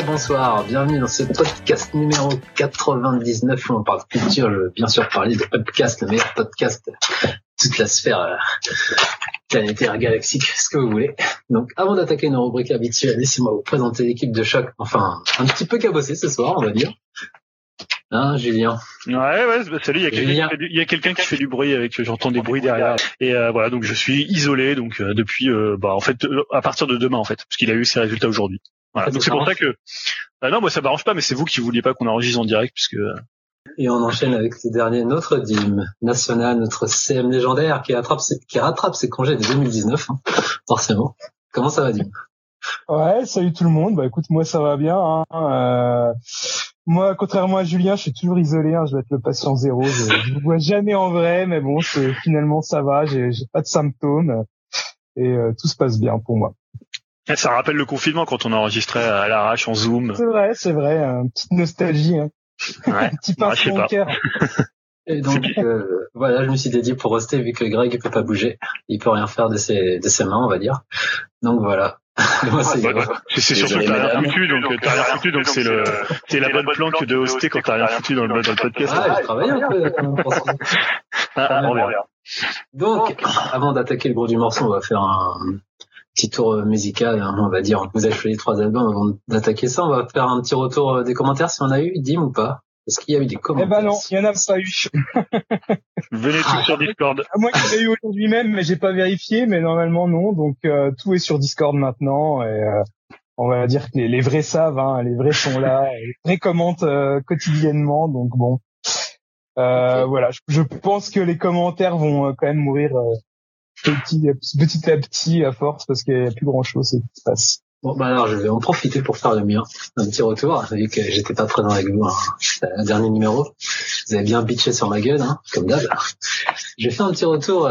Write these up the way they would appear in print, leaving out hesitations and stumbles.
bonsoir, bienvenue dans ce podcast numéro 99 où on parle culture. Je veux bien sûr parler de Upcast, le meilleur podcast de toute la sphère planétaire, galaxique, ce que vous voulez. Donc avant d'attaquer nos rubriques habituelles, laissez-moi vous présenter l'équipe de choc, enfin un petit peu cabossé ce soir on va dire. Hein, Julien. Ouais, salut, il y a quelqu'un qui fait du bruit j'entends des bruits derrière. Et voilà, donc je suis isolé donc depuis en fait à partir de demain en fait, parce qu'il a eu ses résultats aujourd'hui. Voilà, donc c'est pour ça que non, moi ça m'arrange pas, mais c'est vous qui vouliez pas qu'on enregistre en direct puisque Et on enchaîne avec ce dernier, notre Dim national, notre CM légendaire qui rattrape ses congés de 2019, hein, forcément. Comment ça va, Dim? Ouais, salut tout le monde. Bah écoute, moi ça va bien. Moi, contrairement à Julien, je suis toujours isolé. Je vais être le patient zéro. Je vous vois jamais en vrai, mais bon, finalement ça va. J'ai pas de symptômes et tout se passe bien pour moi. Ça rappelle le confinement quand on enregistrait à l'arrache en Zoom. C'est vrai, une petite nostalgie. Hein. Ouais. Un petit pincement au cœur. Et donc voilà, je me suis dédié pour rester vu que Greg peut pas bouger, il peut rien faire de ses mains, on va dire. Donc voilà. Moi, c'est surtout que t'as rien foutu, donc c'est la bonne planque de hoster quand t'as rien foutu dans le podcast. Ah, je travaille un peu quand même pour ça. On verra. Donc, avant d'attaquer le gros du morceau, on va faire un petit tour musical, hein, on va dire. Vous avez choisi 3 albums avant d'attaquer ça. On va faire un petit retour des commentaires si on a eu, Dim ou pas. Est-ce qu'il y a eu des commentaires? Eh ben non, il y en a pas eu. Venez tous sur Discord. Moi, il y en a eu aujourd'hui même, mais j'ai pas vérifié, mais normalement non. Donc tout est sur Discord maintenant et on va dire que les vrais savent, hein, les vrais sont là, les vrais commentent quotidiennement. Donc bon, voilà, je pense que les commentaires vont quand même mourir petit à petit à force parce qu'il y a plus grand chose qui se passe. Bon, bah alors je vais en profiter pour faire le mien, un petit retour, vu que j'étais pas présent avec vous, hein, le dernier numéro. Vous avez bien bitché sur ma gueule, hein, comme d'hab. J'ai fait un petit retour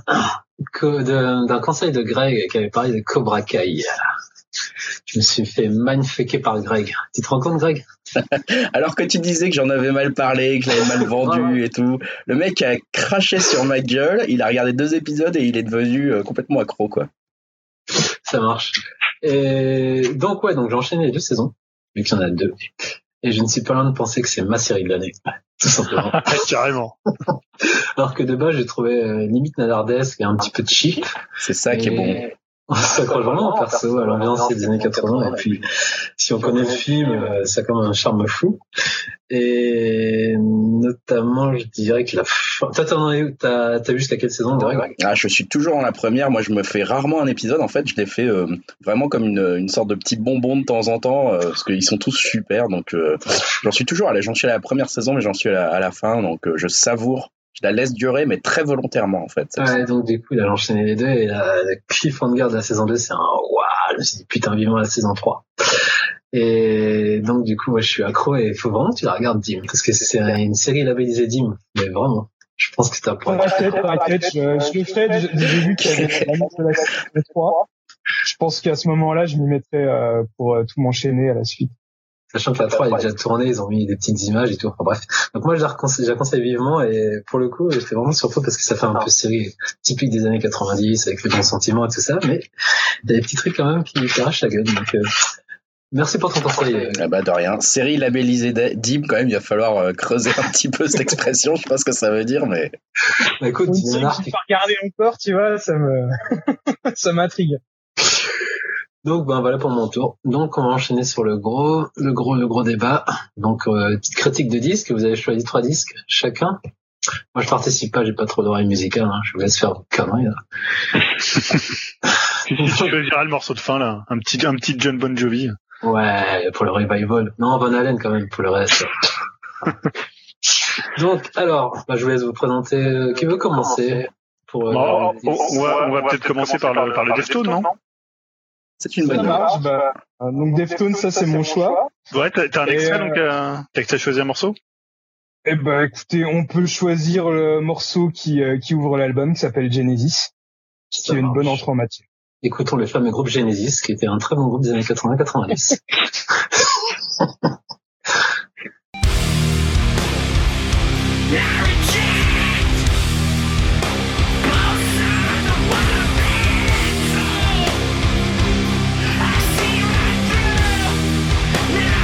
d'un conseil de Greg qui avait parlé de Cobra Kai. Je me suis fait mindfucker par Greg. Tu te rends compte, Greg? Alors que tu disais que j'en avais mal parlé, que je l'avais mal vendu et tout, le mec a craché sur ma gueule, il a regardé 2 épisodes et il est devenu complètement accro, quoi. Ça marche. Et donc j'ai enchaîné les 2 saisons, vu qu'il y en a 2. Et je ne suis pas loin de penser que c'est ma série de l'année, tout simplement. Carrément. Alors que de base, j'ai trouvé limite nadardesque et un petit peu cheap. C'est ça qui est bon. On s'accroche vraiment au perso, à l'ambiance des années 80. Et puis, si on connaît le film, ça a quand même un charme fou. Et notamment, je dirais que la fin... Toi, t'as vu jusqu'à quelle saison, Greg? Je suis toujours dans la première. Moi, je me fais rarement un épisode. En fait, je les fais vraiment comme une sorte de petit bonbon de temps en temps, parce qu'ils sont tous super. Donc, j'en suis toujours j'en suis à la première saison, mais j'en suis à la fin. Donc, je savoure. Je la laisse durer, mais très volontairement, en fait. Ouais, donc du coup, il a enchaîné les 2, et la cliffhanger de la saison 2, c'est un waouh, je me suis dit, putain, vivement la saison 3. Et donc, du coup, moi, je suis accro, et il faut vraiment que tu la regardes, Dim, parce que c'est une série labellisée Dim, mais vraiment. Je pense que t'as pas. T'inquiète, je le ferai, j'ai vu qu'il y avait l'annonce de la saison 3. Je pense qu'à ce moment-là, je m'y mettrai, pour tout m'enchaîner à la suite. Sachant que la 3 est déjà tournée, ils ont mis des petites images et tout. Enfin bref. Donc moi, je la conseille vivement et pour le coup, j'étais vraiment surpris parce que ça fait un peu série typique des années 90 avec les bons sentiments et tout ça, mais il y a des petits trucs quand même qui arrachent la gueule. Donc merci pour ton conseil. De rien. Série labellisée Dim, quand même, il va falloir creuser un petit peu cette expression. Je sais pas ce que ça veut dire, mais. Bah, écoute, une série que j'ai pas regardé encore, tu vois, ça m'intrigue. Donc voilà pour mon tour. Donc on va enchaîner sur le gros débat. Donc petite critique de disques. Vous avez choisi 3 disques chacun. Moi je participe pas, j'ai pas trop d'oreille musicale. Hein. Je vous laisse faire vos conneries là. Tu choisiras le morceau de fin là, un petit John Bon Jovi. Ouais, pour le revival. Non, Van Halen quand même pour le reste. Donc alors, je vous laisse vous présenter. Qui veut commencer pour on va peut-être commencer par le Deftones, non? C'est une bonne idée. Donc Deftones, ça c'est mon choix. Ouais, t'as un extrait donc t'as choisi un morceau? Écoutez, on peut choisir le morceau qui ouvre l'album, qui s'appelle Genesis, qui est une bonne entrée en matière. Écoutons le fameux groupe Genesis, qui était un très bon groupe des années 80-90. I see right through.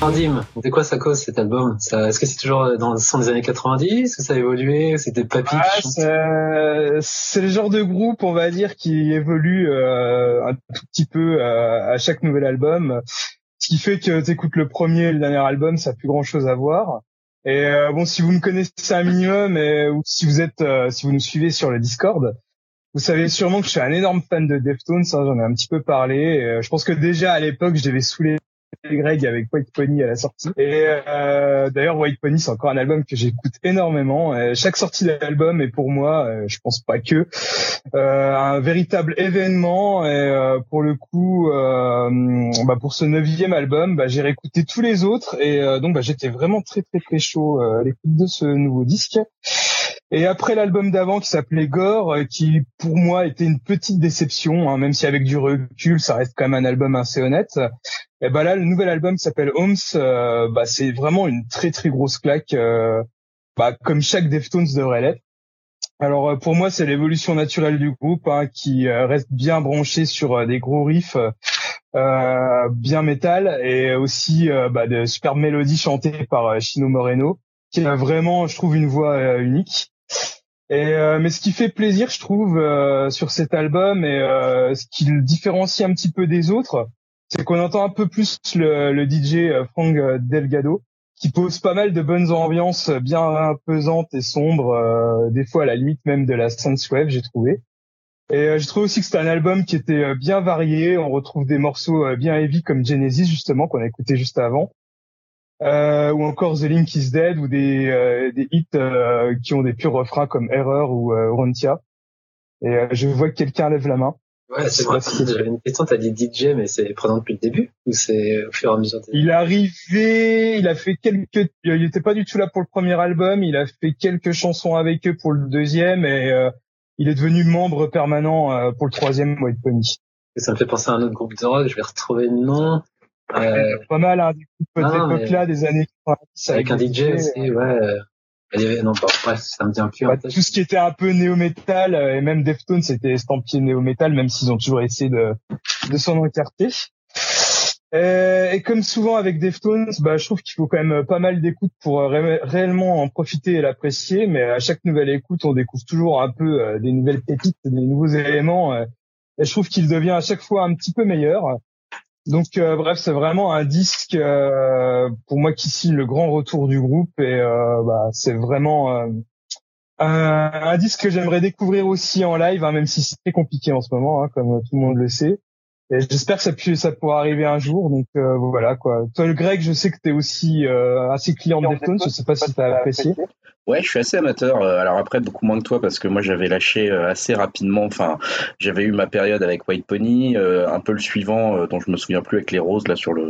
Dim, de quoi ça cause cet album? Est-ce que c'est toujours dans le son des années 90? Est-ce que ça a évolué? C'était Papy qui chante? C'est le genre de groupe, on va dire, qui évolue un tout petit peu à chaque nouvel album. Ce qui fait que t'écoutes le premier et le dernier album, ça n'a plus grand chose à voir. Et bon, si vous me connaissez un minimum, ou si vous nous suivez sur le Discord, vous savez sûrement que je suis un énorme fan de Deftones, hein, j'en ai un petit peu parlé. Et, je pense que déjà à l'époque, je devais saouler Greg avec White Pony à la sortie. Et d'ailleurs, White Pony, c'est encore un album que j'écoute énormément. Chaque sortie d'album est pour moi, je pense pas que, un véritable événement. Et pour le coup, pour ce 9e album, j'ai réécouté tous les autres. Et donc, j'étais vraiment très très très chaud à l'écoute de ce nouveau disque. Et après l'album d'avant qui s'appelait Gore, qui pour moi était une petite déception, hein, même si avec du recul, ça reste quand même un album assez honnête. Et là, le nouvel album qui s'appelle Homes, c'est vraiment une très très grosse claque, comme chaque Deftones devrait l'être. Alors pour moi, c'est l'évolution naturelle du groupe, hein, qui reste bien branché sur des gros riffs, bien métal, et aussi de superbes mélodies chantées par Chino Moreno, qui a vraiment, je trouve, une voix unique. Et mais ce qui fait plaisir, je trouve, sur cet album, et ce qui le différencie un petit peu des autres, c'est qu'on entend un peu plus le DJ Frank Delgado, qui pose pas mal de bonnes ambiances bien pesantes et sombres, des fois à la limite même de la synthwave, j'ai trouvé. Et je trouve aussi que c'est un album qui était bien varié. On retrouve des morceaux bien heavy comme Genesis, justement, qu'on a écouté juste avant. Ou encore The Link is Dead, ou des hits qui ont des purs refrains comme Error ou Rontia. Et je vois que quelqu'un lève la main. Ouais, c'est vrai. J'avais une question, t'as dit DJ, mais c'est présent depuis le début ou c'est au fur et à mesure? Il est arrivé, il était pas du tout là pour le premier album, il a fait quelques chansons avec eux pour le deuxième, et il est devenu membre permanent pour le troisième, White Pony. Et ça me fait penser à un autre groupe de rock, je vais retrouver le nom. Pas mal, hein, des groupes de l'époque-là, des années 90. Avec un DJ aussi, ouais. Bref, ça me vient plus en tête. Tout ce qui était un peu néo-metal, et même Deftones, c'était estampillé néo-metal, même s'ils ont toujours essayé de s'en écarter. Et comme souvent avec Deftones, je trouve qu'il faut quand même pas mal d'écoute pour réellement en profiter et l'apprécier, mais à chaque nouvelle écoute, on découvre toujours un peu des nouvelles pépites, des nouveaux éléments, et je trouve qu'il devient à chaque fois un petit peu meilleur. Donc bref, c'est vraiment un disque pour moi qui signe le grand retour du groupe, et c'est vraiment un disque que j'aimerais découvrir aussi en live, hein, même si c'est très compliqué en ce moment, hein, comme tout le monde le sait. Et j'espère que ça pourra arriver un jour. Donc voilà quoi. Toi, le Greg, je sais que t'es aussi assez client de Deftones. Je sais pas si t'as apprécié. Ouais, je suis assez amateur. Alors après, beaucoup moins que toi, parce que moi, j'avais lâché assez rapidement. Enfin, j'avais eu ma période avec White Pony, un peu le suivant, dont je me souviens plus, avec les roses là sur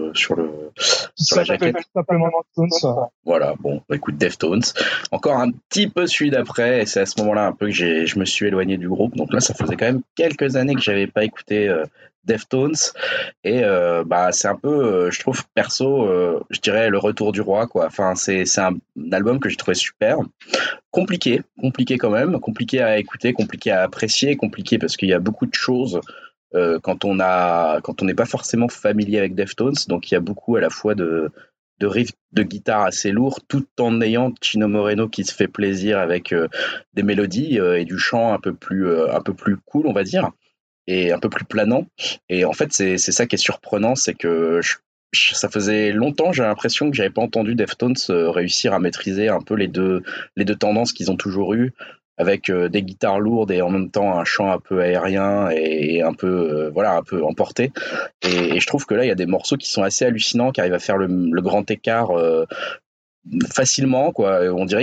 la jaquette. Simplement Deftones. Voilà. Bon, écoute, Deftones. Encore un petit peu celui d'après, et c'est à ce moment-là un peu que je me suis éloigné du groupe. Donc là, ça faisait quand même quelques années que j'avais pas écouté Deftones, et c'est un peu, je trouve perso, je dirais le retour du roi, quoi. Enfin, c'est un album que j'ai trouvé super, compliqué quand même, compliqué à écouter, compliqué à apprécier, compliqué parce qu'il y a beaucoup de choses quand on n'est pas forcément familier avec Deftones. Donc il y a beaucoup à la fois de riffs de guitare assez lourds, tout en ayant Chino Moreno qui se fait plaisir avec des mélodies et du chant un peu plus cool, on va dire, et un peu plus planant. Et en fait, c'est ça qui est surprenant, c'est que ça faisait longtemps, j'ai l'impression que j'avais pas entendu Deftones réussir à maîtriser un peu les deux tendances qu'ils ont toujours eues, avec des guitares lourdes et en même temps un chant un peu aérien et un peu un peu emporté. Et je trouve que là, il y a des morceaux qui sont assez hallucinants, qui arrivent à faire le grand écart facilement, quoi. On dirait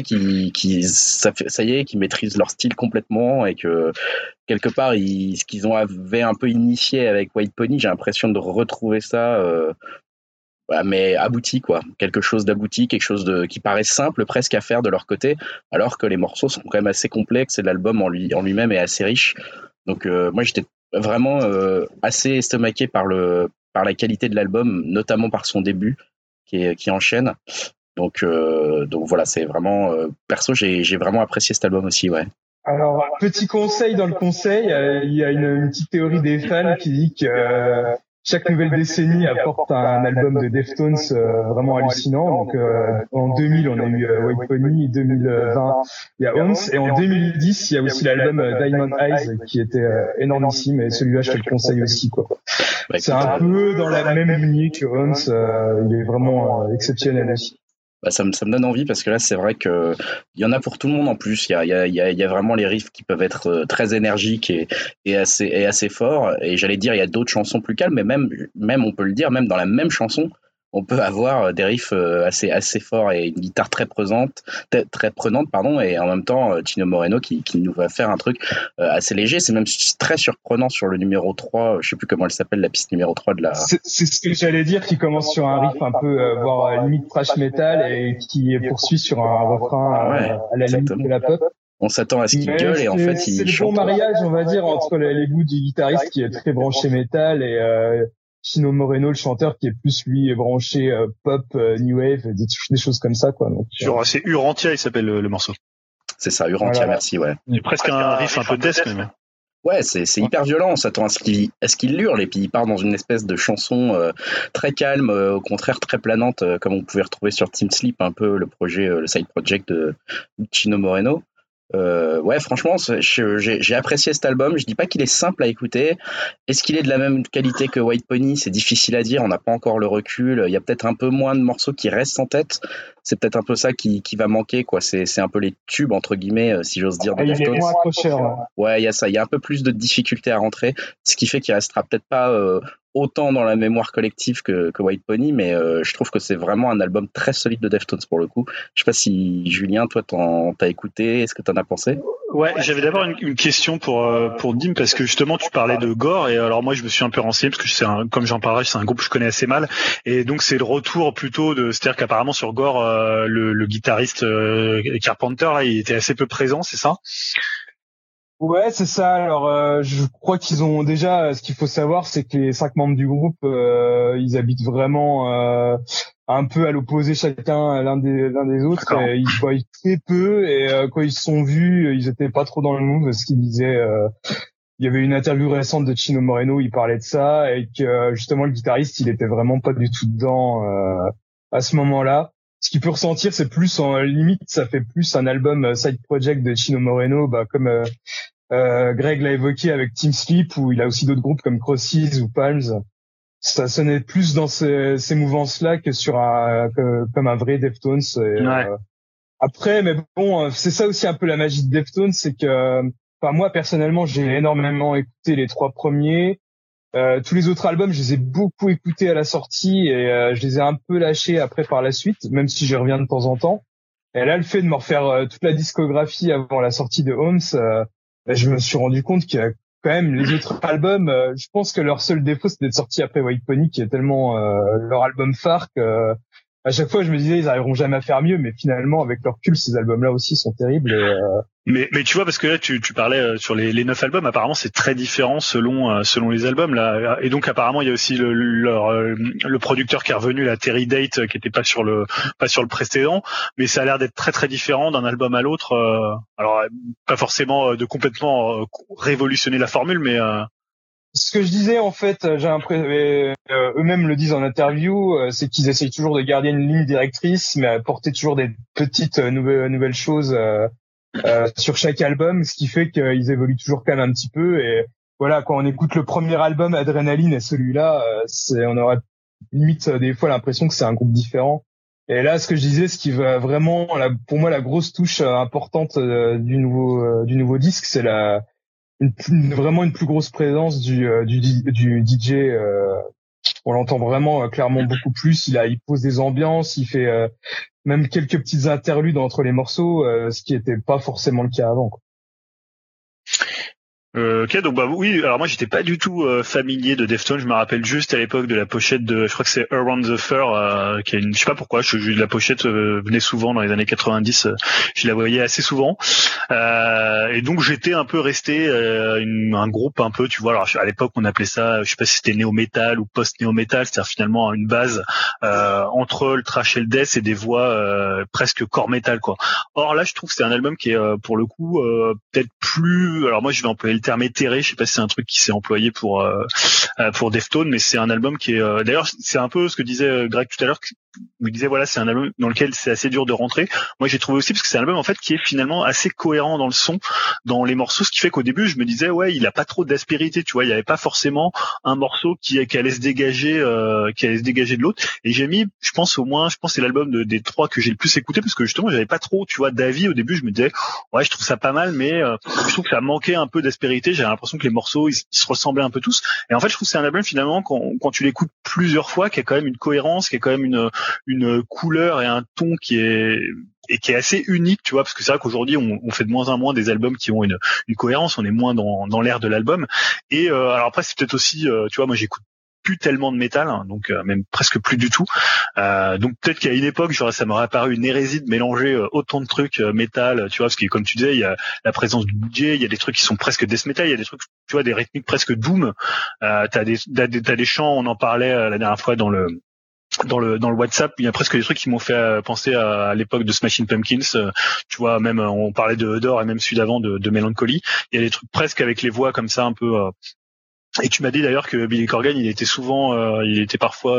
ça y est, qu'ils maîtrisent leur style complètement, et que quelque part ce qu'ils avaient un peu initié avec White Pony, j'ai l'impression de retrouver ça mais abouti, quoi. Quelque chose d'abouti, quelque chose qui paraît simple presque à faire de leur côté, alors que les morceaux sont quand même assez complexes et l'album en lui-même est assez riche. Donc moi j'étais vraiment assez estomaqué par la qualité de l'album, notamment par son début qui enchaîne. Donc voilà, c'est vraiment perso, j'ai vraiment apprécié cet album aussi, ouais. Alors, petit conseil dans le conseil, il y a une petite théorie des fans qui dit que chaque nouvelle décennie apporte un album de Deftones vraiment hallucinant. Donc en 2000 on a eu White Pony, 2020 il y a Homes, et en 2010 il y a aussi l'album Diamond Eyes qui était énormissime, et celui-là je te le conseille aussi quoi. C'est un peu dans la même lignée que Homes, il est vraiment exceptionnel aussi. Bah ça me donne envie, parce que là c'est vrai que il y en a pour tout le monde en plus. Il y a vraiment les riffs qui peuvent être très énergiques et assez forts, et j'allais dire il y a d'autres chansons plus calmes, mais même on peut le dire, même dans la même chanson on peut avoir des riffs assez forts et une guitare très prenante pardon, et en même temps Chino Moreno qui nous va faire un truc assez léger. C'est même très surprenant sur le numéro 3, je sais plus comment elle s'appelle, la piste numéro 3 de la... C'est ce que j'allais dire, qui commence sur un riff un peu voire limite thrash metal, et qui poursuit sur un refrain à la limite de la pop. On s'attend à ce qu'il gueule, et en fait il chante. C'est le bon mariage, on va dire, entre les goûts du guitariste qui est très branché métal et Chino Moreno, le chanteur, qui est plus lui branché pop, new wave, des choses comme ça quoi. Donc c'est Urantia, il s'appelle le morceau. C'est ça, Urantia, voilà. Merci, ouais. Il y a presque un riff un peu death même. Ouais, c'est hyper violent, on s'attend à ce qu'il hurle, et puis il part dans une espèce de chanson très calme, au contraire très planante, comme on pouvait retrouver sur Team Sleep, un peu le side project de Chino Moreno. Ouais, franchement, j'ai apprécié cet album. Je dis pas qu'il est simple à écouter. Est-ce qu'il est de la même qualité que White Pony? C'est difficile à dire, on n'a pas encore le recul. Il y a peut-être un peu moins de morceaux qui restent en tête. C'est peut-être un peu ça qui va manquer, quoi. C'est un peu les tubes, entre guillemets, si j'ose dire, de Deftones. Il est moins accrocheur. Ouais, il y a ça. Il y a un peu plus de difficulté à rentrer, ce qui fait qu'il restera peut-être pas autant dans la mémoire collective que White Pony, mais je trouve que c'est vraiment un album très solide de Deftones pour le coup. Je sais pas si Julien, toi t'as écouté, est-ce que t'en as pensé? Ouais, j'avais d'abord une question pour Dim, parce que justement tu parlais de Gore, et alors moi je me suis un peu renseigné parce que comme j'en parlerai, c'est un groupe que je connais assez mal, et donc c'est le retour plutôt c'est-à-dire qu'apparemment sur Gore le guitariste Carpenter là, il était assez peu présent, c'est ça? Ouais, c'est ça. Alors, je crois qu'ils ont déjà. Ce qu'il faut savoir, c'est que les 5 membres du groupe, ils habitent vraiment un peu à l'opposé chacun l'un des autres. Et ils se voient très peu. Et quand ils se sont vus, ils étaient pas trop dans le mood. Ce qu'ils disaient. Il y avait une interview récente de Chino Moreno, il parlait de ça, et que justement le guitariste, il était vraiment pas du tout dedans à ce moment-là. Ce qu'il peut ressentir, c'est plus en limite, ça fait plus un album side project de Chino Moreno, comme Greg l'a évoqué avec Team Sleep, où il a aussi d'autres groupes comme Crosses ou Palms. Ça sonnait plus dans ces mouvances-là que sur comme un vrai Deftones. Après, mais bon, c'est ça aussi un peu la magie de Deftones, c'est que, moi personnellement, j'ai énormément écouté les 3 premiers. Tous les autres albums, je les ai beaucoup écoutés à la sortie, et je les ai un peu lâchés après par la suite, même si j'y reviens de temps en temps. Et là, le fait de me refaire toute la discographie avant la sortie de Homes, je me suis rendu compte qu'il y a quand même les autres albums. Je pense que leur seul défaut, c'était de sortir après White Pony, qui est tellement leur album phare que à chaque fois, je me disais, ils arriveront jamais à faire mieux, mais finalement, avec leur recul, ces albums-là aussi sont terribles. Mais tu vois, parce que là, tu parlais sur les 9 albums, apparemment, c'est très différent selon les albums, là. Et donc, apparemment, il y a aussi le producteur qui est revenu, la Terry Date, qui était pas sur le précédent, mais ça a l'air d'être très, très différent d'un album à l'autre. Alors, pas forcément de complètement révolutionner la formule, mais, Ce que je disais, en fait, j'ai l'impression, eux-mêmes le disent en interview, c'est qu'ils essayent toujours de garder une ligne directrice, mais apporter toujours des petites nouvelles choses sur chaque album, ce qui fait qu'ils évoluent toujours quand même un petit peu. Et voilà, quand on écoute le premier album Adrenaline et celui-là, on aurait limite des fois l'impression que c'est un groupe différent. Et là, ce que je disais, ce qui va vraiment, pour moi, la grosse touche importante du nouveau disque, c'est vraiment une plus grosse présence du DJ. On l'entend vraiment clairement beaucoup plus. Il pose des ambiances, il fait même quelques petites interludes entre les morceaux, ce qui était pas forcément le cas avant, quoi. Ok, donc oui, alors moi j'étais pas du tout familier de Deftones, je me rappelle juste à l'époque de la pochette je crois que c'est Around the Fur, qui est je sais pas pourquoi, la pochette venait souvent dans les années 90, je la voyais assez souvent, et donc j'étais un peu resté un groupe un peu, tu vois, alors à l'époque on appelait ça, je sais pas si c'était néo-metal ou post-néo-metal, c'est-à-dire finalement une base entre le thrash et le death et des voix presque core metal, quoi. Or là je trouve que c'est un album qui est pour le coup peut-être plus, alors moi je vais employer le terme éthéré. Je sais pas si c'est un truc qui s'est employé pour Deftones, mais c'est un album qui est d'ailleurs c'est un peu ce que disait Greg tout à l'heure. Il disait voilà, c'est un album dans lequel c'est assez dur de rentrer. Moi j'ai trouvé aussi parce que c'est un album en fait qui est finalement assez cohérent dans le son, dans les morceaux, ce qui fait qu'au début je me disais ouais, il a pas trop d'aspérité, tu vois, il y avait pas forcément un morceau qui allait se dégager de l'autre. Et j'ai mis, je pense c'est l'album des trois que j'ai le plus écouté parce que justement j'avais pas trop, tu vois, d'avis au début. Je me disais ouais, je trouve ça pas mal, mais je trouve que ça manquait un peu d'aspérité. J'avais l'impression que les morceaux ils se ressemblaient un peu tous. Et en fait je trouve que c'est un album finalement quand tu l'écoutes plusieurs fois, qui a quand même une cohérence, qui a quand même une couleur et un ton qui est assez unique, tu vois, parce que c'est vrai qu'aujourd'hui on fait de moins en moins des albums qui ont une cohérence, on est moins dans l'ère de l'album. Et alors après c'est peut-être aussi, tu vois, moi j'écoute plus tellement de métal, hein, donc même presque plus du tout. Donc peut-être qu'à une époque, ça m'aurait paru une hérésie de mélanger autant de trucs métal, tu vois, parce que comme tu disais, il y a la présence du DJ, il y a des trucs qui sont presque death metal, il y a des trucs, tu vois, des rythmiques presque doom. T'as des chants, on en parlait la dernière fois dans le WhatsApp, il y a presque des trucs qui m'ont fait penser à l'époque de Smashing Pumpkins, tu vois, même on parlait de Odor et même celui d'avant de Melancholy. Il y a des trucs presque avec les voix comme ça un peu. Et tu m'as dit d'ailleurs que Billy Corgan, il était parfois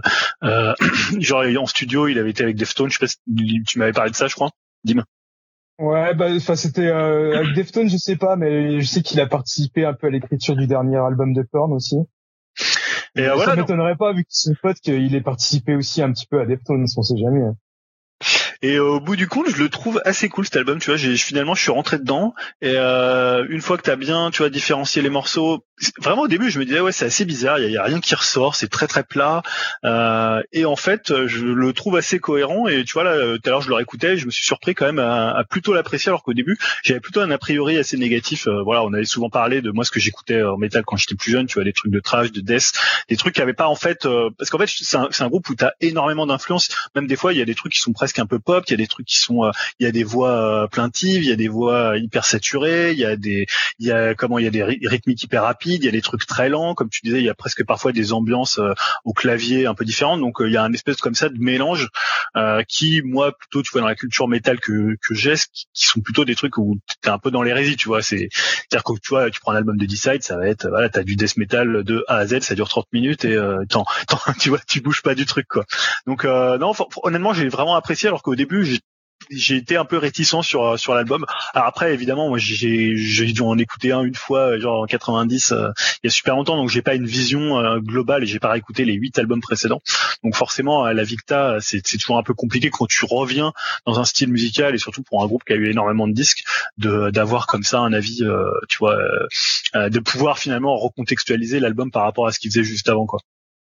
genre en studio, il avait été avec Deftones. Je sais pas si tu m'avais parlé de ça, je crois. Dis-moi. Ouais, c'était avec Deftones, je sais pas, mais je sais qu'il a participé un peu à l'écriture du dernier album de Korn aussi. Et voilà, ça m'étonnerait pas, vu que c'est son pote, qu'il ait participé aussi un petit peu à Deftones, on sait jamais. Et au bout du compte, je le trouve assez cool cet album, tu vois. Finalement, je suis rentré dedans. Et une fois que t'as bien, tu vois, différencié les morceaux, vraiment au début, je me disais ouais, c'est assez bizarre. Il y a rien qui ressort, c'est très très plat. Et en fait, je le trouve assez cohérent. Et tu vois là, tout à l'heure, je le réécoutais, je me suis surpris quand même à plutôt l'apprécier, alors qu'au début, j'avais plutôt un a priori assez négatif. Voilà, on avait souvent parlé de moi ce que j'écoutais en métal quand j'étais plus jeune, tu vois, des trucs de thrash, de death, des trucs qui avaient pas en fait, parce qu'en fait, c'est un groupe où t'as énormément d'influence. Même des fois, il y a des trucs qui sont presque un peu pop, il y a des trucs qui sont, il y a des voix plaintives, il y a des voix hyper saturées, il y a des rythmiques hyper rapides, il y a des trucs très lents, comme tu disais, il y a presque parfois des ambiances au clavier un peu différentes. Donc il y a un espèce comme ça de mélange qui, moi, plutôt, tu vois, dans la culture métal que j'ai, qui sont plutôt des trucs où t'es un peu dans l'hérésie, tu vois. C'est-à-dire que tu vois, tu prends un album de Decide, ça va être, voilà, t'as du death metal de A à Z, ça dure 30 minutes et tu vois, tu bouges pas du truc, quoi. Donc non, honnêtement, j'ai vraiment apprécié, alors qu'au début, j'ai été un peu réticent sur l'album. Alors après, évidemment, moi j'ai dû en écouter une fois, genre en 90, il y a super longtemps, donc j'ai pas une vision globale et j'ai pas réécouté les 8 albums précédents. Donc forcément, la Victa, c'est toujours un peu compliqué quand tu reviens dans un style musical et surtout pour un groupe qui a eu énormément de disques, d'avoir comme ça un avis, tu vois, de pouvoir finalement recontextualiser l'album par rapport à ce qu'il faisait juste avant, quoi.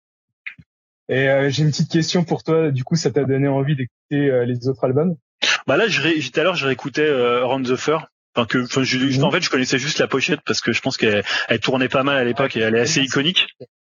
Et j'ai une petite question pour toi. Du coup, ça t'a donné envie d'écouter les autres albums? Bah là, tout à l'heure, je réécoutais Around the Fur. En fait, je connaissais juste la pochette parce que je pense qu'elle tournait pas mal à l'époque et elle est assez iconique.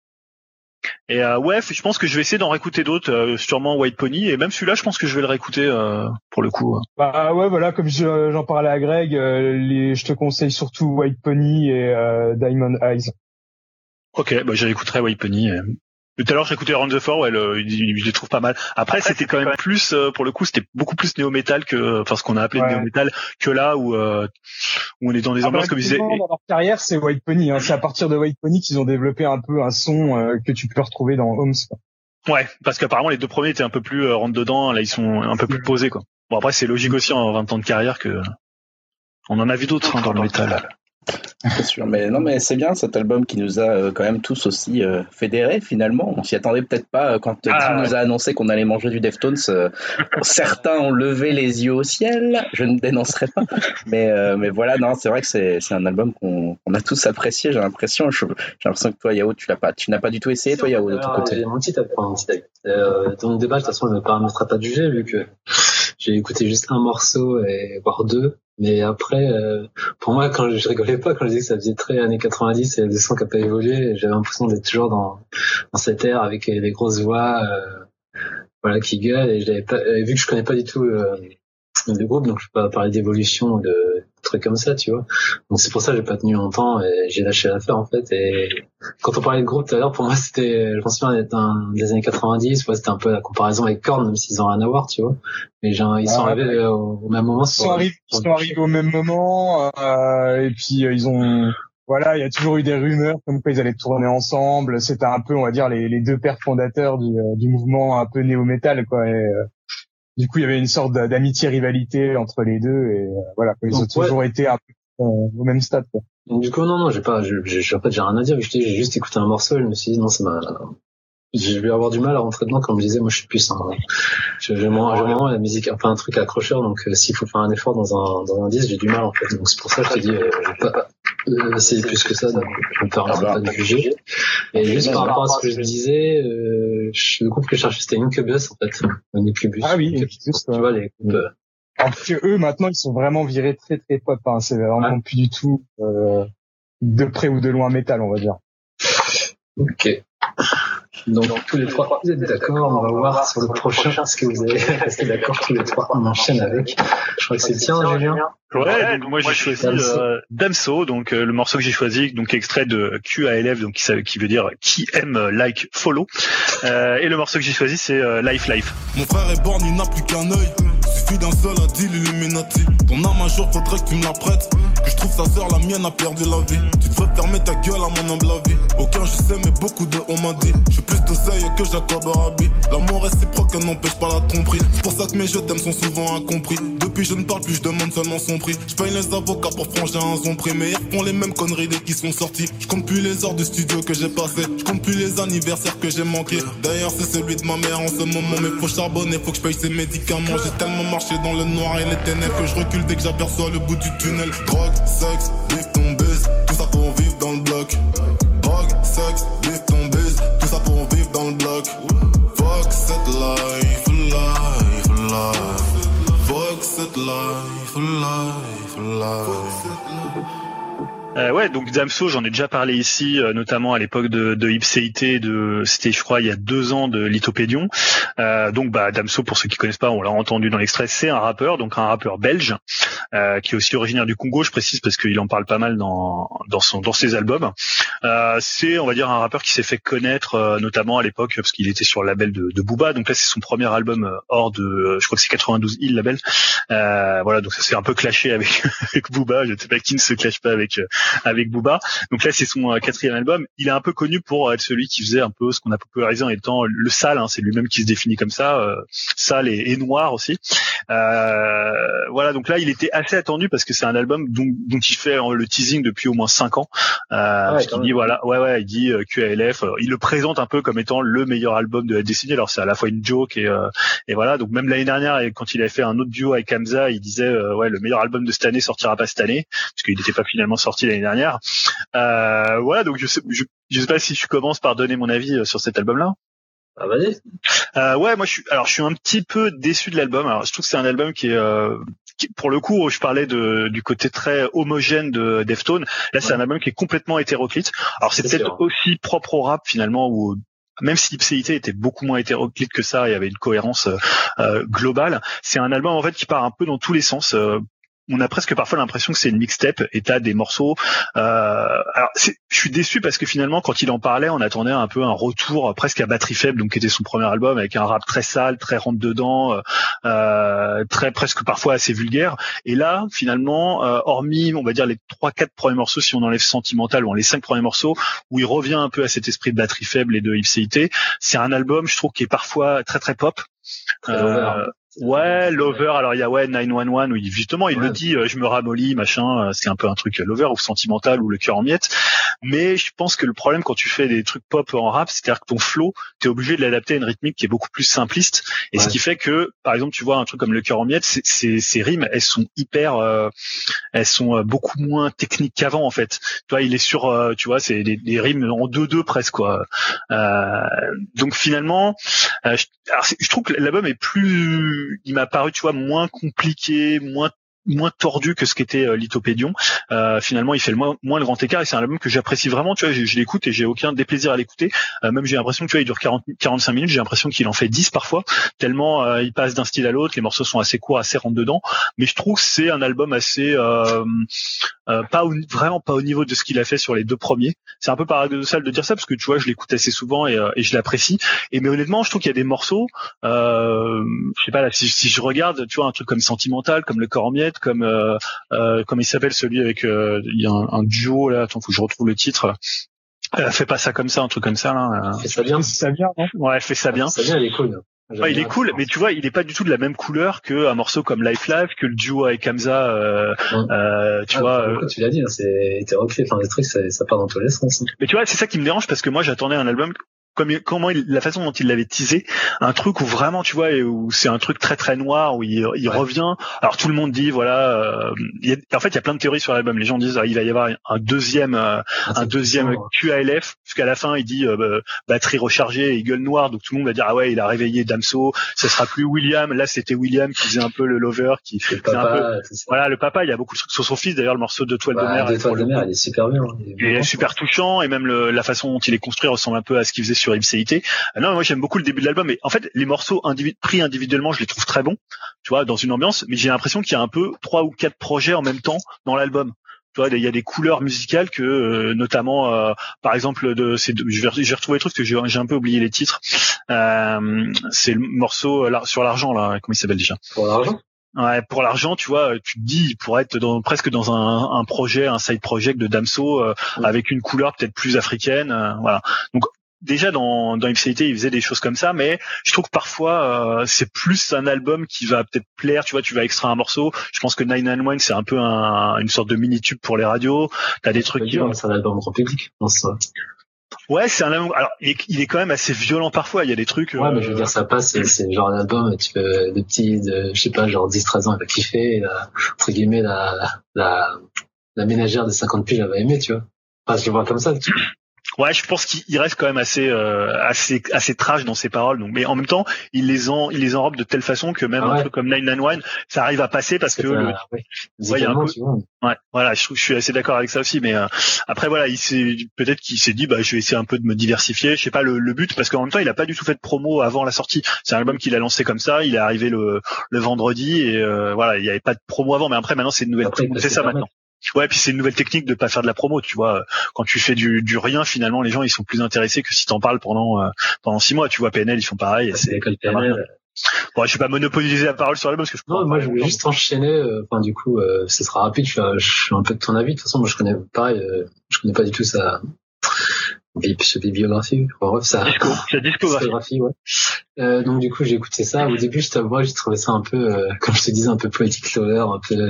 Et ouais, je pense que je vais essayer d'en réécouter d'autres, sûrement White Pony, et même celui-là, je pense que je vais le réécouter pour le coup. Bah ouais, voilà, comme j'en parlais à Greg, je te conseille surtout White Pony et Diamond Eyes. Ok, bah je réécouterai White Pony. Tout à l'heure, j'ai écouté Around the Fur, ouais, je les trouve pas mal. Après c'était quand même plus, pour le coup, c'était beaucoup plus néo-metal que, enfin, ce qu'on a appelé néo-metal, que là où on est dans des ambiances comme je disais. Dans leur carrière, c'est White Pony, hein. C'est à partir de White Pony qu'ils ont développé un peu un son que tu peux retrouver dans Homes, quoi. Ouais, parce qu'apparemment les deux premiers étaient un peu plus rentre dedans, là ils sont un peu plus posés, quoi. Bon, après c'est logique aussi en 20 ans de carrière que on en a vu d'autres dans le métal. C'est sûr, mais non, mais c'est bien cet album qui nous a quand même tous aussi fédérés finalement. On s'y attendait peut-être pas quand Tim nous a annoncé qu'on allait manger du Deftones. Certains ont levé les yeux au ciel. Je ne dénoncerai pas, mais voilà, non, c'est vrai que c'est un album qu'on a tous apprécié. J'ai l'impression que toi, Yao, tu n'as pas du tout essayé, toi, Yao, de ton côté. J'ai mon petit avis. Dans le débat, de toute façon, elle ne me permettra pas de juger vu que j'ai écouté juste un morceau et voire deux. Mais après, pour moi, quand je rigolais pas quand je disais que ça faisait très années 90 et des sons qui n'ont pas évolué, j'avais l'impression d'être toujours dans cette ère avec des grosses voix, voilà, qui gueulent. Et j'avais pas, vu que je connais pas du tout le groupe, donc je peux pas parler d'évolution ou de trucs comme ça, tu vois. Donc c'est pour ça que j'ai pas tenu longtemps et j'ai lâché l'affaire en fait. Et quand on parlait de groupe tout à l'heure, pour moi c'était, je pense bien d'être des années 90, ouais, c'était un peu la comparaison avec Korn, même s'ils ont rien à voir, tu vois. Mais genre, ils sont arrivés au même moment. Ils sont arrivés au même moment, et puis ils ont Voilà, il y a toujours eu des rumeurs comme quoi ils allaient tourner ensemble. C'était un peu, on va dire, les deux pères fondateurs du mouvement un peu néo-metal, quoi. Et, du coup, il y avait une sorte d'amitié-rivalité entre les deux, et voilà, quoi, ils ont toujours été un peu au même stade, quoi. Du coup, non, j'ai rien à dire. J'ai juste écouté un morceau, je me suis dit, non, je vais avoir du mal à rentrer dedans, comme je disais, moi je suis plus j'aime vraiment la musique, enfin un truc accrocheur, donc s'il faut faire un effort dans un disque, j'ai du mal en fait, donc c'est pour ça que je te dis, je vais pas essayer plus que ça, donc je me permettrai pas de juger. Et juste par rapport à ce que je disais, le groupe que je cherchais c'était Incubus en fait, Incubus. Ah oui, Incubus, tu vois les groupes. Alors que eux maintenant ils sont vraiment virés très très pop, hein. C'est vraiment plus du tout de près ou de loin métal, on va dire. Ok. Donc tous les trois, vous êtes d'accord, on va voir sur le prochain ce que vous avez resté d'accord tous les trois. On enchaîne avec, je crois que c'est le tien, Julien. Ouais, donc moi j'ai choisi Damso, donc le morceau que j'ai choisi, donc extrait de QALF, donc qui veut dire qui aime like follow. Et le morceau que j'ai choisi c'est Life. Mon frère est born, il n'a plus qu'un œil. Suffit d'un seul à dire l'Illuminati. Ton âme un jour faudrait que tu me la prêtes. Que je trouve sa sœur, la mienne a perdu la vie. Tu devrais fermer ta gueule à mon humble avis. Aucun je sais mais beaucoup de on m'a dit. Je suis plus d'oseille que Jacob Arabi. L'amour réciproque n'empêche pas la tromperie. C'est pour ça que mes jeux t'aiment sont souvent incompris. Depuis je ne parle plus, je demande seulement son prix. Je paye les avocats pour franchir un son prix. Mais ils font les mêmes conneries dès qu'ils sont sortis. Je compte plus les heures de studio que j'ai passé. Je compte plus les anniversaires que j'ai manqués. D'ailleurs c'est celui de ma mère en ce moment. Mais faut charbonner, faut que je paye ses médicaments. J'ai tellement marché dans le noir et les ténèbres que je recule dès que j'aperçois le bout du tunnel. Drogue, sexe, bif ton buzz, tout ça pour vivre dans le bloc. Drogue, sexe, bif ton buzz, tout ça pour vivre dans le bloc. Fuck cette life. Fuck cette life. Ouais, donc Damso, j'en ai déjà parlé ici, notamment à l'époque de Ipséité, c'était je crois il y a 2 ans de Lithopédion. Donc Damso, pour ceux qui connaissent pas, on l'a entendu dans l'extrait, c'est un rappeur belge, qui est aussi originaire du Congo, je précise parce qu'il en parle pas mal dans ses albums. C'est, on va dire, un rappeur qui s'est fait connaître notamment à l'époque parce qu'il était sur le label de Booba. Donc là c'est son premier album hors de, je crois que c'est 92 Il label. Voilà, donc ça s'est un peu clashé avec Booba. Je ne sais pas qui ne se clash pas avec Booba. Donc là c'est son 4e album. Il est un peu connu pour être celui qui faisait un peu ce qu'on a popularisé en étant le sale, hein, c'est lui-même qui se définit comme ça, sale et noir aussi. Voilà, donc là il était assez attendu parce que c'est un album dont il fait le teasing depuis au moins 5 ans. Parce qu'il dit voilà, il dit QALF, il le présente un peu comme étant le meilleur album de la décennie. Alors c'est à la fois une joke et voilà, donc même l'année dernière quand il avait fait un autre duo avec Hamza, il disait le meilleur album de cette année sortira pas cette année parce qu'il n'était pas finalement sorti l'année dernière. Voilà, donc je sais pas si je commence par donner mon avis sur cet album-là. Ah, vas-y. Ouais, moi je suis un petit peu déçu de l'album. Alors je trouve que c'est un album qui pour le coup, je parlais du côté très homogène de Deftones. Là, c'est un album qui est complètement hétéroclite. Alors c'est peut-être aussi propre au rap finalement, où même si Ipséité était beaucoup moins hétéroclite que ça, il y avait une cohérence globale. C'est un album en fait qui part un peu dans tous les sens. On a presque parfois l'impression que c'est une mixtape et t'as des morceaux. Alors, je suis déçu parce que finalement, quand il en parlait, on attendait un peu un retour presque à Batterie Faible, donc qui était son premier album, avec un rap très sale, très rentre dedans, très presque parfois assez vulgaire. Et là, finalement, hormis, on va dire les 3-4 premiers morceaux, si on enlève Sentimental, ou les 5 premiers morceaux, où il revient un peu à cet esprit de Batterie Faible et de Ipséité, c'est un album, je trouve, qui est parfois très très pop. Ouais, Lover, alors il y a 911 où justement il le dit, je me ramollis, machin, c'est un peu un truc Lover ou Sentimental ou Le cœur en miettes. Mais je pense que le problème quand tu fais des trucs pop en rap, c'est-à-dire que ton flow, t'es obligé de l'adapter à une rythmique qui est beaucoup plus simpliste. Et ce qui fait que, par exemple, tu vois un truc comme Le cœur en miettes, ces rimes, elles sont elles sont beaucoup moins techniques qu'avant en fait. Tu vois, il est sur, tu vois, c'est des rimes en 2-2 presque quoi. Donc finalement, je trouve que l'album est il m'a paru, tu vois, moins compliqué, moins tordu que ce qu'était Lithopédion. Finalement, il fait moins le grand écart et c'est un album que j'apprécie vraiment. Tu vois, je l'écoute et j'ai aucun déplaisir à l'écouter. Même j'ai l'impression que tu vois, il dure 45 minutes. J'ai l'impression qu'il en fait 10 parfois. Tellement il passe d'un style à l'autre. Les morceaux sont assez courts, assez rentre dedans. Mais je trouve que c'est un album assez vraiment pas au niveau de ce qu'il a fait sur les 2 premiers. C'est un peu paradoxal de dire ça parce que tu vois, je l'écoute assez souvent et je l'apprécie. Mais honnêtement, je trouve qu'il y a des morceaux. Je sais pas là, si je regarde, tu vois, un truc comme Sentimental, comme Le corps en miettes, comme il s'appelle celui avec il y a un duo là, attends, faut que je retrouve le titre. Fais pas ça comme ça, un truc comme ça là. Fais ça bien, non? Ouais, fais ça bien. Ça bien, il est cool. Ouais, il est cool, mais tu vois, il est pas du tout de la même couleur qu'un morceau comme Life Live, que le duo avec Hamza. Tu vois. Tu l'as dit, hein, t'es rocké, enfin des trucs, ça part dans tous les sens. Mais tu vois, c'est ça qui me dérange parce que moi, j'attendais un album. La façon dont il l'avait teasé, un truc où vraiment, tu vois, où c'est un truc très très noir, où il revient. Alors tout le monde dit, voilà, en fait, il y a plein de théories sur l'album. Les gens disent, il va y avoir un deuxième QALF, jusqu'à la fin, il dit batterie rechargée et gueule noire, donc tout le monde va dire, ah ouais, il a réveillé Damso. Ça sera plus William. Là, c'était William qui faisait un peu le lover, qui le papa, un peu, voilà, le papa. Il y a beaucoup de trucs sur son fils. D'ailleurs, le morceau de Toile de mer. De Toile de mer, il est super bien. Il est super touchant, et même la façon dont il est construit ressemble un peu à ce qu'il faisait sur MCIT. Non, moi j'aime beaucoup le début de l'album, et en fait les morceaux pris individuellement, je les trouve très bons, tu vois, dans une ambiance, mais j'ai l'impression qu'il y a un peu 3 ou 4 projets en même temps dans l'album. Tu vois, il y a des couleurs musicales que notamment par exemple j'ai retrouvé les trucs que j'ai un peu oublié les titres. C'est le morceau sur l'argent là, comment il s'appelle déjà? Pour l'argent. Ouais, pour l'argent, tu vois, tu te dis, il pourrait être presque dans un projet, un side project de Damso, avec une couleur peut-être plus africaine, voilà. Donc déjà dans MCIT, il faisait des choses comme ça, mais je trouve que parfois c'est plus un album qui va peut-être plaire, tu vois, tu vas extraire un morceau. Je pense que 991 c'est un peu une sorte de mini tube pour les radios. T'as des trucs qui c'est un album grand public, non, ça. Ouais, c'est un album. Alors, il est quand même assez violent parfois. Il y a des trucs. Ouais, mais je veux dire, ça passe. C'est genre un album. Tu peux je sais pas, genre 10-13 ans, elle va kiffer. Entre guillemets, la ménagère de 50 piges, elle va aimer, tu vois. Enfin, je le vois comme ça. Ouais, je pense qu'il reste quand même assez trash dans ses paroles. Donc, mais en même temps, il les enrobe de telle façon que même un truc comme 991, ça arrive à passer parce que il y a un peu. Ouais, voilà, je suis assez d'accord avec ça aussi. Mais après, voilà, peut-être qu'il s'est dit, bah, je vais essayer un peu de me diversifier. Je sais pas le but, parce qu'en même temps, il a pas du tout fait de promo avant la sortie. C'est un album qu'il a lancé comme ça. Il est arrivé le vendredi et voilà, il y avait pas de promo avant. Mais après, maintenant, c'est une nouvelle. C'est ça maintenant. Ouais, puis c'est une nouvelle technique de pas faire de la promo, tu vois. Quand tu fais du rien, finalement, les gens ils sont plus intéressés que si t'en parles pendant 6 mois. Tu vois, PNL ils font pareil. C'est l'école PNL. Bon, je vais pas monopoliser la parole sur l'album parce que moi je voulais juste enchaîner. Enfin, du coup, ce sera rapide. Je suis un peu de ton avis. De toute façon, moi je connais pas du tout sa biographie. Bref, sa discographie, ouais. Donc du coup, j'ai écouté ça. Au début, je t'avoue, j'ai trouvé ça un peu, comme je te disais, un peu poetic lover,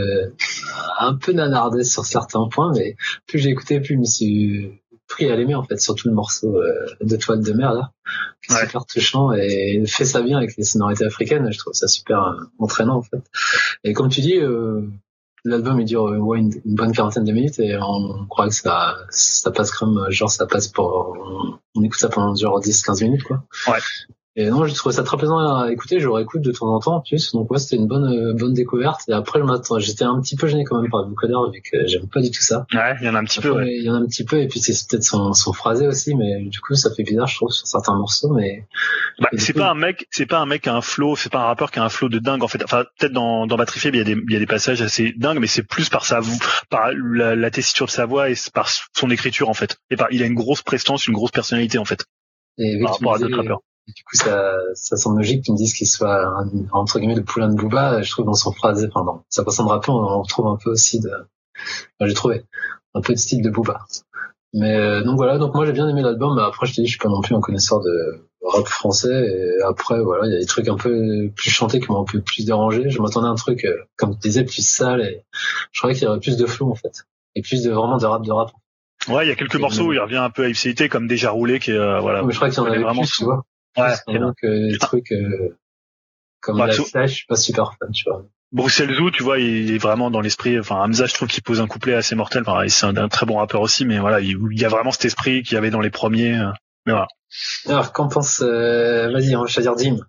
un peu nanardé sur certains points, mais plus j'ai écouté, plus je me suis pris à l'aimer, en fait, surtout le morceau de Toile de mer, là. C'est super touchant et fait ça bien avec les sonorités africaines. Je trouve ça super entraînant, en fait. Et comme tu dis, l'album il dure une bonne 40aine de minutes et on croit que ça passe comme genre ça passe on écoute ça pendant genre 10-15 minutes, quoi. Ouais. Et non, j'ai trouvé ça très plaisant à écouter, je le réécoute de temps en temps en plus. Donc ouais, c'était une bonne découverte. Et après j'étais un petit peu gêné quand même par le vocodeur vu que j'aime pas du tout ça. Ouais, il y en a un petit peu. Ouais. Il y en a un petit peu et puis c'est peut-être son phrasé aussi, mais du coup ça fait bizarre je trouve sur certains morceaux. Mais c'est pas un mec qui a un flow, c'est pas un rappeur qui a un flow de dingue en fait. Enfin peut-être dans Batrifié, il y a des passages assez dingues, mais c'est plus par la tessiture de sa voix et par son écriture en fait. Et il a une grosse prestance, une grosse personnalité en fait. Et par rapport à d'autres rappeurs. Du coup, ça semble logique qu'ils me disent qu'il soit entre guillemets le poulain de Booba. Je trouve dans son phrasé, enfin dans sa façon de rapper, on retrouve un peu aussi j'ai trouvé un peu de style de Booba. Mais donc voilà, donc moi j'ai bien aimé l'album. Mais après, je t'ai dit, je suis pas non plus un connaisseur de rap français. Et après, voilà, il y a des trucs un peu plus chantés qui m'ont un peu plus dérangé. Je m'attendais à un truc, comme tu disais, plus sale. Et je croyais qu'il y aurait plus de flow en fait, et plus vraiment de rap. Ouais, il y a quelques morceaux où il revient un peu à FCT comme Déjà Roulé, qui est voilà. Mais je crois qu'il y en avait vraiment plus, tu vois. Ouais, donc des trucs comme la Flash, je suis pas super fan, tu vois. Bruxelles Zoo, tu vois, il est vraiment dans l'esprit. Enfin, Hamza, je trouve qu'il pose un couplet assez mortel. Enfin, c'est un très bon rappeur aussi, mais voilà, il y a vraiment cet esprit qu'il y avait dans les premiers. Mais voilà. Alors, qu'en pense vas-y, on va choisir Dim.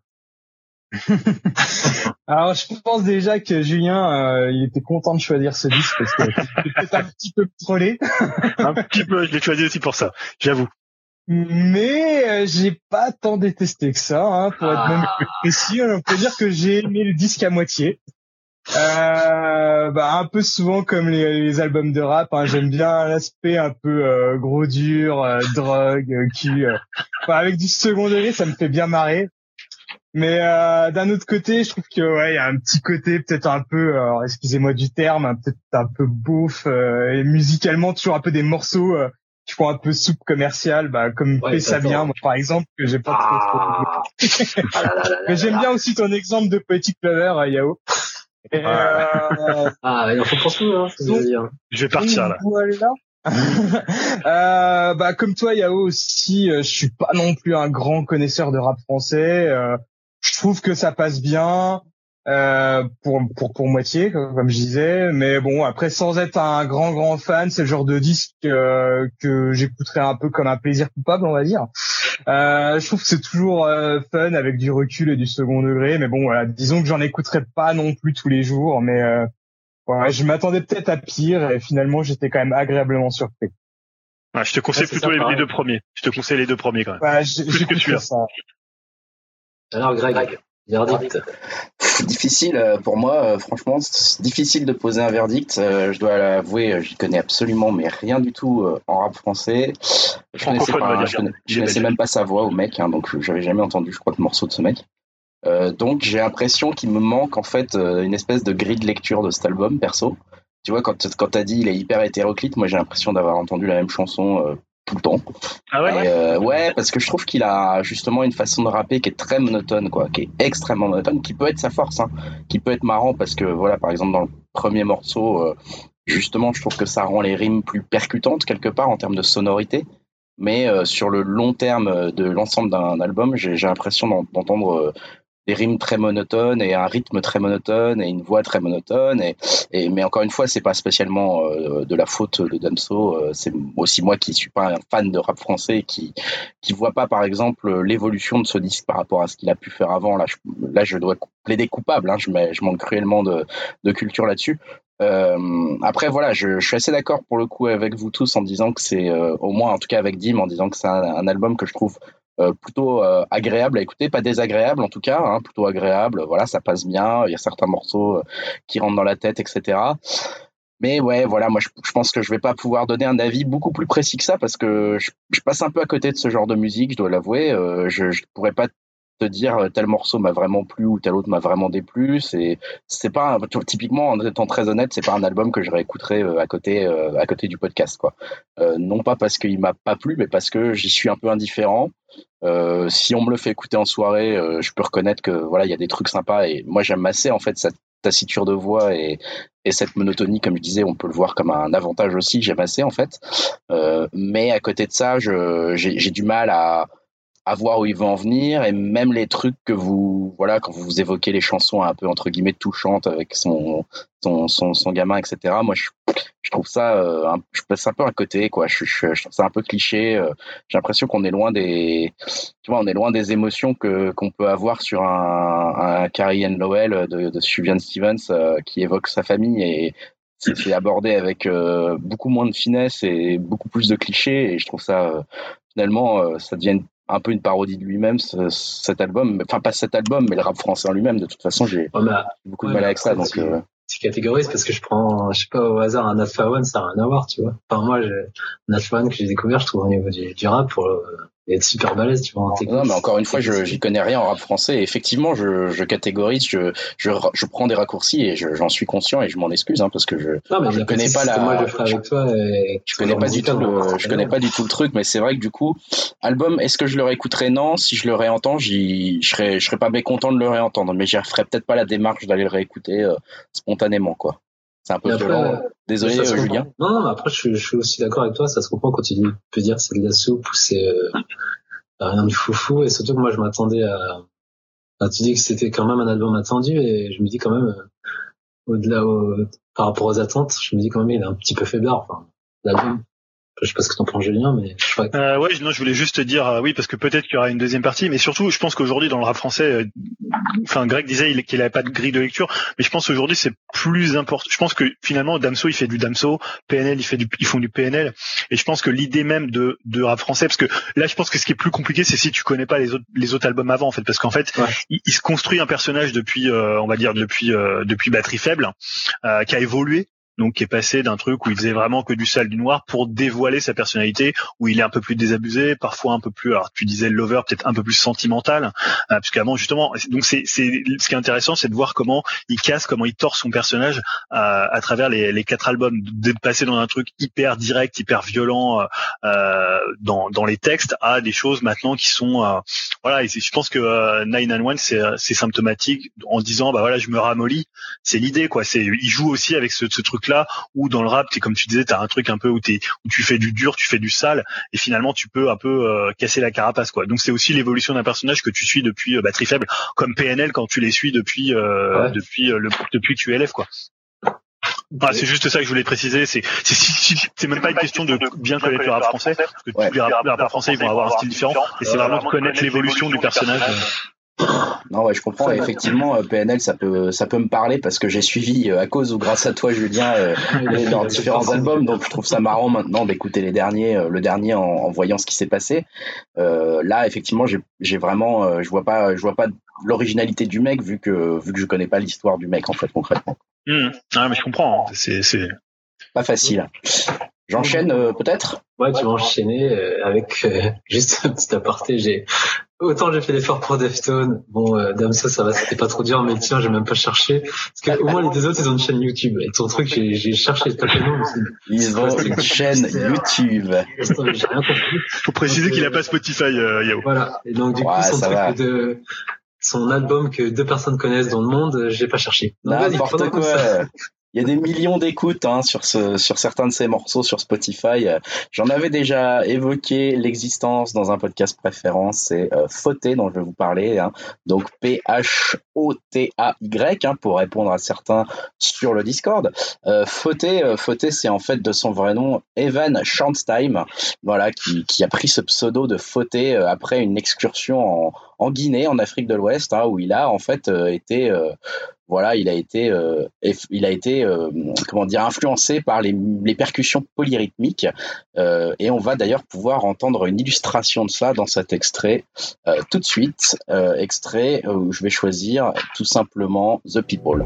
Alors, je pense déjà que Julien, il était content de choisir ce disque parce que c'était un petit peu trollé. Un petit peu, je l'ai choisi aussi pour ça, j'avoue. Mais j'ai pas tant détesté que ça, hein, pour être même plus précis. On peut dire que j'ai aimé le disque à moitié. Un peu souvent comme les albums de rap, hein, j'aime bien l'aspect un peu gros dur, drogue, cul. Avec du second degré, ça me fait bien marrer. Mais d'un autre côté, je trouve que ouais, il y a un petit côté peut-être un peu, alors, excusez-moi du terme, peut-être un peu beauf, et musicalement toujours un peu des morceaux qui font un peu soupe commerciale, comme Fais ça bien, moi par exemple, que j'ai pas trop. Mais j'aime bien aussi ton exemple de Poetic Lover, Yao. Il en faut pour tout, c'est ce que je veux dire. Je vais partir là. Voilà. Comme toi, Yao aussi, je suis pas non plus un grand connaisseur de rap français. Je trouve que ça passe bien pour moitié, comme je disais. Mais bon, après, sans être un grand fan, c'est le genre de disque que j'écouterais un peu comme un plaisir coupable, on va dire. Je trouve que c'est toujours fun avec du recul et du second degré. Mais bon, voilà, disons que j'en écouterais pas non plus tous les jours. Mais ouais, je m'attendais peut-être à pire et finalement, j'étais quand même agréablement surpris. Je te conseille plutôt les deux premiers. Je te conseille les deux premiers quand même. Ouais, j'écoute ça. Alors Greg, verdict. Difficile pour moi, franchement, c'est difficile de poser un verdict. Je dois l'avouer, j'y connais absolument mais rien du tout en rap français. Je connaissais même pas sa voix au mec, donc j'avais jamais entendu, je crois, de morceau de ce mec. Donc j'ai l'impression qu'il me manque en fait une espèce de grille de lecture de cet album perso. Tu vois, quand t'as dit il est hyper hétéroclite, moi j'ai l'impression d'avoir entendu la même chanson tout le temps. Ah ouais. Ouais, parce que je trouve qu'il a justement une façon de rapper qui est très monotone, quoi, qui est extrêmement monotone, qui peut être sa force, qui peut être marrant parce que voilà, par exemple dans le premier morceau, justement, je trouve que ça rend les rimes plus percutantes quelque part en termes de sonorité. Mais sur le long terme de l'ensemble d'un album, j'ai l'impression d'entendre des rimes très monotones et un rythme très monotone et une voix très monotone mais encore une fois c'est pas spécialement de la faute de Damso, c'est aussi moi qui suis pas un fan de rap français qui voit pas par exemple l'évolution de ce disque par rapport à ce qu'il a pu faire avant. Là je dois plaider coupable, je manque cruellement de culture là-dessus. Après voilà, je suis assez d'accord pour le coup avec vous tous en disant que c'est au moins en tout cas avec Dim en disant que c'est un album que je trouve plutôt agréable à écouter, pas désagréable en tout cas, plutôt agréable, voilà, ça passe bien, il y a certains morceaux qui rentrent dans la tête, etc. Mais ouais, voilà, moi je pense que je vais pas pouvoir donner un avis beaucoup plus précis que ça parce que je passe un peu à côté de ce genre de musique, je dois l'avouer, je pourrais pas te dire tel morceau m'a vraiment plu ou tel autre m'a vraiment déplu. C'est pas typiquement, en étant très honnête, c'est pas un album que je réécouterais à côté du podcast, quoi. Non pas parce qu'il m'a pas plu, mais parce que j'y suis un peu indifférent. Si on me le fait écouter en soirée, je peux reconnaître que voilà, il y a des trucs sympas et moi j'aime assez en fait cette taciture de voix et cette monotonie, comme je disais, on peut le voir comme un avantage aussi, j'aime assez en fait. Mais à côté de ça, j'ai du mal à voir où il veut en venir et même les trucs que quand vous évoquez les chansons un peu entre guillemets touchantes avec son gamin, etc. Moi, je trouve ça, je passe un peu à côté, quoi. Je trouve ça un peu cliché. J'ai l'impression qu'on est loin des émotions qu'on peut avoir sur un Carrie Ann Lowell de Sufjan Stevens qui évoque sa famille et c'est abordé avec beaucoup moins de finesse et beaucoup plus de clichés et je trouve ça finalement ça devient un peu une parodie de lui-même cet album, enfin pas cet album mais le rap français en lui-même. De toute façon j'ai beaucoup de mal avec ça, donc c'est catégorisé parce que je prends, je sais pas, au hasard un Alpha One, ça n'a rien à voir, tu vois. Enfin moi un Alpha One que j'ai découvert, je trouve au niveau du rap il est super balèze, tu vois, en technique. Non, mais encore une fois, j'y connais rien en rap français. Et effectivement, je catégorise, je prends des raccourcis et j'en suis conscient et je m'en excuse, parce que je connais pas moi je le ferai avec toi. Je connais pas du tout le truc, mais c'est vrai que du coup, album, est-ce que je le réécouterai? Non. Si je le réentends, je serais pas mécontent de le réentendre, mais je ferais peut-être pas la démarche d'aller le réécouter spontanément, quoi. C'est un peu violent. Désolé, Julien. Non, mais après, je suis aussi d'accord avec toi. Ça se comprend quand tu peux dire que c'est de la soupe ou c'est rien de foufou. Et surtout que moi, je m'attendais tu dis que c'était quand même un album attendu et je me dis quand même, par rapport aux attentes, je me dis quand même, il est un petit peu faiblard. Enfin, l'album. Je sais pas ce que t'en penses, Julien, mais je crois que... je voulais juste te dire, oui, parce que peut-être qu'il y aura une deuxième partie, mais surtout, je pense qu'aujourd'hui, dans le rap français, Greg disait qu'il avait pas de grille de lecture, mais je pense qu'aujourd'hui, c'est plus important. Je pense que finalement, Damso, il fait du Damso, PNL, ils font du PNL, et je pense que l'idée même de rap français, parce que là, je pense que ce qui est plus compliqué, c'est si tu connais pas les autres albums avant, en fait, parce qu'en fait, il se construit un personnage depuis, on va dire, depuis Batterie Faible, qui a évolué. donc qui est passé d'un truc où il faisait vraiment que du sale, du noir, pour dévoiler sa personnalité, où il est un peu plus désabusé, parfois un peu plus, alors tu disais lover, peut-être un peu plus sentimental, parce qu'avant justement, donc c'est ce qui est intéressant, c'est de voir comment il casse, comment il tord son personnage à travers les 4 albums, de passer dans un truc hyper direct, hyper violent dans les textes, à des choses maintenant qui sont voilà. Et je pense que 991 c'est symptomatique en disant bah voilà, je me ramollis, c'est l'idée quoi. C'est il joue aussi avec ce truc là où dans le rap, comme tu disais, t'as un truc un peu où tu fais du dur, tu fais du sale, et finalement tu peux un peu casser la carapace quoi. Donc c'est aussi l'évolution d'un personnage que tu suis depuis Batterie Faible, comme PNL quand tu les suis depuis QLF quoi. Ah, c'est juste ça que je voulais préciser. C'est même pas une question de bien connaître le rap français, parce que tous les rappeurs français ils vont avoir un style différent, et c'est vraiment de connaître l'évolution du personnage. Non, ouais, je comprends. Et effectivement, PNL, ça peut me parler parce que j'ai suivi à cause ou grâce à toi, Julien, leurs différents albums. Donc, je trouve ça marrant maintenant d'écouter le dernier en voyant ce qui s'est passé. Là, effectivement, j'ai vraiment, je vois pas l'originalité du mec vu que je connais pas l'histoire du mec en fait concrètement. Ah, mais je comprends. C'est pas facile. J'enchaîne peut-être. Ouais, tu vas enchaîner avec juste un petit aparté. Autant j'ai fait l'effort pour Deftones. Bon, Damso, ça va, c'était pas trop dur, mais tiens, j'ai même pas cherché. Parce que au moins les deux autres, ils ont une chaîne YouTube. Et ton truc, j'ai cherché pas le nom. Ils ont une chaîne YouTube. J'ai rien compris. Faut préciser qu'il a pas Spotify, Yao. Voilà. Et donc, du coup, son album que 2 personnes connaissent dans le monde, j'ai pas cherché. Donc, n'importe quoi. Il y a des millions d'écoutes sur certains de ces morceaux sur Spotify. J'en avais déjà évoqué l'existence dans un podcast préférence, c'est Fauté dont je vais vous parler. Donc Photay pour répondre à certains sur le Discord. Fauté, c'est en fait de son vrai nom Evan Shandsheim, voilà, qui a pris ce pseudo de Fauté après une excursion en Guinée, en Afrique de l'Ouest, où il a en fait été influencé par les percussions polyrythmiques, et on va d'ailleurs pouvoir entendre une illustration de ça dans cet extrait tout de suite, extrait où je vais choisir tout simplement The People.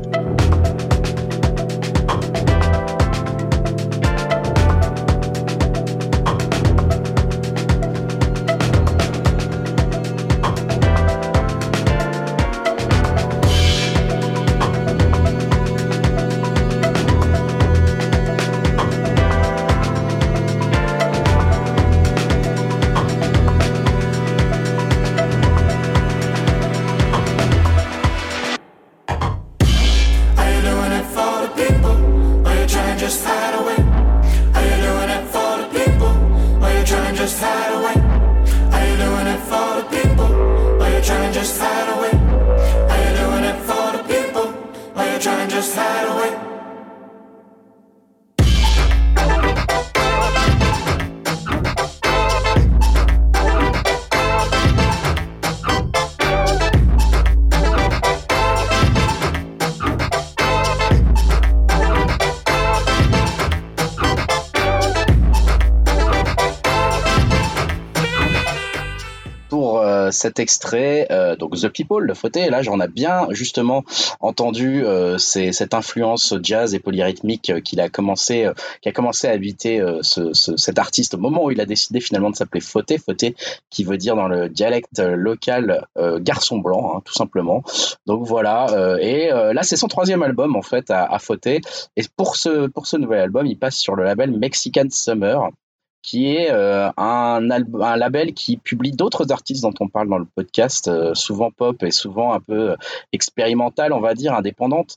Cet extrait, donc The People, le Fauté, là j'en ai bien justement entendu cette influence jazz et polyrythmique qui a commencé à habiter cet artiste au moment où il a décidé finalement de s'appeler Fauté qui veut dire dans le dialecte local garçon blanc, tout simplement. Donc voilà, et là c'est son 3e album en fait à Fauté, et pour ce nouvel album il passe sur le label Mexican Summer, qui est un label qui publie d'autres artistes dont on parle dans le podcast, souvent pop et souvent un peu expérimental, on va dire, indépendante.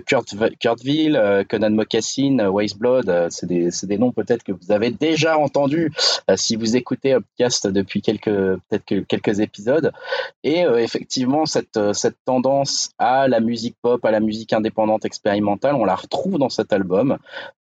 Kurtville, Conan Mocassin, Wise Blood, c'est des noms peut-être que vous avez déjà entendus si vous écoutez Upcast depuis quelques épisodes. Et effectivement, cette tendance à la musique pop, à la musique indépendante expérimentale, on la retrouve dans cet album.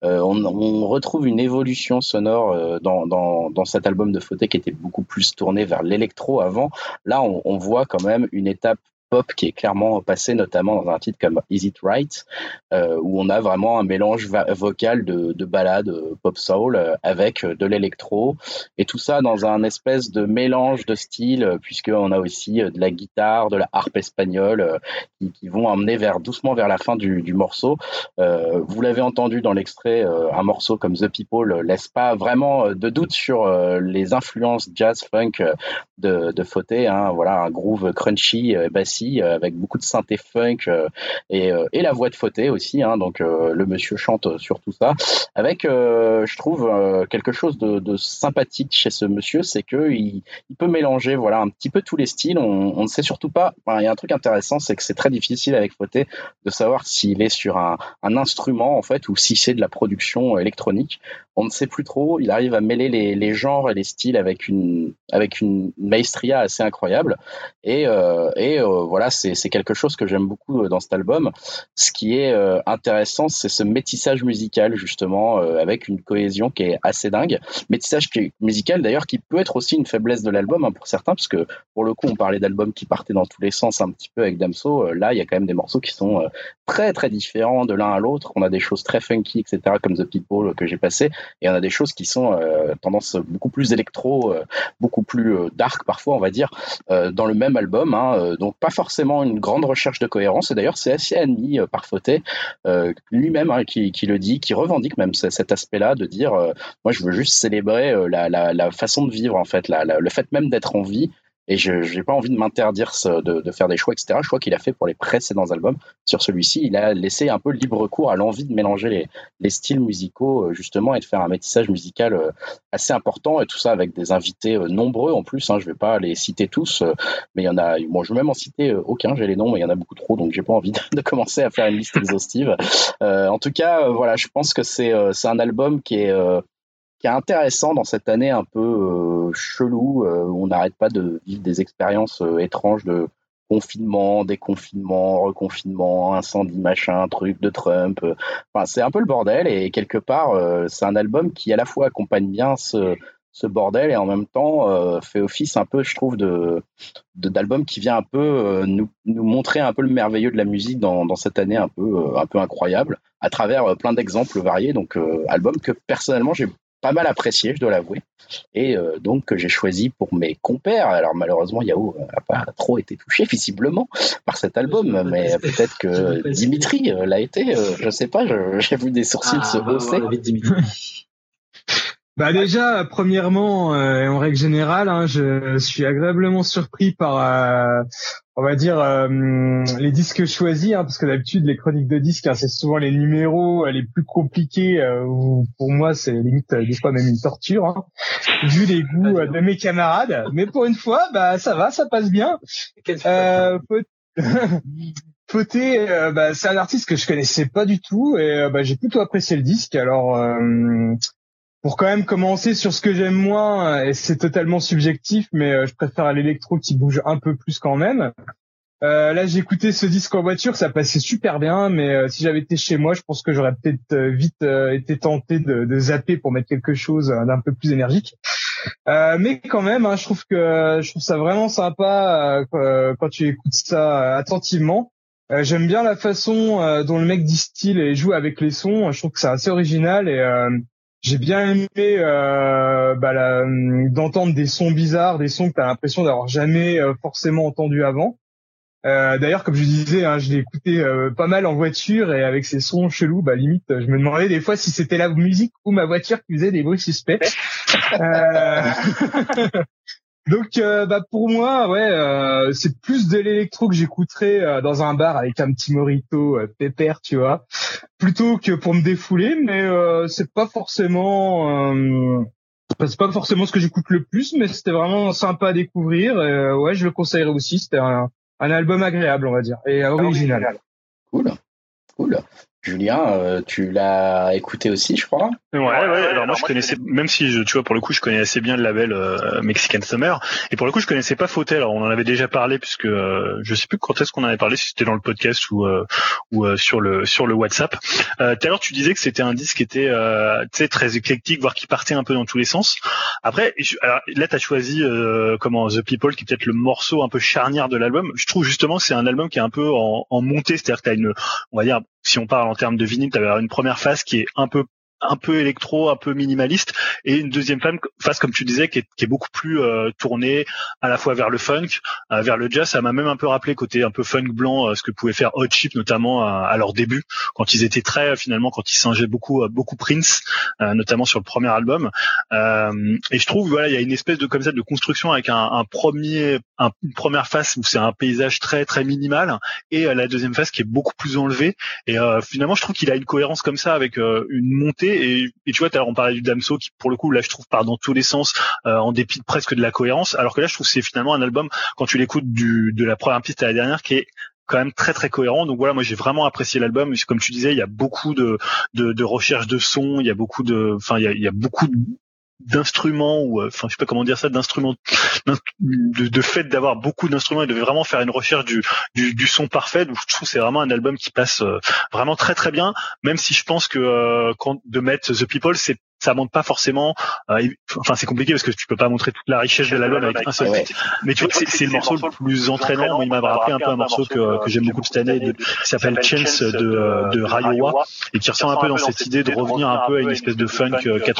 On retrouve une évolution sonore dans cet album de Fauté qui était beaucoup plus tourné vers l'électro avant. Là, on voit quand même une étape pop qui est clairement passé notamment dans un titre comme Is It Right, où on a vraiment un mélange vocal de ballades pop soul avec de l'électro, et tout ça dans un espèce de mélange de styles, puisqu'on a aussi de la guitare, de la harpe espagnole qui vont emmener doucement vers la fin du morceau. Vous l'avez entendu dans l'extrait, un morceau comme The People laisse pas vraiment de doute sur les influences jazz funk de Fauté, hein. Voilà, un groove crunchy, bassy, avec beaucoup de synthé funk et la voix de Fauté aussi, hein. Donc le monsieur chante sur tout ça avec je trouve quelque chose de sympathique chez ce monsieur, c'est que il peut mélanger voilà un petit peu tous les styles. On ne sait surtout pas, il y a un truc intéressant, c'est que c'est très difficile avec Fauté de savoir s'il est sur un instrument en fait ou si c'est de la production électronique. On ne sait plus trop. Il arrive à mêler les genres et les styles avec une maestria assez incroyable. Et voilà, c'est quelque chose que j'aime beaucoup dans cet album. Ce qui est intéressant, c'est ce métissage musical justement, avec une cohésion qui est assez dingue. Métissage musical d'ailleurs qui peut être aussi une faiblesse de l'album, hein, pour certains, parce que pour le coup, on parlait d'albums qui partaient dans tous les sens un petit peu avec Damso. Là, il y a quand même des morceaux qui sont très très différents de l'un à l'autre. On a des choses très funky, etc., comme The People que j'ai passé. Et on a des choses qui sont tendance beaucoup plus électro, beaucoup plus dark parfois, on va dire, dans le même album, hein. Donc pas forcément une grande recherche de cohérence. Et d'ailleurs, c'est assez admis par Fauté lui-même, hein, qui le dit, qui revendique même cet aspect-là, de dire moi je veux juste célébrer la façon de vivre en fait, le fait même d'être en vie. Et je n'ai pas envie de m'interdire de faire des choix, etc. Je crois qu'il a fait pour les précédents albums. Sur celui-ci, il a laissé un peu libre cours à l'envie de mélanger les styles musicaux, justement, et de faire un métissage musical assez important. Et tout ça avec des invités nombreux en plus, hein. Je ne vais pas les citer tous, mais il y en a. Bon, je ne vais même en citer aucun, j'ai les noms, mais il y en a beaucoup trop, donc j'ai pas envie de commencer à faire une liste exhaustive. En tout cas, voilà, je pense que c'est un album qui est intéressant dans cette année un peu chelou, où on n'arrête pas de vivre des expériences étranges de confinement, déconfinement, reconfinement, incendie, machin, truc de Trump. Enfin, c'est un peu le bordel, et quelque part, c'est un album qui à la fois accompagne bien ce bordel et en même temps fait office un peu, je trouve, d'album qui vient un peu nous montrer un peu le merveilleux de la musique dans cette année un peu incroyable, à travers plein d'exemples variés. Donc album que personnellement j'ai pas mal apprécié, je dois l'avouer, et donc que j'ai choisi pour mes compères. Alors malheureusement Yao n'a pas trop été touché visiblement par cet album, mais peut-être que Dimitri l'a été, je sais pas, j'ai vu des sourcils se hausser. Bah déjà, premièrement, en règle générale, hein, je suis agréablement surpris par, on va dire, les disques choisis, hein, parce que d'habitude les chroniques de disques, hein, c'est souvent les numéros les plus compliqués, où pour moi c'est limite des fois même une torture, hein, vu les goûts de mes camarades. Mais pour une fois, bah ça va, ça passe bien. Fauté, c'est un artiste que je connaissais pas du tout, et j'ai plutôt apprécié le disque. Alors pour quand même commencer sur ce que j'aime moins, et c'est totalement subjectif, mais je préfère l'électro qui bouge un peu plus quand même. Là, j'ai écouté ce disque en voiture, ça passait super bien, mais si j'avais été chez moi, je pense que j'aurais peut-être vite été tenté de zapper pour mettre quelque chose d'un peu plus énergique. Mais quand même, hein, je trouve ça vraiment sympa quand tu écoutes ça attentivement. J'aime bien la façon dont le mec distille et joue avec les sons. Je trouve que c'est assez original, et j'ai bien aimé d'entendre des sons bizarres, des sons que t'as l'impression d'avoir jamais forcément entendu avant. D'ailleurs, comme je disais, hein, je l'ai écouté pas mal en voiture, et avec ces sons chelous, limite, je me demandais des fois si c'était la musique ou ma voiture qui faisait des bruits suspects. Donc, pour moi, ouais, c'est plus de l'électro que j'écouterais dans un bar avec un petit mojito pépère, tu vois, plutôt que pour me défouler. Mais c'est pas forcément ce que j'écoute le plus, mais c'était vraiment sympa à découvrir. Ouais, je le conseillerais aussi. C'était un album agréable, on va dire, et original. Cool. Julien, tu l'as écouté aussi, je crois. Ouais. Alors moi je connaissais, même si tu vois pour le coup je connais assez bien le label Mexican Summer, et pour le coup je connaissais pas Fautel. Alors on en avait déjà parlé puisque je sais plus quand est-ce qu'on en avait parlé, si c'était dans le podcast ou sur le WhatsApp. Tout à l'heure tu disais que c'était un disque qui était très éclectique, voire qui partait un peu dans tous les sens. Après, alors là t'as choisi The People, qui est peut-être le morceau un peu charnière de l'album. Je trouve justement que c'est un album qui est un peu en montée, c'est-à-dire que t'as on va dire, si on parle en termes de vinyle, t'avais une première phase qui est un peu électro, un peu minimaliste, et une deuxième phase, comme tu disais, qui est beaucoup plus tournée à la fois vers le funk, vers le jazz. Ça m'a même un peu rappelé côté un peu funk blanc, ce que pouvait faire Hot Chip notamment à leur début, quand ils étaient quand ils singeaient beaucoup Prince, notamment sur le premier album. Et je trouve il y a une espèce de comme ça de construction avec une première phase où c'est un paysage très très minimal, et la deuxième phase qui est beaucoup plus enlevée. Et finalement, je trouve qu'il a une cohérence comme ça avec une montée. Et tu vois, tout à l'heure on parlait du Damso qui, pour le coup, là je trouve part dans tous les sens, en dépit presque de la cohérence, alors que là je trouve que c'est finalement un album, quand tu l'écoutes de la première piste à la dernière, qui est quand même très très cohérent. Donc voilà, moi j'ai vraiment apprécié l'album. Comme tu disais, il y a beaucoup de recherche de son, il y a beaucoup il y a beaucoup d'instruments, ou je sais pas comment dire ça, d'instruments, de fait d'avoir beaucoup d'instruments et de vraiment faire une recherche du son parfait. Donc je trouve que c'est vraiment un album qui passe vraiment très très bien, même si je pense que de mettre The People, ça montre pas forcément, c'est compliqué parce que tu peux pas montrer toute la richesse de l'album avec un seul titre. Mais tu vois, c'est le morceau le plus entraînant. Moi, il m'a rappelé un peu un morceau que j'aime beaucoup cette année, qui s'appelle Chance de Rayowa, et qui ressemble un peu dans cette idée de revenir un peu à une espèce de funk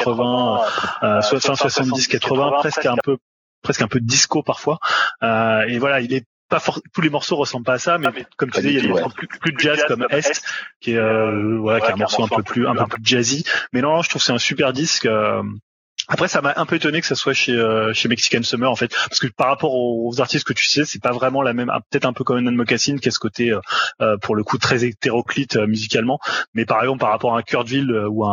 80, soit fin 70, 80, presque un peu disco parfois. Et voilà, il est pas tous les morceaux ressemblent pas à ça, mais comme tu disais, il y a des morceaux plus de jazz comme Est, qui est qui est un morceau un peu plus jazzy. Mais non, je trouve que c'est un super disque. Après, ça m'a un peu étonné que ça soit chez Mexican Summer, en fait, parce que par rapport aux artistes que tu sais, c'est pas vraiment la même, peut-être un peu comme Nan Mocassin, qui a ce côté pour le coup très hétéroclite musicalement, mais par exemple par rapport à un Kurtville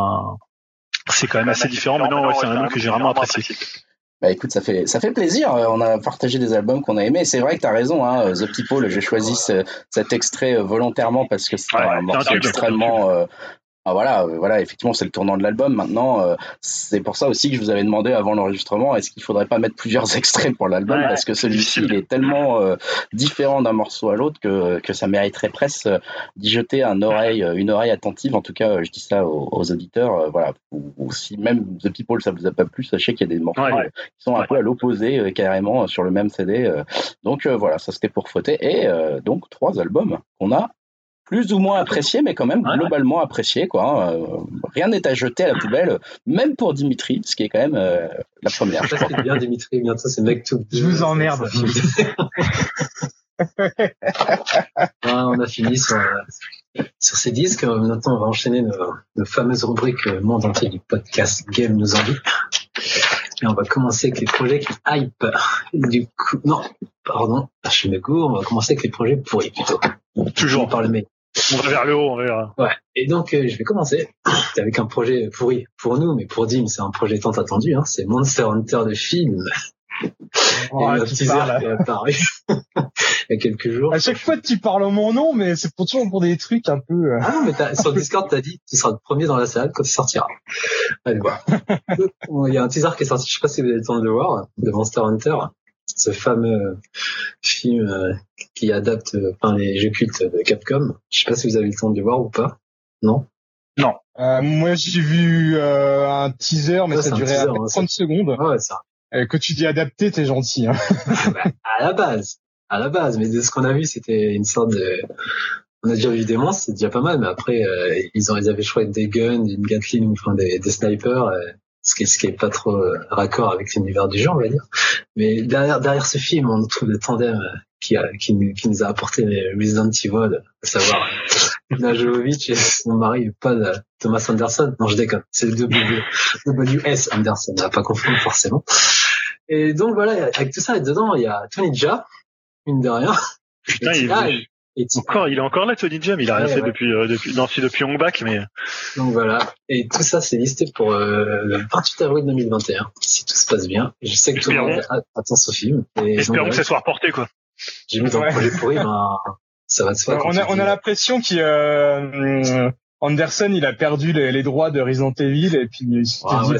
c'est quand même assez différent. Mais non, c'est un album que j'ai vraiment apprécié. Bah écoute, ça fait plaisir. On a partagé des albums qu'on a aimés. C'est vrai que t'as raison, hein. The People, j'ai choisi cet extrait volontairement parce que c'est un morceau extrêmement voilà, effectivement, c'est le tournant de l'album. Maintenant, c'est pour ça aussi que je vous avais demandé avant l'enregistrement, est-ce qu'il faudrait pas mettre plusieurs extraits pour l'album, parce que celui-ci, il est tellement différent d'un morceau à l'autre que ça mériterait presque d'y jeter une oreille attentive. En tout cas, je dis ça aux auditeurs. Voilà, ou si même The People, ça vous a pas plu, sachez qu'il y a des morceaux qui sont un peu à l'opposé, carrément sur le même CD. Donc voilà, ça c'était pour fauter. Et donc 3 albums qu'on a plus ou moins apprécié, mais quand même globalement apprécié, quoi. Rien n'est à jeter à la poubelle, même pour Dimitri, ce qui est quand même la première. Ça c'est bien, Dimitri. Bientôt c'est Mec Too. Je vous emmerde. On a fini sur ces disques. Maintenant, on va enchaîner nos fameuses rubriques monde entier du podcast Game nous envie. Et on va commencer avec les projets qui hype. Du coup, je me gourre. On va commencer avec les projets pourris plutôt. Toujours par le mec. On va vers le haut, on verra. Ouais. Et donc, je vais commencer avec un projet pourri pour nous, mais pour Dim, c'est un projet tant attendu, hein. C'est Monster Hunter de film. Un teaser qui est apparu il y a quelques jours. À chaque fois, tu parles en mon nom, mais c'est toujours pour des trucs un peu... Ah non, mais sur Discord, t'as dit, tu seras le premier dans la salle quand il sortira. Allez voir. Il y a un teaser qui est sorti, je sais pas si vous avez le temps de le voir, de Monster Hunter. Ce fameux film qui adapte les jeux cultes de Capcom. Je sais pas si vous avez le temps de le voir ou pas. Non. Moi, j'ai vu un teaser, mais ça durait à 30 secondes. Ouais, ça. Que tu dis adapté, t'es gentil. Hein. À la base. Mais de ce qu'on a vu, c'était une sorte de... On a déjà vu des monstres, c'est déjà pas mal, mais après, ils avaient choisi des guns, une Gatling, des snipers, ce qui est pas trop raccord avec l'univers du jeu, on va dire. Mais derrière ce film, on trouve le tandem qui nous a apporté les Resident Evil, à savoir Milla Jovovich et son mari, pas Thomas Anderson. Non, je déconne. C'est le W.S. Anderson. On va pas confondre forcément. Et donc voilà, avec tout ça, dedans, il y a Tony Jaa, mine de rien. Putain, il est encore là, Tony Jaa, mais il a rien fait depuis Hong Bak, mais. Donc voilà. Et tout ça, c'est listé pour le 28 avril 2021, si tout se passe bien. Je sais que tout le monde attend ce film. Espérons que ça soit reporté, quoi. J'ai mis dans le projet pourri, ça va se faire. On a l'impression qu'il Anderson, il a perdu les droits de Resident Evil et puis il s'est dit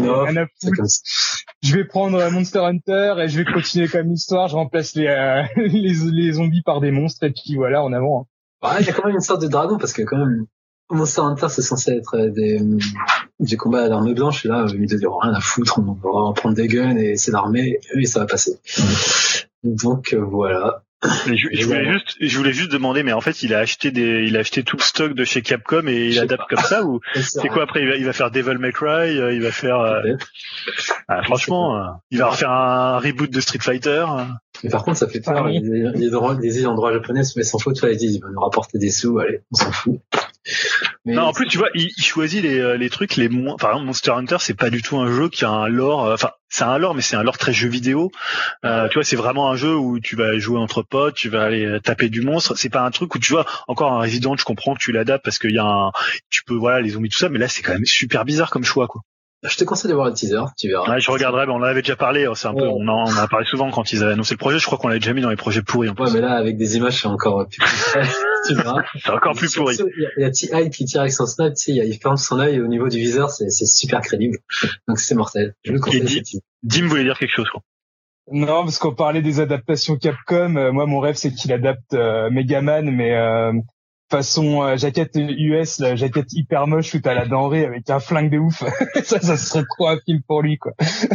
je vais prendre Monster Hunter et je vais continuer comme l'histoire, je remplace les zombies par des monstres et puis voilà, en avant. Ouais, il y a quand même une sorte de dragon parce que quand même Monster Hunter c'est censé être des combats à l'arme blanche et là ils disent rien à foutre, on va prendre des guns et c'est l'armée et ça va passer. Donc voilà. Je voulais juste demander, mais en fait, il a acheté tout le stock de chez Capcom et il adapte comme ça ou c'est quoi après il va faire Devil May Cry, il va faire franchement, il va refaire un reboot de Street Fighter. Mais par contre, ça fait peur. Les îles en droit japonais, mais sans faute, il dit, il va nous rapporter des sous, allez, on s'en fout. Mais non, en plus, tu vois, il choisit les trucs les moins. Par exemple, Monster Hunter, c'est pas du tout un jeu qui a un lore. Enfin, c'est un lore, mais c'est un lore très jeu vidéo. Tu vois, c'est vraiment un jeu où tu vas jouer entre potes, tu vas aller taper du monstre. C'est pas un truc où tu vois encore un Resident. Je comprends que tu l'adaptes parce qu'il y a tu peux les zombies tout ça, mais là, c'est quand même super bizarre comme choix, quoi. Je te conseille de voir le teaser, tu verras. Ouais, je regarderai, on en avait déjà parlé, c'est un peu, on en a parlé souvent quand ils avaient annoncé le projet, je crois qu'on l'avait déjà mis dans les projets pourris, en plus. Ouais, mais là, avec des images, c'est encore plus tu verras. C'est encore plus pourri. Il y a T.I. qui tire avec son snipe, tu sais, il ferme son œil au niveau du viseur, c'est super crédible. Donc c'est mortel. Je le conseille. Dim voulait dire quelque chose, quoi. Non, parce qu'on parlait des adaptations Capcom, moi, mon rêve, c'est qu'il adapte Megaman, mais, façon jaquette US, la jaquette hyper moche où t'as la denrée avec un flingue de ouf. ça serait trop un film pour lui, quoi.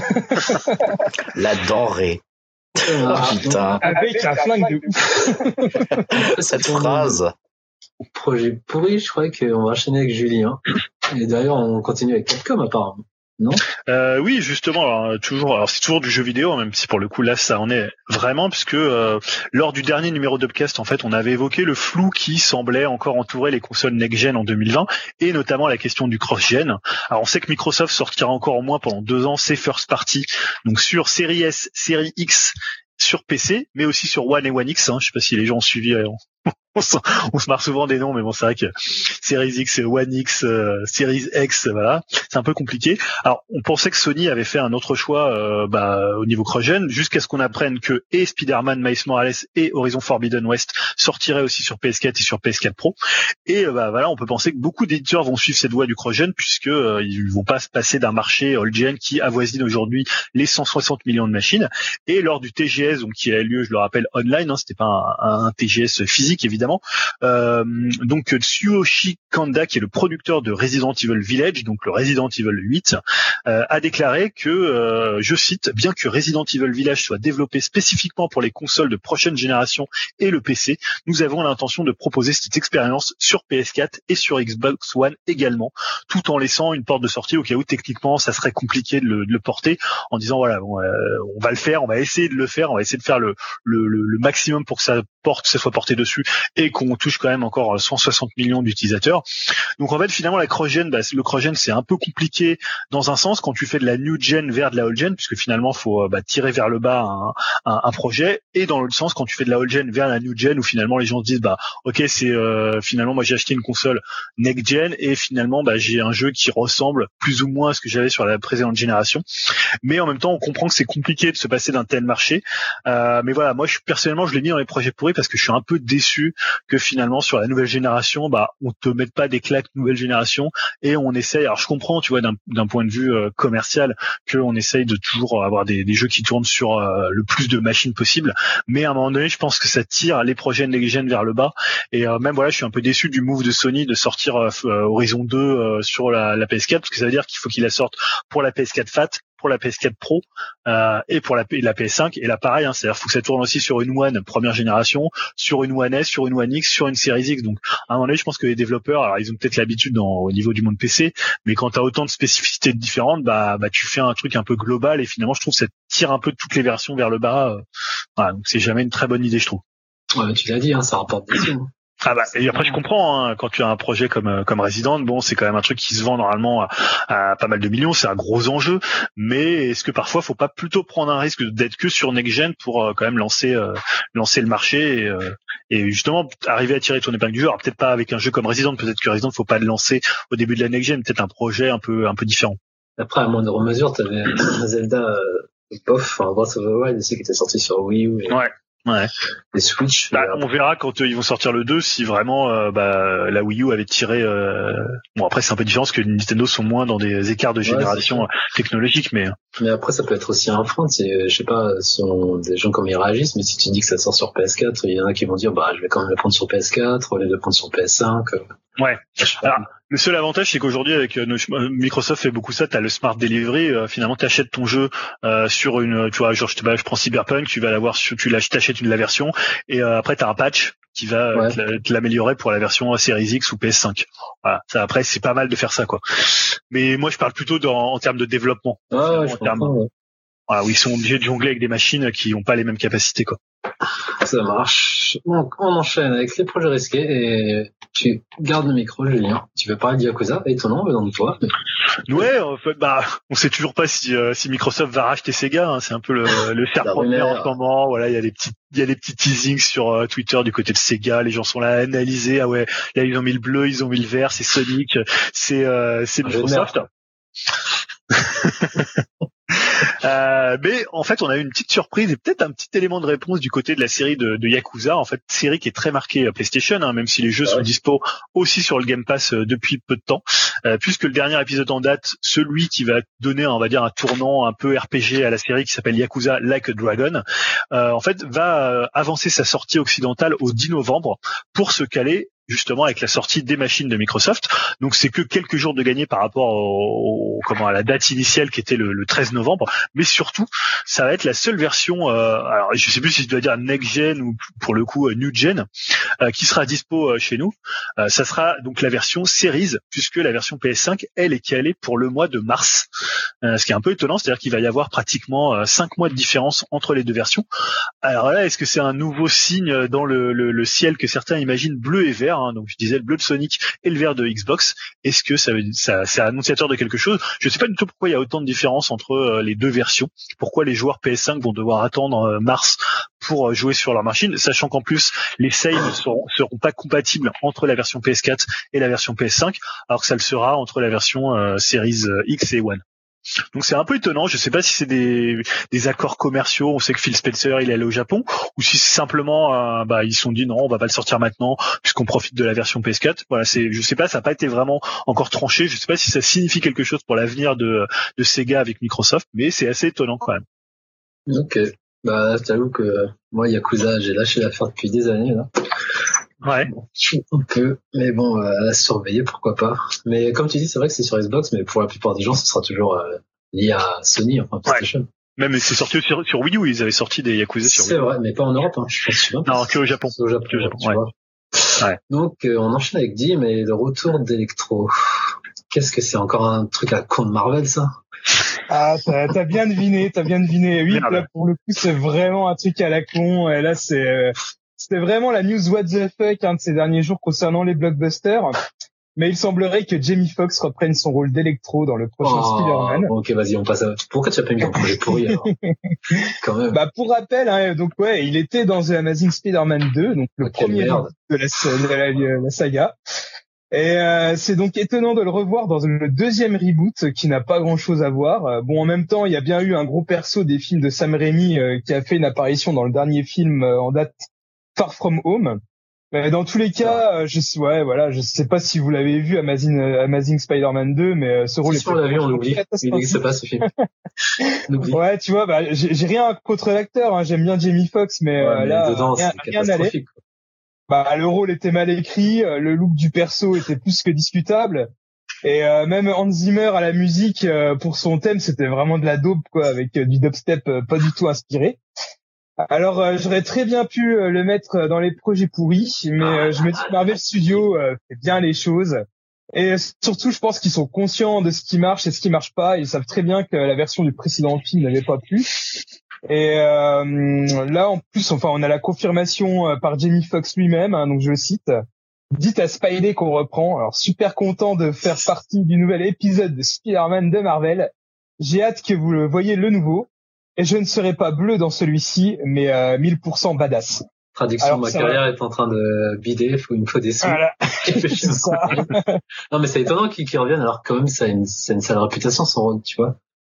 La denrée. Putain. Avec un flingue de ouf. Cette phrase. Projet pourri, je crois qu'on va enchaîner avec Julien. Et d'ailleurs, on continue avec Capcom, apparemment. Non? Oui, justement, alors c'est toujours du jeu vidéo, même si pour le coup là ça en est vraiment, puisque lors du dernier numéro d'Upcast, en fait, on avait évoqué le flou qui semblait encore entourer les consoles next-gen en 2020, et notamment la question du cross-gen. Alors on sait que Microsoft sortira encore au moins pendant 2 ans ses first party, donc sur Series S, Series X, sur PC, mais aussi sur One et One X. Je sais pas si les gens ont suivi. On se marre souvent des noms, mais bon, c'est vrai que Series X, One X, Series X, voilà, c'est un peu compliqué. Alors, on pensait que Sony avait fait un autre choix au niveau cross-gen, jusqu'à ce qu'on apprenne que et Spider-Man, Miles Morales et Horizon Forbidden West sortiraient aussi sur PS4 et sur PS4 Pro. Et voilà, on peut penser que beaucoup d'éditeurs vont suivre cette voie du cross-gen, puisque ils vont pas se passer d'un marché old-gen qui avoisine aujourd'hui les 160 millions de machines. Et lors du TGS, donc qui a lieu, je le rappelle, online, c'était pas un TGS physique évidemment. Donc Tsuyoshi Kanda, qui est le producteur de Resident Evil Village, donc le Resident Evil 8, a déclaré que, je cite, bien que Resident Evil Village soit développé spécifiquement pour les consoles de prochaine génération et le PC, nous avons l'intention de proposer cette expérience sur PS4 et sur Xbox One également, tout en laissant une porte de sortie au cas où techniquement ça serait compliqué de le porter, en disant voilà, on va le faire, on va essayer de le faire, on va essayer de faire le maximum pour que ça soit porté dessus et qu'on touche quand même encore 160 millions d'utilisateurs. Donc en fait finalement le cross-gen c'est un peu compliqué dans un sens quand tu fais de la new gen vers de la old gen, puisque finalement faut tirer vers le bas un projet, et dans l'autre sens quand tu fais de la old gen vers la new gen où finalement les gens se disent ok, c'est finalement moi j'ai acheté une console next gen et finalement j'ai un jeu qui ressemble plus ou moins à ce que j'avais sur la précédente génération, mais en même temps on comprend que c'est compliqué de se passer d'un tel marché, mais voilà, moi personnellement je l'ai mis dans les projets pourris parce que je suis un peu déçu que finalement sur la nouvelle génération on te mette pas des claques nouvelle génération et on essaye. Alors je comprends, tu vois, d'un point de vue commercial, qu'on essaye de toujours avoir des jeux qui tournent sur le plus de machines possible, mais à un moment donné je pense que ça tire les projets next-gen vers le bas, et même voilà, je suis un peu déçu du move de Sony de sortir Horizon 2 sur la PS4, parce que ça veut dire qu'il faut qu'il la sorte pour la PS4 Fat, pour la PS4 Pro et pour la PS5, et là pareil, c'est-à-dire faut que ça tourne aussi sur une One première génération, sur une One S, sur une One X, sur une Series X. Donc à un moment donné je pense que les développeurs, alors ils ont peut-être l'habitude au niveau du monde PC, mais quand tu as autant de spécificités différentes, tu fais un truc un peu global, et finalement je trouve que ça tire un peu toutes les versions vers le bas. Voilà, donc c'est jamais une très bonne idée, je trouve. Ouais, tu l'as dit, ça rapporte des sous. Et après je comprends, quand tu as un projet comme Resident, c'est quand même un truc qui se vend normalement à pas mal de millions, c'est un gros enjeu, mais est-ce que parfois faut pas plutôt prendre un risque d'être que sur next gen pour quand même lancer le marché et justement arriver à tirer ton épingle du jeu. Alors peut-être pas avec un jeu comme Resident, peut-être que Resident faut pas le lancer au début de la next gen, peut-être un projet un peu différent. Après à moindre mesure, t'avais Zelda Breath of the Wild aussi qui était sorti sur Wii U. Ouais. Ouais. Les Switch. On verra quand ils vont sortir le 2 si vraiment la Wii U avait tiré. Bon après c'est un peu différent parce que Nintendo sont moins dans des écarts de génération technologique, mais après ça peut être aussi un frein. Je sais pas selon des gens comment ils réagissent, mais si tu dis que ça sort sur PS4, il y en a qui vont dire je vais quand même le prendre sur PS4, au lieu de le prendre sur PS5. Ouais. Alors, le seul avantage, c'est qu'aujourd'hui, avec Microsoft fait beaucoup ça, t'as le Smart Delivery, finalement, t'achètes ton jeu, sur tu vois, genre, je prends Cyberpunk, tu vas l'avoir t'achètes la version, et après, t'as un patch qui va te l'améliorer pour la version Series X ou PS5. Voilà. Ça, après, c'est pas mal de faire ça, quoi. Mais moi, je parle plutôt en termes de développement. Voilà, où ils sont obligés de jongler avec des machines qui n'ont pas les mêmes capacités, quoi. Ça marche. Donc, on enchaîne avec les projets risqués et tu gardes le micro, Julien. Tu veux parler de Yakuza? Étonnant, venant de toi. Ouais, en fait, on sait toujours pas si Microsoft va racheter Sega, hein. C'est un peu le serpent de mer en ce moment. Voilà, il y a des petits teasings sur Twitter du côté de Sega. Les gens sont là à analyser. Ah ouais, là, ils ont mis le bleu, ils ont mis le vert, c'est Sonic, c'est Microsoft. Mais en fait, on a eu une petite surprise et peut-être un petit élément de réponse du côté de la série de Yakuza. En fait, série qui est très marquée PlayStation, hein, même si les jeux sont dispo aussi sur le Game Pass depuis peu de temps, puisque le dernier épisode en date, celui qui va donner, on va dire, un tournant un peu RPG à la série qui s'appelle Yakuza Like a Dragon, en fait, va avancer sa sortie occidentale au 10 novembre pour se caler justement avec la sortie des machines de Microsoft. Donc c'est que quelques jours de gagné par rapport à la date initiale qui était le 13 novembre, mais surtout ça va être la seule version alors je sais plus si je dois dire next gen ou pour le coup new gen qui sera dispo chez nous. Ça sera donc la version Series, puisque la version PS5 elle est calée pour le mois de mars. Ce qui est un peu étonnant, c'est-à-dire qu'il va y avoir pratiquement 5 mois de différence entre les deux versions. Alors là, est-ce que c'est un nouveau signe dans le ciel que certains imaginent bleu et vert, hein, donc je disais le bleu de Sonic et le vert de Xbox. Est-ce que ça c'est annonciateur de quelque chose? Je sais pas du tout pourquoi il y a autant de différence entre les deux versions. Pourquoi les joueurs PS5 vont devoir attendre mars pour jouer sur leur machine, sachant qu'en plus les saves ne seront pas compatibles entre la version PS4 et la version PS5, alors que ça le sera entre la version Series X et One. Donc c'est un peu étonnant, je sais pas si c'est des accords commerciaux, on sait que Phil Spencer il est allé au Japon, ou si c'est simplement ils se sont dit non, on va pas le sortir maintenant puisqu'on profite de la version PS4. Voilà, je sais pas, ça n'a pas été vraiment encore tranché, je sais pas si ça signifie quelque chose pour l'avenir de Sega avec Microsoft, mais c'est assez étonnant quand même. Ok, je t'avoue que moi Yakuza j'ai lâché l'affaire depuis des années là. Ouais. Un peu, mais bon, à surveiller, pourquoi pas. Mais comme tu dis, c'est vrai que c'est sur Xbox, mais pour la plupart des gens, ce sera toujours lié à Sony, enfin PlayStation. Ouais. Même c'est sorti sur Wii U, ils avaient sorti des Yakuza sur Wii U. C'est vrai, mais pas en Europe, hein. Je pense pas. Non, que au Japon. C'est au Japon, tu vois. Ouais. Donc, on enchaîne avec Dim et le retour d'Electro. Qu'est-ce que c'est, encore un truc à con de Marvel, ça? Ah, t'as bien deviné. Oui, là, pour le coup, c'est vraiment un truc à la con. Et là, c'était vraiment la news what the fuck de ces derniers jours concernant les blockbusters. Mais il semblerait que Jamie Foxx reprenne son rôle d'Electro dans le prochain Spider-Man. Ok, vas-y, on passe à... Pourquoi tu as pas mis un projet pourri, alors? Quand même. Pour rappel, hein, donc ouais, il était dans The Amazing Spider-Man 2, donc le premier de la saga. Et c'est donc étonnant de le revoir dans le deuxième reboot qui n'a pas grand-chose à voir. Bon, en même temps, il y a bien eu un gros perso des films de Sam Raimi qui a fait une apparition dans le dernier film en date, Far From Home. Mais dans tous les cas, je sais pas si vous l'avez vu, Amazing Spider-Man 2, mais ce rôle est on l'a vu, on oublie. Il n'existe pas, ce film. Ouais, tu vois, j'ai rien contre l'acteur, hein, j'aime bien Jamie Foxx, mais là, dedans, rien n'allait. Le rôle était mal écrit, le look du perso était plus que discutable. Et même Hans Zimmer à la musique, pour son thème, c'était vraiment de la dope, quoi, avec du dubstep pas du tout inspiré. Alors, j'aurais très bien pu le mettre dans les projets pourris, mais je me dis que Marvel Studios fait bien les choses. Et surtout, je pense qu'ils sont conscients de ce qui marche et ce qui marche pas. Ils savent très bien que la version du précédent film n'avait pas plu. Et là, en plus, on a la confirmation par Jamie Foxx lui-même, hein, donc je le cite. Dites à Spidey qu'on reprend. Alors, super content de faire partie du nouvel épisode de Spider-Man de Marvel. J'ai hâte que vous le voyez le nouveau. Et je ne serai pas bleu dans celui-ci, mais 1000% badass. Traduction, alors, ma carrière est en train de bider, il me faut des sous. Voilà. C'est ça. Non, mais c'est étonnant qu'il revienne, alors quand même, ça a une sale réputation, son rôle, tu vois.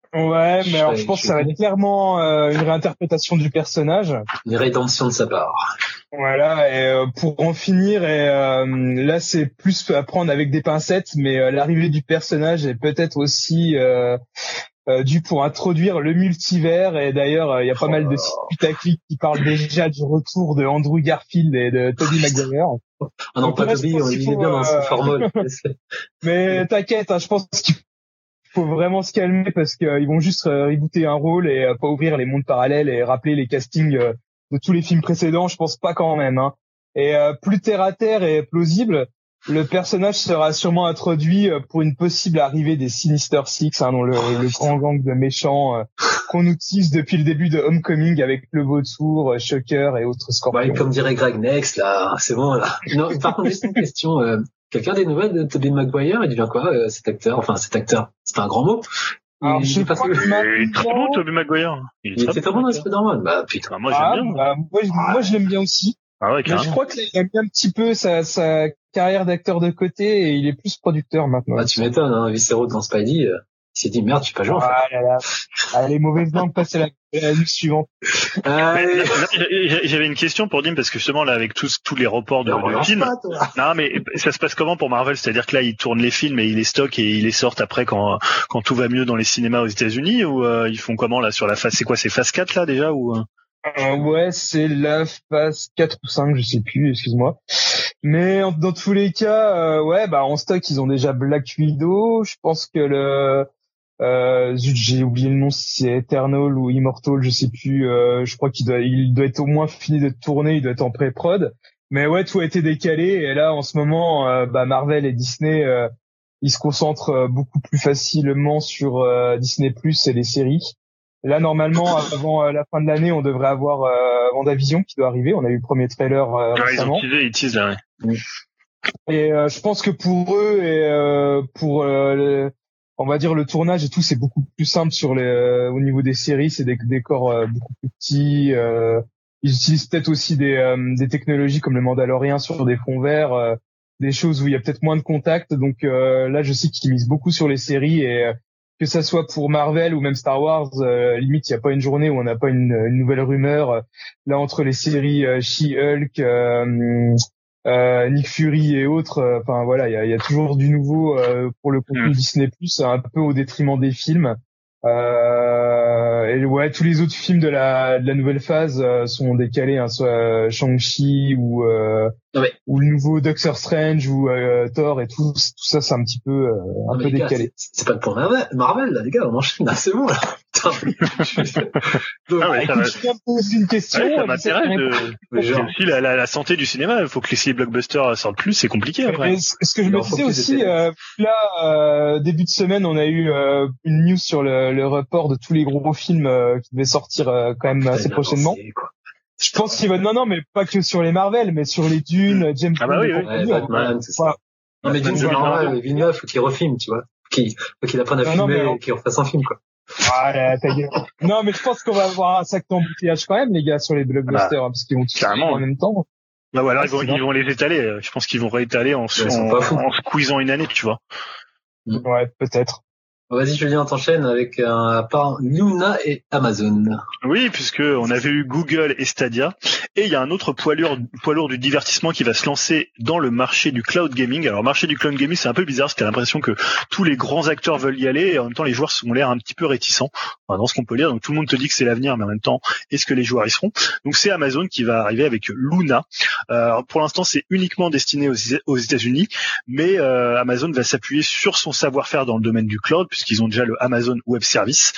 Ouais, mais alors je pense que ça va être clairement une réinterprétation du personnage. Une rédemption de sa part. Voilà, et pour en finir, et là c'est plus à prendre avec des pincettes, mais l'arrivée du personnage est peut-être aussi due pour introduire le multivers, et d'ailleurs il y a pas mal de sites putaclic qui parlent déjà du retour de Andrew Garfield et de Tobey Maguire. Ah non, pas Tobey, il est bien dans ce formol. Mais t'inquiète, je pense qu'il faut vraiment se calmer parce qu'ils vont juste rebooter un rôle et pas ouvrir les mondes parallèles et rappeler les castings de tous les films précédents. Je pense pas quand même. Hein. Et plus terre à terre et plausible, le personnage sera sûrement introduit pour une possible arrivée des Sinister Six, hein, dont le grand gang de méchants qu'on utilise depuis le début de Homecoming avec le Vautour, Shocker et autres Scorpions. Ouais, comme dirait Greg Next, là, c'est bon là. Non, par contre, juste une question. Quelqu'un des nouvelles de Tobey Maguire, il devient quoi cet acteur, c'est un grand mot. Alors, il est très bon, Tobey Maguire. Il était très bon dans Spider-Man. Bah putain, moi j'aime bien. Moi je l'aime bien aussi. Ah ouais, mais je crois qu'il a mis un petit peu sa carrière d'acteur de côté et il est plus producteur maintenant. Bah tu m'étonnes, hein, Viscero dans Spidey, il s'est dit merde, je suis pas joué en fait. Là là. Allez, mauvaise langue, passer à la news suivante. J'avais une question pour Dim parce que justement là avec tous les reports de films. Non mais ça se passe comment pour Marvel? C'est-à-dire que là ils tournent les films et ils les stockent et ils les sortent après quand tout va mieux dans les cinémas aux États-Unis, ou ils font comment là sur la phase? C'est quoi, c'est phase 4 là déjà ou ouais, c'est la phase 4 ou 5, je sais plus, excuse-moi. Mais dans tous les cas, ouais, bah en stock ils ont déjà Black Widow. Je pense que j'ai oublié le nom, si c'est Eternal ou Immortal, je sais plus. Je crois il doit être au moins fini de tourner, il doit être en pré-prod. Mais ouais, tout a été décalé et là en ce moment, Marvel et Disney, ils se concentrent beaucoup plus facilement sur Disney Plus et les séries. Là normalement, avant la fin de l'année, on devrait avoir WandaVision qui doit arriver. On a eu le premier trailer récemment. Ils teasent là. Ouais. Et je pense que pour eux et pour on va dire le tournage et tout, c'est beaucoup plus simple au niveau des séries, c'est des décors beaucoup plus petits. Ils utilisent peut-être aussi des technologies comme le Mandalorian sur des fonds verts, des choses où il y a peut-être moins de contact. Donc là, je sais qu'ils misent beaucoup sur les séries et que ça soit pour Marvel ou même Star Wars, limite il y a pas une journée où on n'a pas une nouvelle rumeur. Là entre les séries She-Hulk, Nick Fury et autres, enfin voilà, il y a toujours du nouveau pour le contenu Disney+, un peu au détriment des films. Et ouais, tous les autres films de la nouvelle phase sont décalés, hein, soit Shang-Chi ou le nouveau Doctor Strange ou Thor et tout ça, c'est un petit peu peu décalé. C'est pas pour Marvel là, les gars, on enchaîne là, c'est bon là. Putain. Donc, écoute, je viens de poser une question. Ouais, ça m'intéresse. C'est aussi la santé du cinéma. Il faut que les blockbusters sortent plus, c'est compliqué après. Ce que je me disais aussi, là, début de semaine, on a eu une news sur le report de tous les gros films qui devaient sortir quand même assez prochainement. Je pense qu'il va non mais pas que sur les Marvel, mais sur les Dunes, James Bond. Ah bah oui, Batman, c'est ça. Non mais Dunes, Villeneuve, faut qu'il refilme, tu vois. Faut qu'il apprenne à filmer et qu'il refasse un film, quoi. Ah, ta gueule. Non, mais je pense qu'on va avoir un sac d'embouteillage quand même, les gars, sur les blockbusters, parce qu'ils vont tous en même temps. Bah voilà, ils vont les étaler. Je pense qu'ils vont réétaler en squeezant une année, tu vois. Ouais, peut-être. Vas-y Julien, t'enchaînes avec à part Luna et Amazon. Oui, puisque on avait eu Google et Stadia, et il y a un autre poids lourd du divertissement qui va se lancer dans le marché du cloud gaming. Alors, marché du cloud gaming, c'est un peu bizarre, parce qu'il y a l'impression que tous les grands acteurs veulent y aller, et en même temps les joueurs ont l'air un petit peu réticents, dans ce qu'on peut lire. Donc tout le monde te dit que c'est l'avenir, mais en même temps, est-ce que les joueurs y seront? Donc c'est Amazon qui va arriver avec Luna. Alors, pour l'instant, c'est uniquement destiné aux États-Unis, mais Amazon va s'appuyer sur son savoir-faire dans le domaine du cloud, puisqu'ils ont déjà le Amazon Web Service.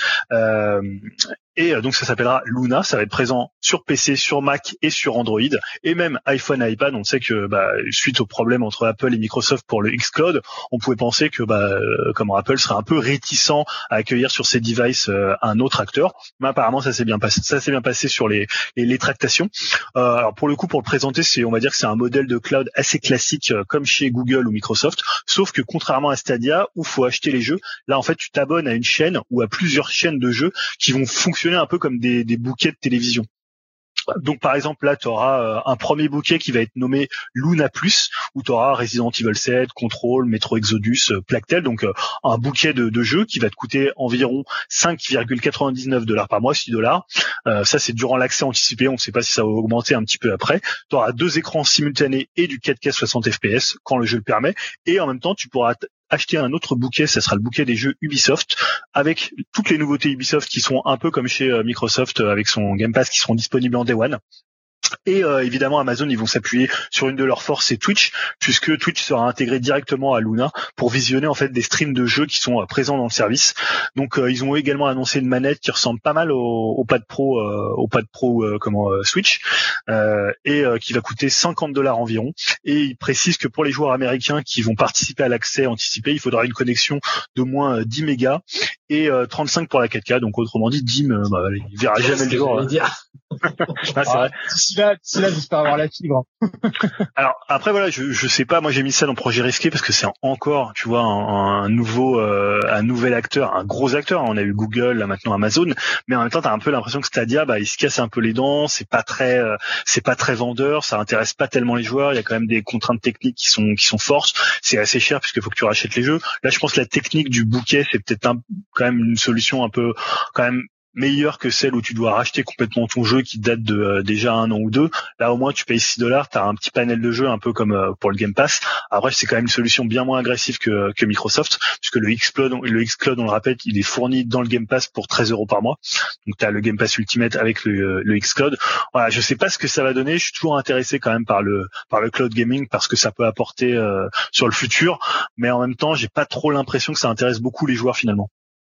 Et donc ça s'appellera Luna, ça va être présent sur PC, sur Mac et sur Android, et même iPhone et iPad. On sait que suite au problème entre Apple et Microsoft pour le xCloud, on pouvait penser que comment Apple serait un peu réticent à accueillir sur ses devices un autre acteur, mais apparemment ça s'est bien passé sur les tractations. Alors pour le coup, pour le présenter, on va dire que c'est un modèle de cloud assez classique comme chez Google ou Microsoft, sauf que contrairement à Stadia où faut acheter les jeux, là en fait tu t'abonnes à une chaîne ou à plusieurs chaînes de jeux qui vont fonctionner un peu comme des bouquets de télévision. Donc par exemple là tu auras un premier bouquet qui va être nommé Luna Plus, où tu auras Resident Evil 7, Control, Metro Exodus, Plague Tale, donc un bouquet de jeux qui va te coûter environ 5,99$ par mois, $6. Ça c'est durant l'accès anticipé, on ne sait pas si ça va augmenter un petit peu après. Tu auras 2 écrans simultanés et du 4K 60 fps quand le jeu le permet, et en même temps tu pourras acheter un autre bouquet, ça sera le bouquet des jeux Ubisoft, avec toutes les nouveautés Ubisoft qui sont un peu comme chez Microsoft avec son Game Pass, qui seront disponibles en Day One. Et évidemment Amazon, ils vont s'appuyer sur une de leurs forces, c'est Twitch, puisque Twitch sera intégré directement à Luna pour visionner en fait des streams de jeux qui sont présents dans le service. Donc ils ont également annoncé une manette qui ressemble pas mal au Pad Pro, Switch, et qui va coûter $50 environ. Et ils précisent que pour les joueurs américains qui vont participer à l'accès anticipé, il faudra une connexion de moins 10 mégas et 35 pour la 4K. Donc autrement dit, Dim, il verra jamais le jour. Ah, c'est vrai. D'ici là, j'espère avoir la fibre. Alors après voilà, je sais pas, moi j'ai mis ça dans Projet Risqué parce que c'est encore, tu vois, un nouvel acteur, un gros acteur. On a eu Google, là maintenant Amazon, mais en même temps t'as un peu l'impression que Stadia, il se casse un peu les dents, c'est pas très vendeur, ça intéresse pas tellement les joueurs. Il y a quand même des contraintes techniques qui sont fortes. C'est assez cher puisqu'il faut que tu rachètes les jeux. Là, je pense que la technique du bouquet, c'est peut-être quand même une solution un peu quand même meilleure que celle où tu dois racheter complètement ton jeu qui date de déjà 1 an ou 2. Là au moins tu payes $6, t'as un petit panel de jeux un peu comme pour le Game Pass. Après c'est quand même une solution bien moins agressive que Microsoft, puisque le xCloud on le rappelle, il est fourni dans le Game Pass pour $13 par mois. Donc t'as le Game Pass Ultimate avec le xCloud. Voilà, je sais pas ce que ça va donner, je suis toujours intéressé quand même par le cloud gaming parce que ça peut apporter sur le futur, mais en même temps j'ai pas trop l'impression que ça intéresse beaucoup les joueurs finalement.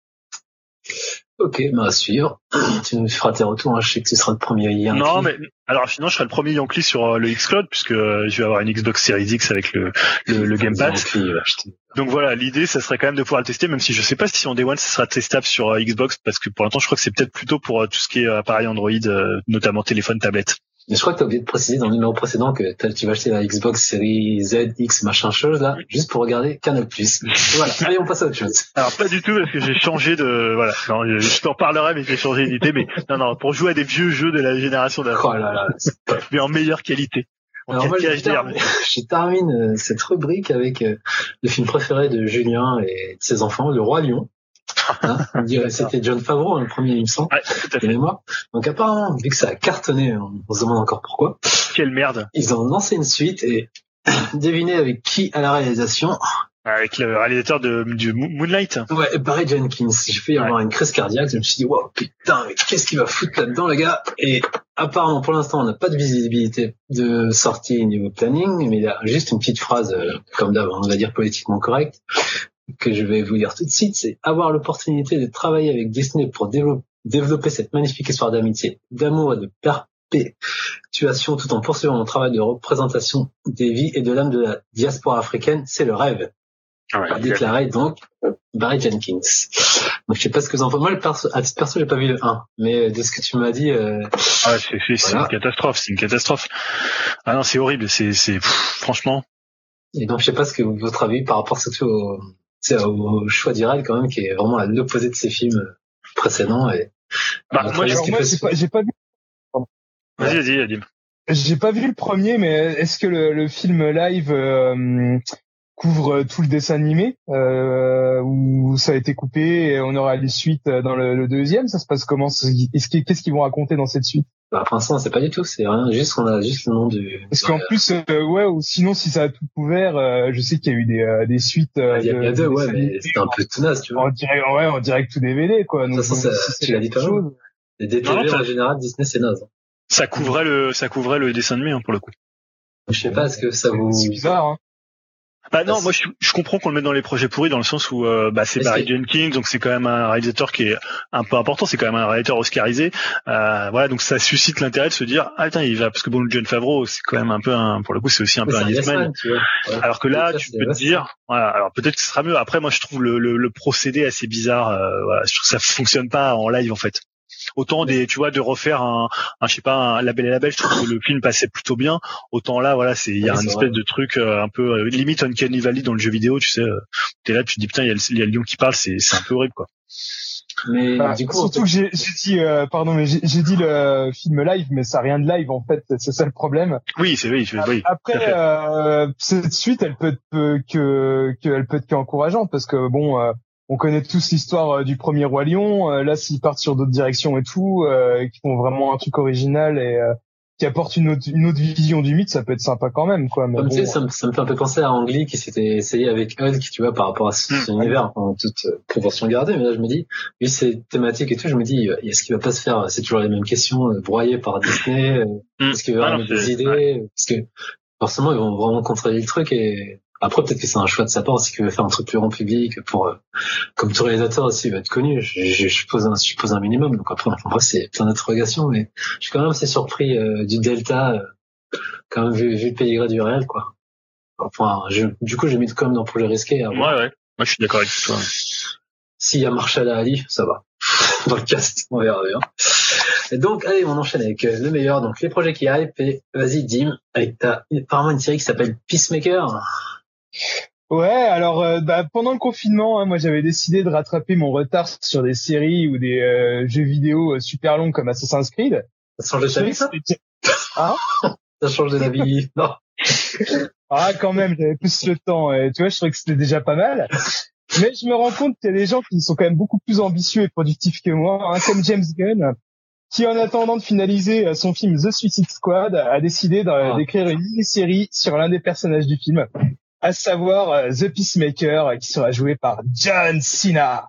Ok, à suivre. Tu nous feras tes retours, hein. Je sais que ce sera le premier Yankee. Non, mais alors finalement, je serai le premier Yankee sur le xCloud puisque je vais avoir une Xbox Series X avec le Game Pass. Donc voilà, l'idée, ça serait quand même de pouvoir le tester, même si je sais pas si en Day One, ça sera testable sur Xbox, parce que pour l'instant, je crois que c'est peut-être plutôt pour tout ce qui est appareil Android, notamment téléphone, tablette. Mais je crois que t'as oublié de préciser dans le numéro précédent que tu vas acheter la Xbox Series Z, X, machin chose, là, juste pour regarder Canal+. Voilà. Allez, on passe à autre chose. Alors, pas du tout, parce que j'ai changé voilà. Non, je t'en parlerai, mais j'ai changé d'idée, mais non, pour jouer à des vieux jeux de la génération d'avant. Oh là là. Mais en meilleure qualité. Alors moi, je termine cette rubrique avec le film préféré de Julien et de ses enfants, Le Roi Lion. Hein, on dirait c'était Jon Favreau, le premier, il me semble. Ouais, tout à fait. Moi. Donc apparemment, vu que ça a cartonné, on se demande encore pourquoi. Quelle merde. Ils ont lancé une suite et devinez avec qui à la réalisation. Avec le réalisateur du Moonlight. Ouais, Barry Jenkins. J'ai fait avoir une crise cardiaque. Je me suis dit, wow, putain, mais qu'est-ce qu'il va foutre là-dedans, le gars? Et apparemment, pour l'instant, on n'a pas de visibilité de sortie niveau planning, mais il y a juste une petite phrase, comme d'hab, on va dire politiquement correcte, que je vais vous lire tout de suite. C'est avoir l'opportunité de travailler avec Disney pour développer cette magnifique histoire d'amitié, d'amour et de perpétuation, tout en poursuivant mon travail de représentation des vies et de l'âme de la diaspora africaine. C'est le rêve. Ouais, a déclaré donc Barry Jenkins. Donc je sais pas ce que vous en pensez. Moi, à titre perso, j'ai pas vu le 1, mais de ce que tu m'as dit, c'est une catastrophe. Ah non, c'est horrible, franchement. Et donc je sais pas ce que votre avis par rapport surtout au choix d'Irad quand même, qui est vraiment à l'opposé de ses films précédents. Et moi, j'ai pas vu. Vas-y, Adim. J'ai pas vu le premier, mais est-ce que le film live couvre tout le dessin animé ou ça a été coupé et on aura les suites dans le deuxième? Ça se passe comment? Qu'est-ce qu'ils vont raconter dans cette suite? Pour l'instant, c'est pas du tout, c'est rien, juste on a juste le nom du. Parce qu'en plus, ou sinon si ça a tout couvert, je sais qu'il y a eu des suites. Il y a deux, mais c'était un peu tout naze, tu vois. En direct tout DVD, quoi. Donc, tu l'as dit toi-même. Les DTV en général, Disney c'est naze. Ça couvrait le dessin animé, pour le coup. Je sais pas, est-ce que ça vous. C'est bizarre, hein. Non, moi je comprends qu'on le mette dans les projets pourris dans le sens où c'est Barry Jenkins, donc c'est quand même un réalisateur qui est un peu important, c'est quand même un réalisateur oscarisé. Voilà, donc ça suscite l'intérêt de se dire il va, parce que Jon Favreau, c'est quand même un peu pour le coup c'est aussi un peu un yes man. Alors que là tu peux te dire alors peut-être que ce sera mieux. Après moi je trouve le procédé assez bizarre, je trouve que ça fonctionne pas en live en fait. Autant tu vois, de refaire je sais pas, un La Belle et la Bête, je trouve que le film passait plutôt bien. Autant là, voilà, il y a une espèce de truc un peu limite Uncanny Valley dans le jeu vidéo, tu sais. T'es là, tu te dis putain, il y a le lion qui parle, c'est un peu horrible, quoi. Mais du coup, surtout que j'ai dit j'ai dit le film live, mais ça a rien de live en fait, c'est ça le problème. Oui. Après cette suite, elle peut être qu'encourageante parce que bon, on connaît tous l'histoire du premier Roi Lion. Là, s'ils partent sur d'autres directions et tout, qui font vraiment un truc original et qui apporte une autre vision du mythe, ça peut être sympa quand même, quoi. Mais comme bon, tu sais, ça me fait un peu penser à Ang Lee qui s'était essayé avec Hulk, tu vois, par rapport à cet univers, en toute proportion gardée. Mais là, je me dis, vu ces thématiques et tout, je me dis, est-ce qu'il va pas se faire, c'est toujours les mêmes questions, broyées par Disney, est-ce qu'il va avoir des idées, parce que forcément, ils vont vraiment contrôler le truc et après, peut-être que c'est un choix de sa part aussi qu'il veut faire un truc plus grand public pour, comme tout réalisateur aussi, il va être connu. Je suppose un minimum. Donc après, en vrai, c'est plein d'interrogations, mais je suis quand même assez surpris, du Delta, quand même, vu le pédigré du réel, quoi. Enfin, du coup, j'ai mis quand même dans le projet risqué. Ouais. Moi, je suis d'accord avec toi. S'il y a Marshall Ali, ça va. Dans le cast, on verra bien. Et donc, allez, on enchaîne avec le meilleur. Donc, les projets qui hype. Et vas-y, Dim, avec apparemment une série qui s'appelle Peacemaker. Ouais, alors pendant le confinement, moi j'avais décidé de rattraper mon retard sur des séries ou des jeux vidéo super longs comme Assassin's Creed. Ça change de ta vie, ça? Hein? Ça change de la vie. Non. Ah, quand même, j'avais plus le temps. Et tu vois, je trouvais que c'était déjà pas mal. Mais je me rends compte qu'il y a des gens qui sont quand même beaucoup plus ambitieux et productifs que moi, hein, comme James Gunn, qui en attendant de finaliser son film The Suicide Squad, a décidé d'écrire une mini-série sur l'un des personnages du film, à savoir The Peacemaker, qui sera joué par John Cena.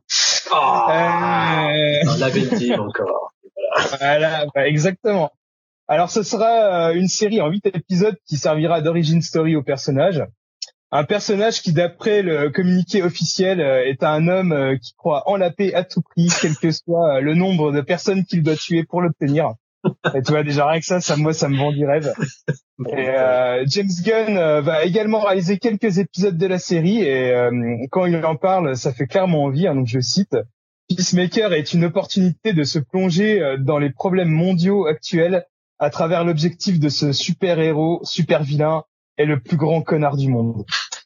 La bêtise encore. Voilà, exactement. Alors ce sera une série en 8 épisodes qui servira d'origin story au personnage. Un personnage qui, d'après le communiqué officiel, est un homme qui croit en la paix à tout prix, quel que soit le nombre de personnes qu'il doit tuer pour l'obtenir. Et tu vois, déjà rien que ça me vend du rêve. Et James Gunn va également réaliser quelques épisodes de la série et quand il en parle, ça fait clairement envie, hein, donc je cite: Peacemaker est une opportunité de se plonger dans les problèmes mondiaux actuels à travers l'objectif de ce super-héros, super-vilain et le plus grand connard du monde.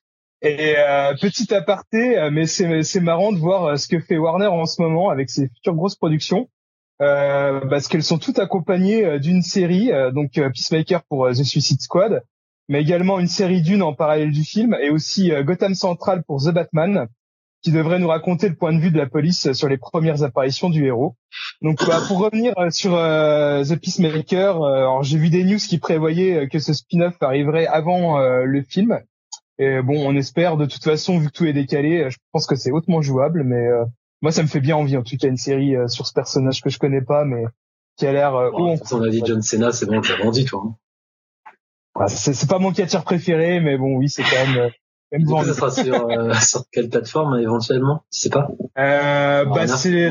Et petit aparté, mais c'est marrant de voir ce que fait Warner en ce moment avec ses futures grosses productions, parce qu'elles sont toutes accompagnées d'une série, donc Peacemaker pour The Suicide Squad, mais également une série d'une en parallèle du film, et aussi Gotham Central pour The Batman, qui devrait nous raconter le point de vue de la police sur les premières apparitions du héros. Donc pour revenir sur The Peacemaker, alors j'ai vu des news qui prévoyaient que ce spin-off arriverait avant le film. Et bon, on espère, de toute façon, vu que tout est décalé, je pense que c'est hautement jouable, mais moi ça me fait bien envie, en tout cas, une série sur ce personnage que je connais pas, mais qui a l'air on a dit John Cena, c'est bon, t'as vendu, toi. Hein. C'est pas mon catcheur préféré, mais bon, oui, c'est quand même ça sera sur quelle plateforme éventuellement, tu sais pas? C'est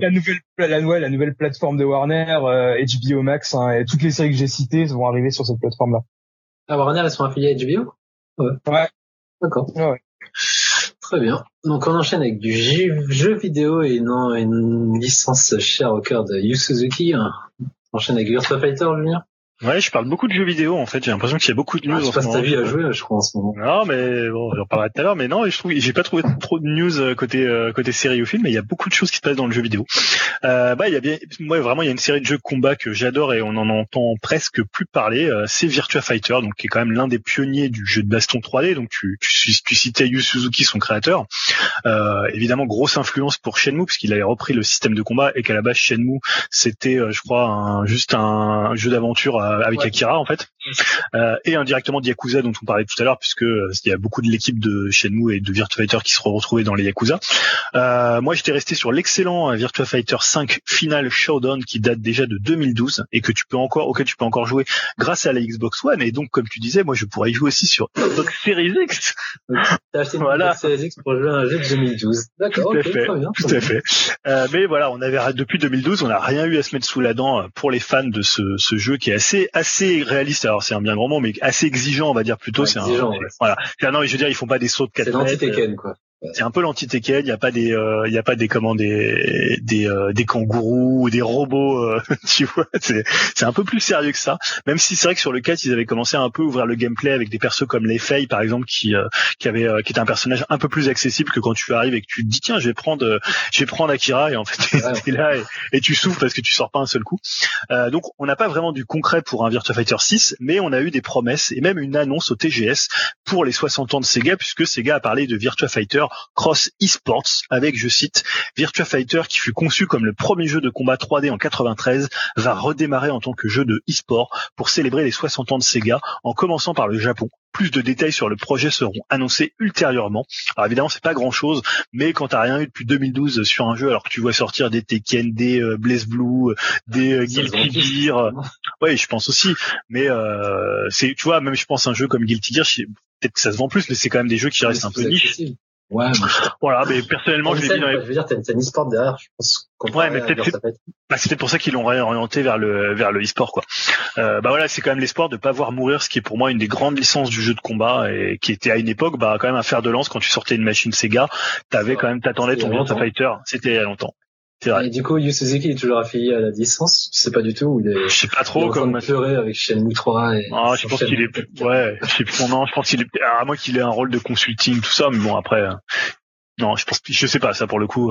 la nouvelle plateforme de Warner, HBO Max, hein, et toutes les séries que j'ai citées vont arriver sur cette plateforme-là. Ah, Warner, elles sont affiliées à HBO? Ouais. D'accord. Ouais. Très bien. Donc on enchaîne avec du jeu vidéo et non une licence chère au cœur de Yu Suzuki. On enchaîne avec Virtua Fighter, Julien. Ouais, je parle beaucoup de jeux vidéo en fait. J'ai l'impression qu'il y a beaucoup de news. Je passe ta vie à jouer, je crois, en ce moment. Non, mais bon, j'en parlerai tout à l'heure. Mais non, j'ai pas trouvé trop de news côté série ou film, mais il y a beaucoup de choses qui se passent dans le jeu vidéo. Il y a bien, moi vraiment, il y a une série de jeux de combat que j'adore et on en entend presque plus parler. C'est Virtua Fighter, donc qui est quand même l'un des pionniers du jeu de baston 3D. Donc tu citais Yu Suzuki, son créateur. Évidemment, grosse influence pour Shenmue, parce qu'il avait repris le système de combat et qu'à la base Shenmue, c'était, je crois, juste un jeu d'aventure avec Akira en fait, et indirectement de Yakuza dont on parlait tout à l'heure, puisque il y a beaucoup de l'équipe de Shenmue et de Virtua Fighter qui se retrouvaient dans les Yakuza. Moi j'étais resté sur l'excellent Virtua Fighter 5 Final Showdown qui date déjà de 2012 et auquel tu peux encore jouer grâce à la Xbox One, et donc comme tu disais, moi je pourrais y jouer aussi sur Xbox Series X. T'as acheté une Xbox Series X pour jouer à un jeu de 2012. D'accord, tout à fait. Mais voilà, depuis 2012, on n'a rien eu à se mettre sous la dent pour les fans de ce jeu qui est assez réaliste. Alors c'est un bien grand mot, mais assez exigeant, on va dire plutôt. Exigeant, voilà. Non, je veux dire, ils font pas des sauts de 4 mètres. C'est l'anti-Tekken, quoi. C'est un peu l'anti-Tekken, il y a pas des kangourous ou des robots, tu vois, c'est un peu plus sérieux que ça. Même si c'est vrai que sur le 4, ils avaient commencé à un peu ouvrir le gameplay avec des persos comme les Fei par exemple qui était un personnage un peu plus accessible que quand tu arrives et que tu te dis tiens, je vais prendre Akira et en fait t'es là et tu souffres parce que tu sors pas un seul coup. Donc on n'a pas vraiment du concret pour un Virtua Fighter 6, mais on a eu des promesses et même une annonce au TGS pour les 60 ans de Sega, puisque Sega a parlé de Virtua Fighter Cross Esports avec, je cite, Virtua Fighter qui fut conçu comme le premier jeu de combat 3D en 93 va redémarrer en tant que jeu de e-sport pour célébrer les 60 ans de Sega en commençant par le Japon. Plus de détails sur le projet seront annoncés ultérieurement. Alors évidemment, c'est pas grand-chose, mais quand t'as rien eu depuis 2012 sur un jeu, alors que tu vois sortir des Tekken, des BlazBlue, des Guilty Gear, ouais, je pense aussi. Mais c'est, tu vois, même je pense un jeu comme Guilty Gear, peut-être que ça se vend plus, mais c'est quand même des jeux qui restent un peu niche. Ouais, voilà, mais personnellement, je l'ai mis dans les... Je veux dire, t'as une e-sport derrière, je pense. Ouais, mais peut-être c'est peut-être pour ça qu'ils l'ont réorienté vers le e-sport, quoi. Voilà, c'est quand même l'espoir de pas voir mourir ce qui est pour moi une des grandes licences du jeu de combat et qui était à une époque, quand même un fer de lance quand tu sortais une machine Sega, t'attendais ton Virtua Fighter, c'était il y a longtemps. C'est vrai. Et du coup, Yu Suzuki est toujours affilié à la licence. Je sais pas du tout où il est. Je sais pas trop, comme pleurer avec Shenmue 3 et. Ah, je pense qu'il est, ouais, je sais plus son nom, je pense qu'il est, à moins qu'il ait un rôle de consulting, tout ça, mais bon, après, non, je sais pas, ça pour le coup.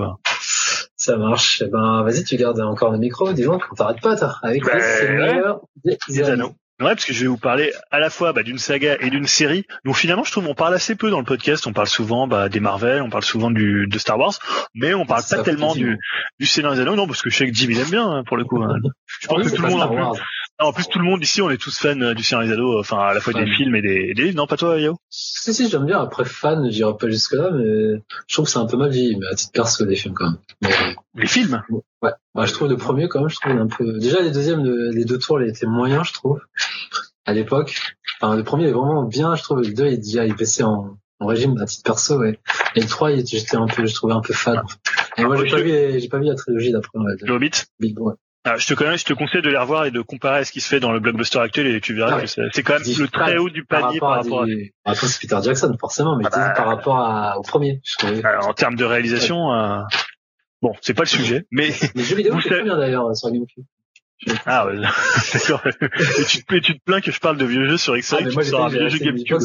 Ça marche. Eh ben, vas-y, tu gardes encore le micro, dis-moi, qu'on t'arrête pas, toi. Avec c'est le meilleur des anneaux. Ouais, parce que je vais vous parler à la fois d'une saga et d'une série. Donc finalement, je trouve on parle assez peu dans le podcast. On parle souvent des Marvel, on parle souvent de Star Wars, mais on parle pas tellement du Seigneur des Anneaux. Non, parce que je sais que Jim il aime bien pour le coup. Je pense que tout le monde en plus tout le monde ici, on est tous fans du Seigneur des Anneaux, enfin à la fois des films et des livres. Non, pas toi, Yao? Si, j'aime bien. Après fan, j'irai pas jusque là, mais je trouve que c'est un peu mal vieilli, mais à titre perso des films quand même. Mais... Les films? Ouais. Je trouve le premier quand même, je trouve un peu. Déjà les deuxièmes, les deux tours, ils étaient moyens, je trouve. À l'époque, enfin le premier est vraiment bien, je trouve. Le 2 il baissait en régime à titre perso, ouais. Et le 3 je trouvais un peu fade. Et moi j'ai pas vu la trilogie d'après. Ouais, le Hobbit. Ouais. Ah, je te conseille de les revoir et de comparer à ce qui se fait dans le blockbuster actuel et tu verras que c'est quand même le très haut du panier par rapport à... Après c'est Peter Jackson forcément, mais par rapport au premier, je trouvais. En termes de réalisation, bon, c'est pas le sujet, mais les jeux vidéo c'est très bien d'ailleurs sur GameCube. Ah ouais, d'accord. Et tu te plains que je parle de vieux jeux sur X-Ray, tu sors un vieux jeu GameCube.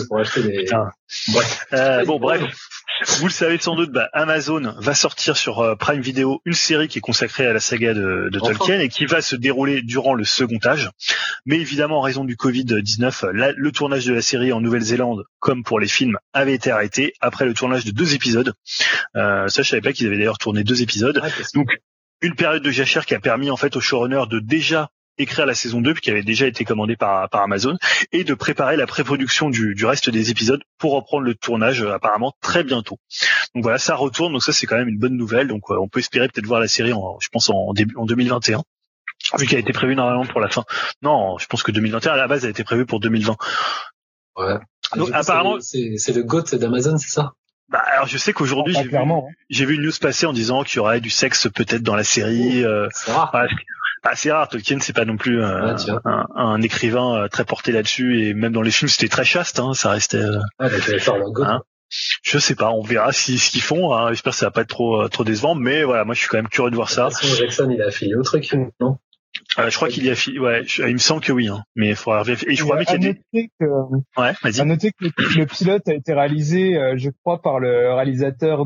Bref. Vous le savez sans doute, Amazon va sortir sur Prime Video une série qui est consacrée à la saga de Tolkien et qui va se dérouler durant le second âge. Mais évidemment, en raison du Covid-19, le tournage de la série en Nouvelle-Zélande, comme pour les films, avait été arrêté après le tournage de 2 épisodes. Ça, je savais pas qu'ils avaient d'ailleurs tourné 2 épisodes. Donc, une période de jachère qui a permis en fait au showrunner de déjà écrire la saison 2 qui avait déjà été commandée par Amazon et de préparer la pré-production du reste des épisodes pour reprendre le tournage apparemment très bientôt. Donc voilà, ça retourne, donc ça c'est quand même une bonne nouvelle. Donc on peut espérer peut-être voir la série en 2021. Vu qu'elle a été prévue normalement pour la fin. Non, je pense que 2021 à la base elle a été prévue pour 2020. Ouais. Donc apparemment c'est le GOAT d'Amazon, c'est ça? Alors je sais qu'aujourd'hui j'ai vu une news passer en disant qu'il y aurait du sexe peut-être dans la série. C'est rare. C'est rare. Tolkien c'est pas non plus un écrivain très porté là-dessus et même dans les films c'était très chaste. Ça restait. Donc il va faire le GOAT. Je sais pas, on verra ce qu'ils font. J'espère que ça va pas être trop décevant, mais voilà, moi je suis quand même curieux de voir ça. Jackson il a affilié au truc, non? Je crois qu'il y a il me semble que oui, mais il faudra vérifier. Et je crois qu'il y a des... Ouais, vas-y. À noter que le pilote a été réalisé, je crois, par le réalisateur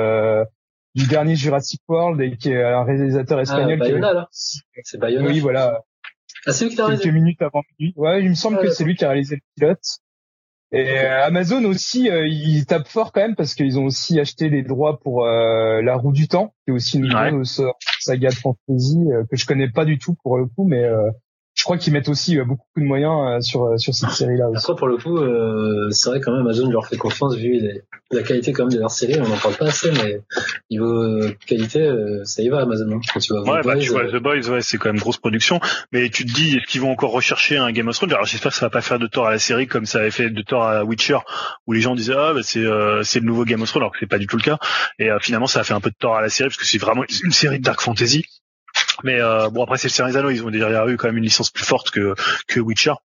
du dernier Jurassic World et qui est un réalisateur espagnol. Bayona, là. C'est Bayona. Oui, voilà. C'est lui qui l'a réalisé. Quelques minutes avant lui. Ouais, il me semble que c'est lui qui a réalisé le pilote. Et Amazon aussi, ils tapent fort quand même parce qu'ils ont aussi acheté les droits pour La Roue du Temps, qui est aussi une grosse saga de fantasy que je connais pas du tout pour le coup, mais je crois qu'ils mettent aussi beaucoup de moyens sur cette série-là aussi. Après, pour le coup, c'est vrai quand même Amazon leur fait confiance vu la qualité quand même de leur série. On n'en parle pas assez, mais niveau qualité, ça y va Amazon. Quand tu vois tu vois The Boys, c'est quand même grosse production. Mais tu te dis, est-ce qu'ils vont encore rechercher un Game of Thrones? Alors j'espère que ça va pas faire de tort à la série comme ça avait fait de tort à Witcher, où les gens disaient c'est le nouveau Game of Thrones, alors que c'est pas du tout le cas. Et finalement, ça a fait un peu de tort à la série parce que c'est vraiment une série de dark fantasy. Mais après c'est le Seigneur des Anneaux, ils ont déjà eu quand même une licence plus forte que Witcher.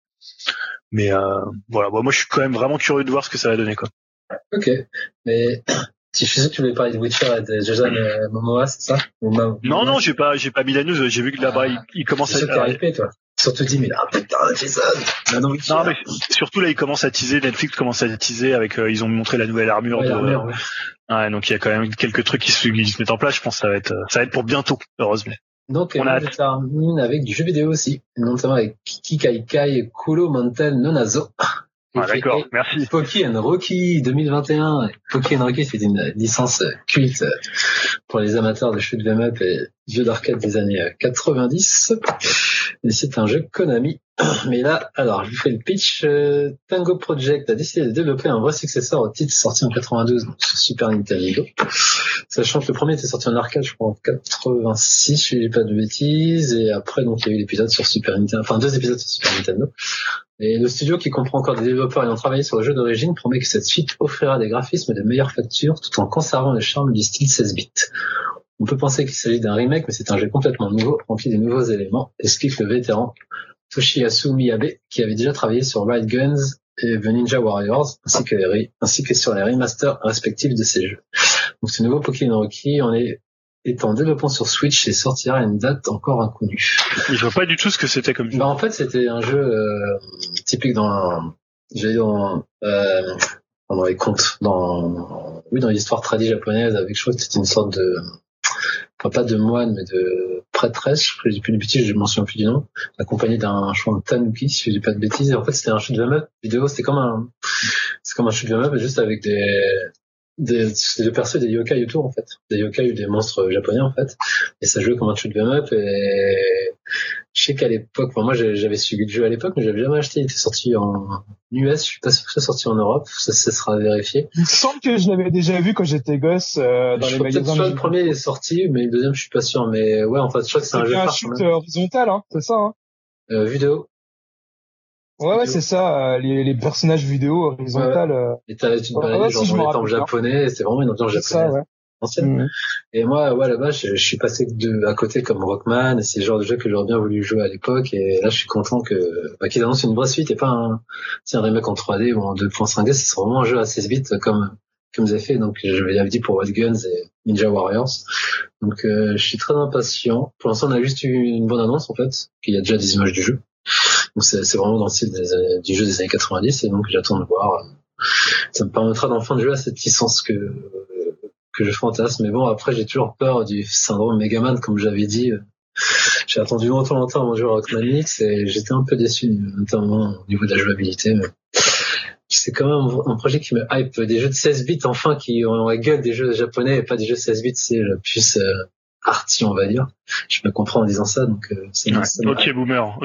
Mais voilà, moi je suis quand même vraiment curieux de voir ce que ça va donner quoi. Ok, mais Je sais que tu voulais parler de Witcher et de Jason Momoa, c'est ça? Non, j'ai pas mis la news. J'ai vu que là-bas, il commence à... C'est sûr que t'es hypé, toi. Surtout dit, mais putain, Jason! Non, mais surtout là, il commence à teaser, Netflix commence à teaser avec, ils ont montré la nouvelle armure. Ouais, donc il y a quand même quelques trucs qui se mettent en place. Je pense que ça va être pour bientôt, heureusement. Donc, on termine avec du jeu vidéo aussi, notamment avec Kiki Kai et Kulo Mantel Nonazo. Ah, d'accord, merci. Poki & Rocky 2021. Poki & Rocky, c'est une licence culte pour les amateurs de shoot 'em up et jeux d'arcade des années 90. Et c'est un jeu Konami. Mais là, alors, je vous fais le pitch. Tango Project a décidé de développer un vrai successeur au titre sorti en 92 donc sur Super Nintendo. Sachant que le premier était sorti en arcade, je crois, en 86, si je dis pas de bêtises. Et après, donc, il y a eu l'épisode sur Super Nintendo, enfin, 2 épisodes sur Super Nintendo. Et le studio, qui comprend encore des développeurs ayant travaillé sur le jeu d'origine, promet que cette suite offrira des graphismes de meilleure facture tout en conservant le charme du style 16 bits. On peut penser qu'il s'agit d'un remake, mais c'est un jeu complètement nouveau, rempli de nouveaux éléments, explique le vétéran Toshiyasu Miyabe, qui avait déjà travaillé sur Riot Guns et The Ninja Warriors, ainsi que sur les remasters respectifs de ces jeux. Donc ce nouveau Pokémon Rocky est en développement sur Switch et sortira à une date encore inconnue. Mais je vois pas du tout ce que c'était comme jeu. En fait, c'était un jeu typique dans les contes, dans l'histoire tradie japonaise, avec, je crois que c'était une sorte de, enfin pas de moine, mais de prêtresse, je dis plus de bêtises, je m'en souviens plus du nom, accompagné d'un chouan de tanuki, si je dis pas de bêtises. Et en fait, c'était un shoot 'em up vidéo, c'est comme un shoot 'em up, juste avec des persos et des yokai autour, en fait. Des yokai ou des monstres japonais, en fait. Et ça jouait comme un shoot 'em up, et je sais qu'à l'époque, moi j'avais suivi le jeu à l'époque, mais j'avais jamais acheté. Il était sorti en US, je suis pas sûr que c'est sorti en Europe, ça sera vérifié. Il me semble que je l'avais déjà vu quand j'étais gosse, dans les magasins. Le premier est sorti, mais le deuxième, je suis pas sûr, mais ouais, en fait, je crois que c'est un jeu phare. C'est un shoot horizontal, hein, c'est ça, hein? Vidéo. Ouais, c'est ça, les personnages vidéo horizontales. Et tu te baladais genre dans les temples japonais, c'était vraiment une ambiance japonaise. Ça, ouais. Ancienne. Et moi, là-bas, je suis passé à côté comme Rockman, et c'est le genre de jeu que j'aurais bien voulu jouer à l'époque, et là, je suis content qu'ils annoncent une vraie suite et pas un remake en 3D ou en 2.5D, c'est vraiment un jeu à 16 bits comme vous avez fait, donc je l'avais dit pour Riot Guns et Ninja Warriors. Donc, je suis très impatient. Pour l'instant, on a juste eu une bonne annonce, en fait, qu'il y a déjà des images du jeu. Donc c'est vraiment dans le style du jeu des années 90, et donc j'attends de voir. Ça me permettra d'enfin de jouer à cette licence que je fantasme. Mais bon, après j'ai toujours peur du syndrome Megaman, comme j'avais dit. J'ai attendu longtemps avant de jouer à Rockman X, et j'étais un peu déçu, notamment au niveau de la jouabilité. Mais c'est quand même un projet qui me hype. Des jeux de 16 bits, enfin, qui ont la gueule des jeux japonais et pas des jeux 16 bits, c'est la plus arty, on va dire. Je me comprends en disant ça, donc c'est Ok boomer.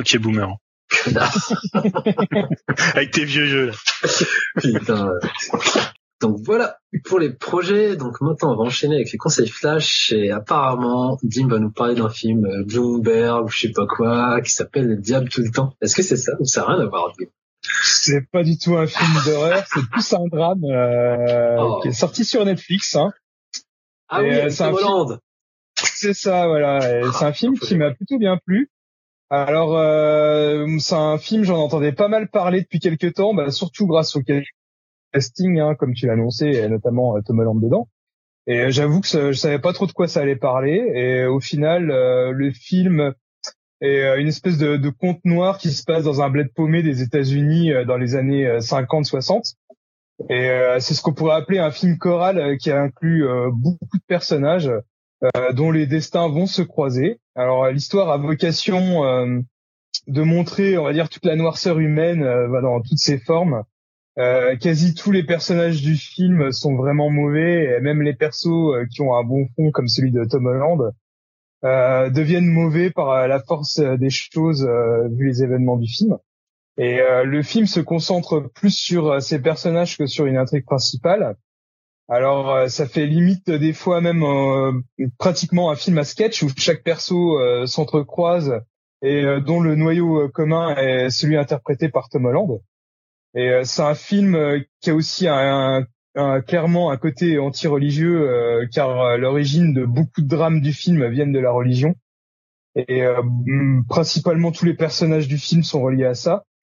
Avec tes vieux jeux là. Putain. Donc voilà pour les projets. Donc maintenant on va enchaîner avec les conseils flash, et apparemment Dim va nous parler d'un film Bloomberg ou je sais pas quoi qui s'appelle Le Diable tout le temps. Est-ce que c'est ça ou ça n'a rien à voir? C'est pas du tout un film d'horreur, c'est plus un drame qui est sorti sur Netflix. Hein. Ah et oui, c'est un film. C'est ça, voilà. Et c'est un film qui m'a plutôt bien plu. Alors, c'est un film, j'en entendais pas mal parler depuis quelques temps, surtout grâce au casting, hein, comme tu l'as annoncé, et notamment Tom Holland dedans. Et j'avoue que je savais pas trop de quoi ça allait parler. Et au final, le film est une espèce de conte noir qui se passe dans un bled paumé des États-Unis dans les années 50-60. Et c'est ce qu'on pourrait appeler un film choral qui inclut beaucoup de personnages dont les destins vont se croiser. Alors l'histoire a vocation de montrer, on va dire, toute la noirceur humaine dans toutes ses formes. Quasi tous les personnages du film sont vraiment mauvais, et même les persos qui ont un bon fond, comme celui de Tom Holland, deviennent mauvais par la force des choses vu les événements du film. Et le film se concentre plus sur ces personnages que sur une intrigue principale. Alors ça fait limite des fois même pratiquement un film à sketch où chaque perso s'entrecroise et dont le noyau commun est celui interprété par Tom Holland. Et c'est un film qui a aussi clairement un côté anti-religieux car l'origine de beaucoup de drames du film viennent de la religion. Et principalement tous les personnages du film sont reliés à ça.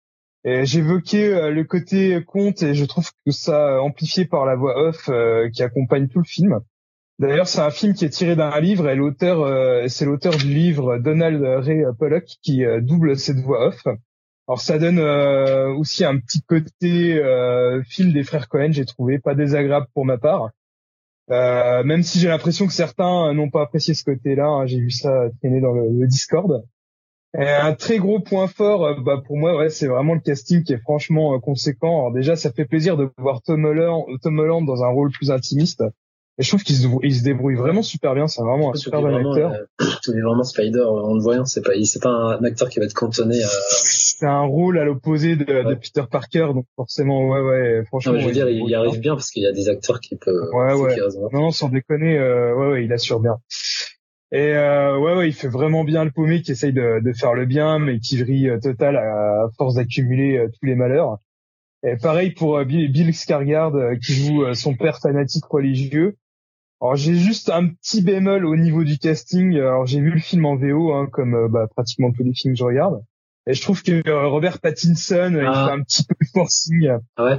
Et j'évoquais le côté conte et je trouve que ça amplifié par la voix off qui accompagne tout le film. D'ailleurs, c'est un film qui est tiré d'un livre et c'est l'auteur du livre Donald Ray Pollock qui double cette voix off. Alors ça donne aussi un petit côté film des frères Cohen, j'ai trouvé pas désagréable pour ma part. Même si j'ai l'impression que certains n'ont pas apprécié ce côté-là, hein, j'ai vu ça traîner dans le Discord. Et un très gros point fort, pour moi, ouais, c'est vraiment le casting qui est franchement conséquent. Alors déjà, ça fait plaisir de voir Tom Holland dans un rôle plus intimiste. Et je trouve qu'il se débrouille vraiment super bien. C'est vraiment un super bon acteur. Tu dis vraiment Spider en le voyant, c'est pas un acteur qui va être cantonné à... C'est un rôle à l'opposé de Peter Parker, donc forcément, ouais, franchement. Non, je veux dire, il y arrive bien parce qu'il y a des acteurs qui peuvent. Ouais. Non, sans déconner, ouais, il assure bien. Et ouais, il fait vraiment bien le paumé qui essaye de faire le bien, mais qui vrille total à force d'accumuler tous les malheurs. Et pareil pour Bill Skarsgård qui joue son père fanatique religieux. Alors j'ai juste un petit bémol au niveau du casting. Alors j'ai vu le film en VO, hein, comme pratiquement tous les films que je regarde. Et je trouve que Robert Pattinson, il fait un petit peu de forcing.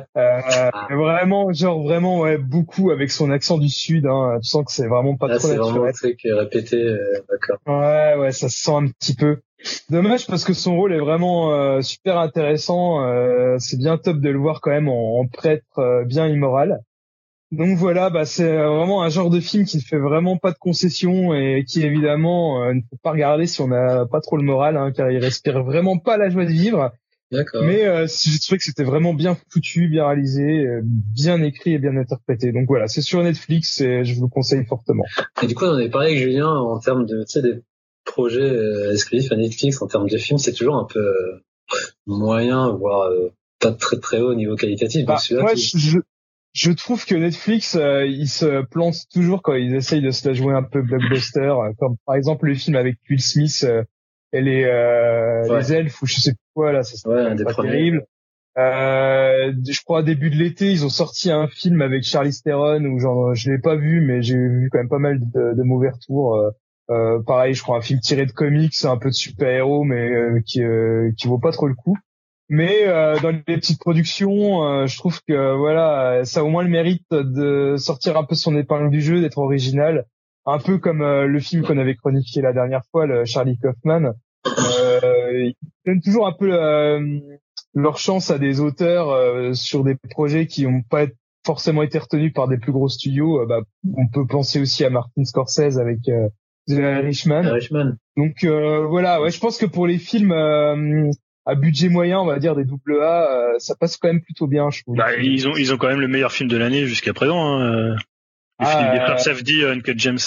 Vraiment, ouais, beaucoup avec son accent du sud. Hein, tu sens que c'est vraiment pas trop naturel. C'est vraiment un truc répété, d'accord. Ouais, ça se sent un petit peu. Dommage parce que son rôle est vraiment super intéressant. C'est bien top de le voir quand même en prêtre bien immoral. Donc voilà, c'est vraiment un genre de film qui ne fait vraiment pas de concessions et qui évidemment ne faut pas regarder si on n'a pas trop le moral, hein, car il respire vraiment pas la joie de vivre. D'accord. Mais j'ai trouvé que c'était vraiment bien foutu, bien réalisé, bien écrit et bien interprété. Donc voilà, c'est sur Netflix et je vous le conseille fortement. Et du coup, on en avait parlé avec Julien en termes de, des projets exclusifs à Netflix en termes de films, c'est toujours un peu moyen, voire pas très très haut au niveau qualitatif. Je trouve que Netflix, ils se plantent toujours quand ils essayent de se la jouer un peu blockbuster, comme par exemple le film avec Will Smith et les elfes ou je sais plus quoi là, c'est pas terrible. Je crois début de l'été, ils ont sorti un film avec Charlize Theron où je l'ai pas vu, mais j'ai vu quand même pas mal de mauvais retours. Pareil, je crois un film tiré de comics, un peu de super-héros, mais qui vaut pas trop le coup. Mais dans les petites productions, je trouve que voilà, ça a au moins le mérite de sortir un peu son épingle du jeu, d'être original, un peu comme le film qu'on avait chroniqué la dernière fois, le Charlie Kaufman. Ils donnent toujours un peu leur chance à des auteurs sur des projets qui n'ont pas forcément été retenus par des plus gros studios. On peut penser aussi à Martin Scorsese avec The Irishman. Donc voilà, ouais, je pense que pour les films à budget moyen, on va dire des AA, ça passe quand même plutôt bien, je trouve. Ils ont quand même le meilleur film de l'année jusqu'à présent, hein. Le film des frères Safdie, Uncut Gems.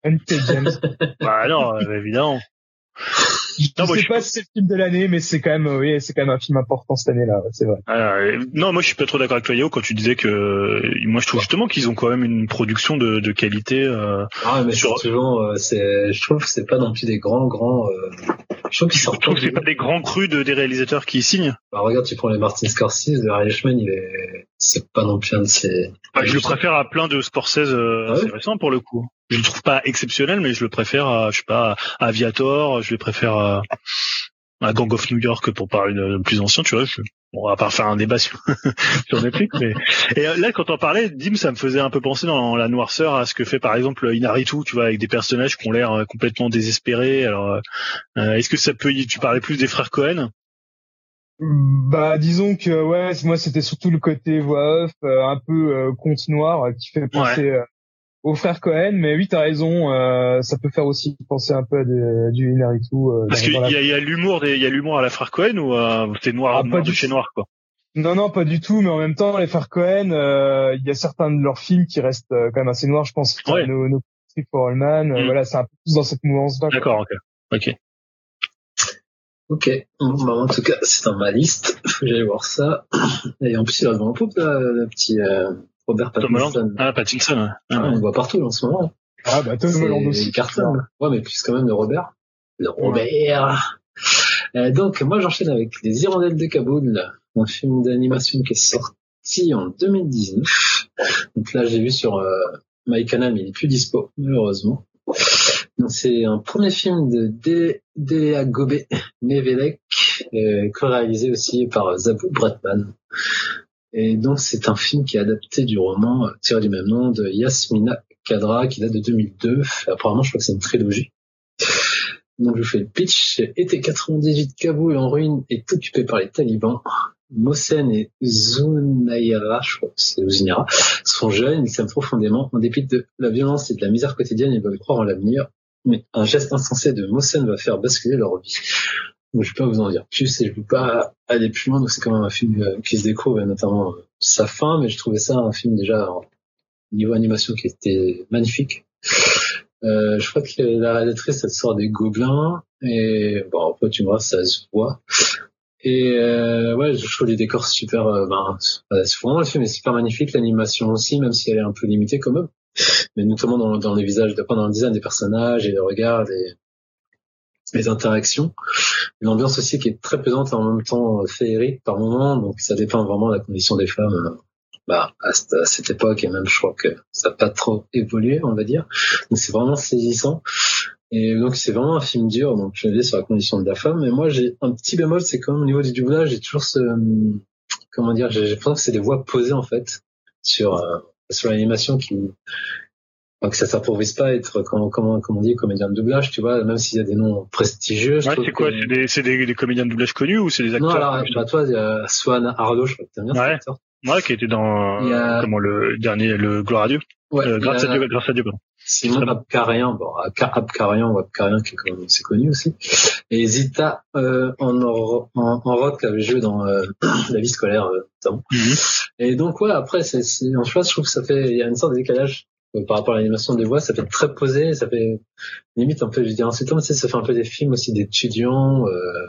Non, évidemment. Je sais pas si c'est le film de l'année, mais c'est quand même, un film important cette année-là, c'est vrai. Non, moi je suis pas trop d'accord avec toi, Yao, quand tu disais que, moi je trouve justement qu'ils ont quand même une production de qualité. Mais souvent, je trouve que c'est pas non plus des grands. Je trouve que c'est pas des grands crus des réalisateurs qui signent. Regarde, tu prends les Martin Scorsese, le Irishman, c'est pas non plus un de ces... je le préfère à plein de Scorsese, c'est récent pour le coup. Je le trouve pas exceptionnel, mais je le préfère à Aviator, je le préfère à Gang of New York pour parler de plus ancien, tu vois. On va pas faire un débat sur Netflix, mais et là quand on parlait, Dim, ça me faisait un peu penser dans la noirceur à ce que fait par exemple Inarritu, tu vois, avec des personnages qui ont l'air complètement désespérés. Alors, est-ce que ça peut, tu parlais plus des frères Cohen? Disons que ouais, moi c'était surtout le côté voix off, un peu conte noir qui fait penser aux frères Cohen, mais oui, t'as raison, ça peut faire aussi penser un peu à du Inarritu. Parce qu'il y a l'humour à la frère Cohen ou c'est noir de chez noir, quoi. Non, pas du tout, mais en même temps, les frères Cohen, il y a certains de leurs films qui restent quand même assez noirs, je pense. No Country for All Men, voilà, c'est un peu plus dans cette mouvance-là. D'accord, ok. Ok, en tout cas, c'est dans ma liste, faut que j'aille voir ça. Et en plus, il a vraiment poupe, le petit... Robert Pattinson. Pattinson. On le voit partout là, en ce moment. Tom Holland aussi. Carton. Ouais, mais plus quand même de Robert. Donc, moi, j'enchaîne avec Les Hirondelles de Kaboul, un film d'animation qui est sorti en 2019. Donc là, j'ai vu sur MyCanal, mais il est plus dispo, malheureusement. Donc c'est un premier film de Delia Gobet-Nevelec, co-réalisé aussi par Zabou Bretman. Et donc c'est un film qui est adapté du roman tiré du même nom de Yasmina Khadra, qui date de 2002. Apparemment, je crois que c'est une trilogie. Donc je fais le pitch. Été 98, Kaboul en ruine est occupé par les talibans. Mohsen et Zunaira, je crois que c'est Zunaira, sont jeunes, ils s'aiment profondément. En dépit de la violence et de la misère quotidienne, ils veulent croire en l'avenir. Mais un geste insensé de Mohsen va faire basculer leur vie. Donc je vais pas vous en dire plus et je veux pas aller plus loin. Donc c'est quand même un film qui se découvre, notamment sa fin, mais je trouvais ça un film déjà niveau animation qui était magnifique. Je crois que la réalisatrice elle sort des Gobelins et bon après tu vois ça se voit. Et ouais, je trouve les décors super. C'est vraiment le film est super magnifique, l'animation aussi, même si elle est un peu limitée quand même. Mais notamment dans les visages, dans le design des personnages et les regards, les interactions. L'ambiance aussi qui est très pesante et en même temps féerique par moments. Donc ça dépend vraiment de la condition des femmes. À cette époque et même je crois que ça n'a pas trop évolué, on va dire. Donc c'est vraiment saisissant. Et donc c'est vraiment un film dur, donc je vais sur la condition de la femme. Mais moi j'ai un petit bémol, c'est quand même au niveau du doublage, j'ai toujours j'ai l'impression que c'est des voix posées en fait sur l'animation que ça s'improvise pas à être comment on dit comédien de doublage, tu vois, même s'il y a des noms prestigieux. Ouais, c'est quoi, c'est des comédiens de doublage connus ou c'est des acteurs? Non, alors toi il y a Swan Arlo, je crois que t'aimes bien cet acteur. Ouais, qui était dans le dernier, le Gloire à Dieu. Ouais, grâce à Dieu, pardon. Simon Abkarian, qui est quand même assez connu aussi. Et Zita en rock avait joué dans La vie scolaire notamment. Et donc ouais, après en fait, je trouve que il y a une sorte de décalage par rapport à l'animation des voix, ça fait très posé, ça fait limite un peu, je dirais, c'est comme si ça fait un peu des films aussi d'étudiants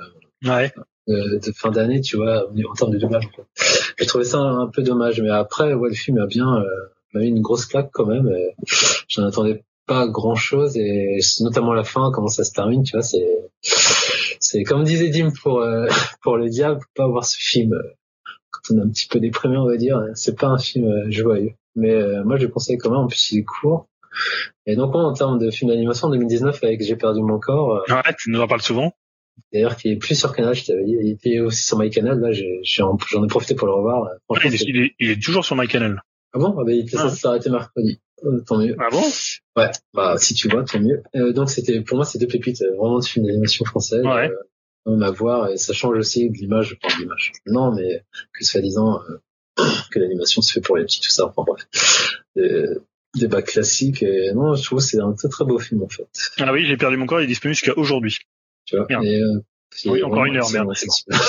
de fin d'année, tu vois, en termes de doublage. J'ai trouvé ça un peu dommage, mais après ouais, le film a bien m'a mis une grosse claque quand même. J'en attendais pas grand chose et notamment la fin, comment ça se termine, tu vois, c'est comme disait Dim pour le diable, faut pas voir ce film quand on est un petit peu déprimé, on va dire. C'est pas un film joyeux, mais moi je le conseille quand même. En plus il est court. Et donc en termes de film d'animation, en 2019 avec J'ai perdu mon corps. Ouais, tu nous en parles souvent. D'ailleurs, qui est plus sur Canal, je t'avais dit. Il était aussi sur MyCanal. Là, j'en ai profité pour le revoir. Franchement, il est toujours sur MyCanal. Ah bon? Il était censé s'arrêter mercredi. Tant mieux. Ah bon? Ouais. Si tu vois, tant mieux. Donc pour moi, c'est deux pépites, vraiment de films d'animation française. Ouais. À voir, et ça change aussi de l'image, Non, mais que soi-disant, que l'animation se fait pour les petits, tout ça. Enfin bref. Débat classique, et non, je trouve que c'est un très très beau film, en fait. Ah oui, J'ai perdu mon corps, il est disponible jusqu'à aujourd'hui. Tu vois. Et, oui, encore une heure, merde.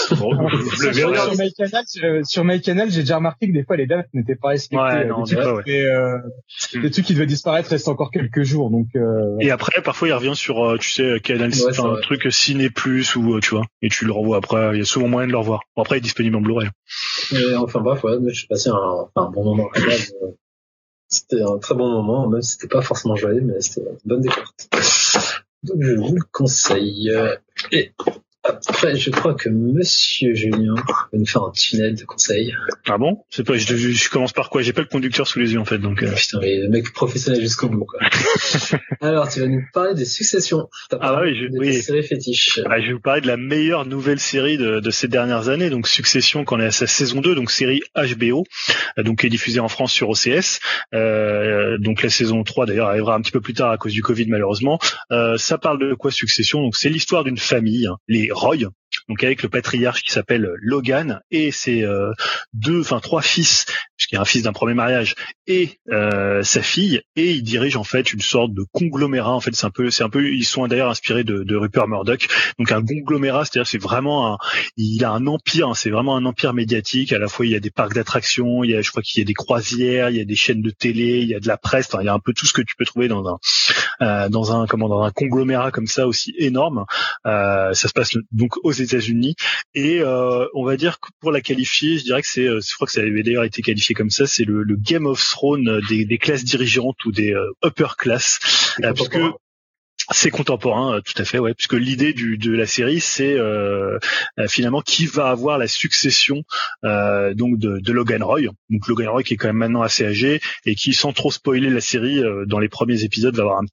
Sur MyCanal, j'ai déjà remarqué que des fois les dates n'étaient pas respectées. Ouais, non, des trucs qui devaient disparaître restent encore quelques jours, donc. Et après, parfois, il revient sur, tu sais, Canal, un truc Ciné Plus ou tu vois, et tu le revois après. Il y a souvent moyen de le revoir. Bon, après, il est disponible en Blu-ray. Enfin bref, ouais, je suis passé un bon moment. C'était un très bon moment, même si c'était pas forcément joyeux, mais c'était une bonne découverte. Donc je vous le conseille. Et après, je crois que Monsieur Julien va nous faire un tunnel de conseils. Ah bon? C'est pas, je commence par quoi? J'ai pas le conducteur sous les yeux, en fait, donc. Putain, mais le mec professionnel jusqu'au bout, quoi. Alors, tu vas nous parler des Successions. Des séries fétiches. Je vais vous parler de la meilleure nouvelle série de ces dernières années, donc Succession, qu'on est à sa saison 2, donc série HBO, donc qui est diffusée en France sur OCS. Donc la saison 3, d'ailleurs, arrivera un petit peu plus tard à cause du Covid, malheureusement. Ça parle de quoi, Succession? Donc c'est l'histoire d'une famille, les Roy, donc avec le patriarche qui s'appelle Logan et ses trois fils, puisqu'il y a un fils d'un premier mariage et sa fille, et il dirige en fait une sorte de conglomérat. En fait, c'est un peu, ils sont d'ailleurs inspirés de Rupert Murdoch. Donc un conglomérat, c'est-à-dire c'est vraiment il a un empire, c'est vraiment un empire médiatique. À la fois il y a des parcs d'attractions, je crois qu'il y a des croisières, il y a des chaînes de télé, il y a de la presse, il y a un peu tout ce que tu peux trouver dans un conglomérat comme ça aussi énorme. Ça se passe donc aux États-Unis et on va dire que pour la qualifier, je dirais que je crois que ça avait d'ailleurs été qualifié comme ça, c'est le Game of Thrones des classes dirigeantes ou des upper class, puisque c'est contemporain, tout à fait, ouais, puisque l'idée de la série, c'est finalement qui va avoir la succession donc de Logan Roy. Donc Logan Roy qui est quand même maintenant assez âgé et qui, sans trop spoiler la série, dans les premiers épisodes, va avoir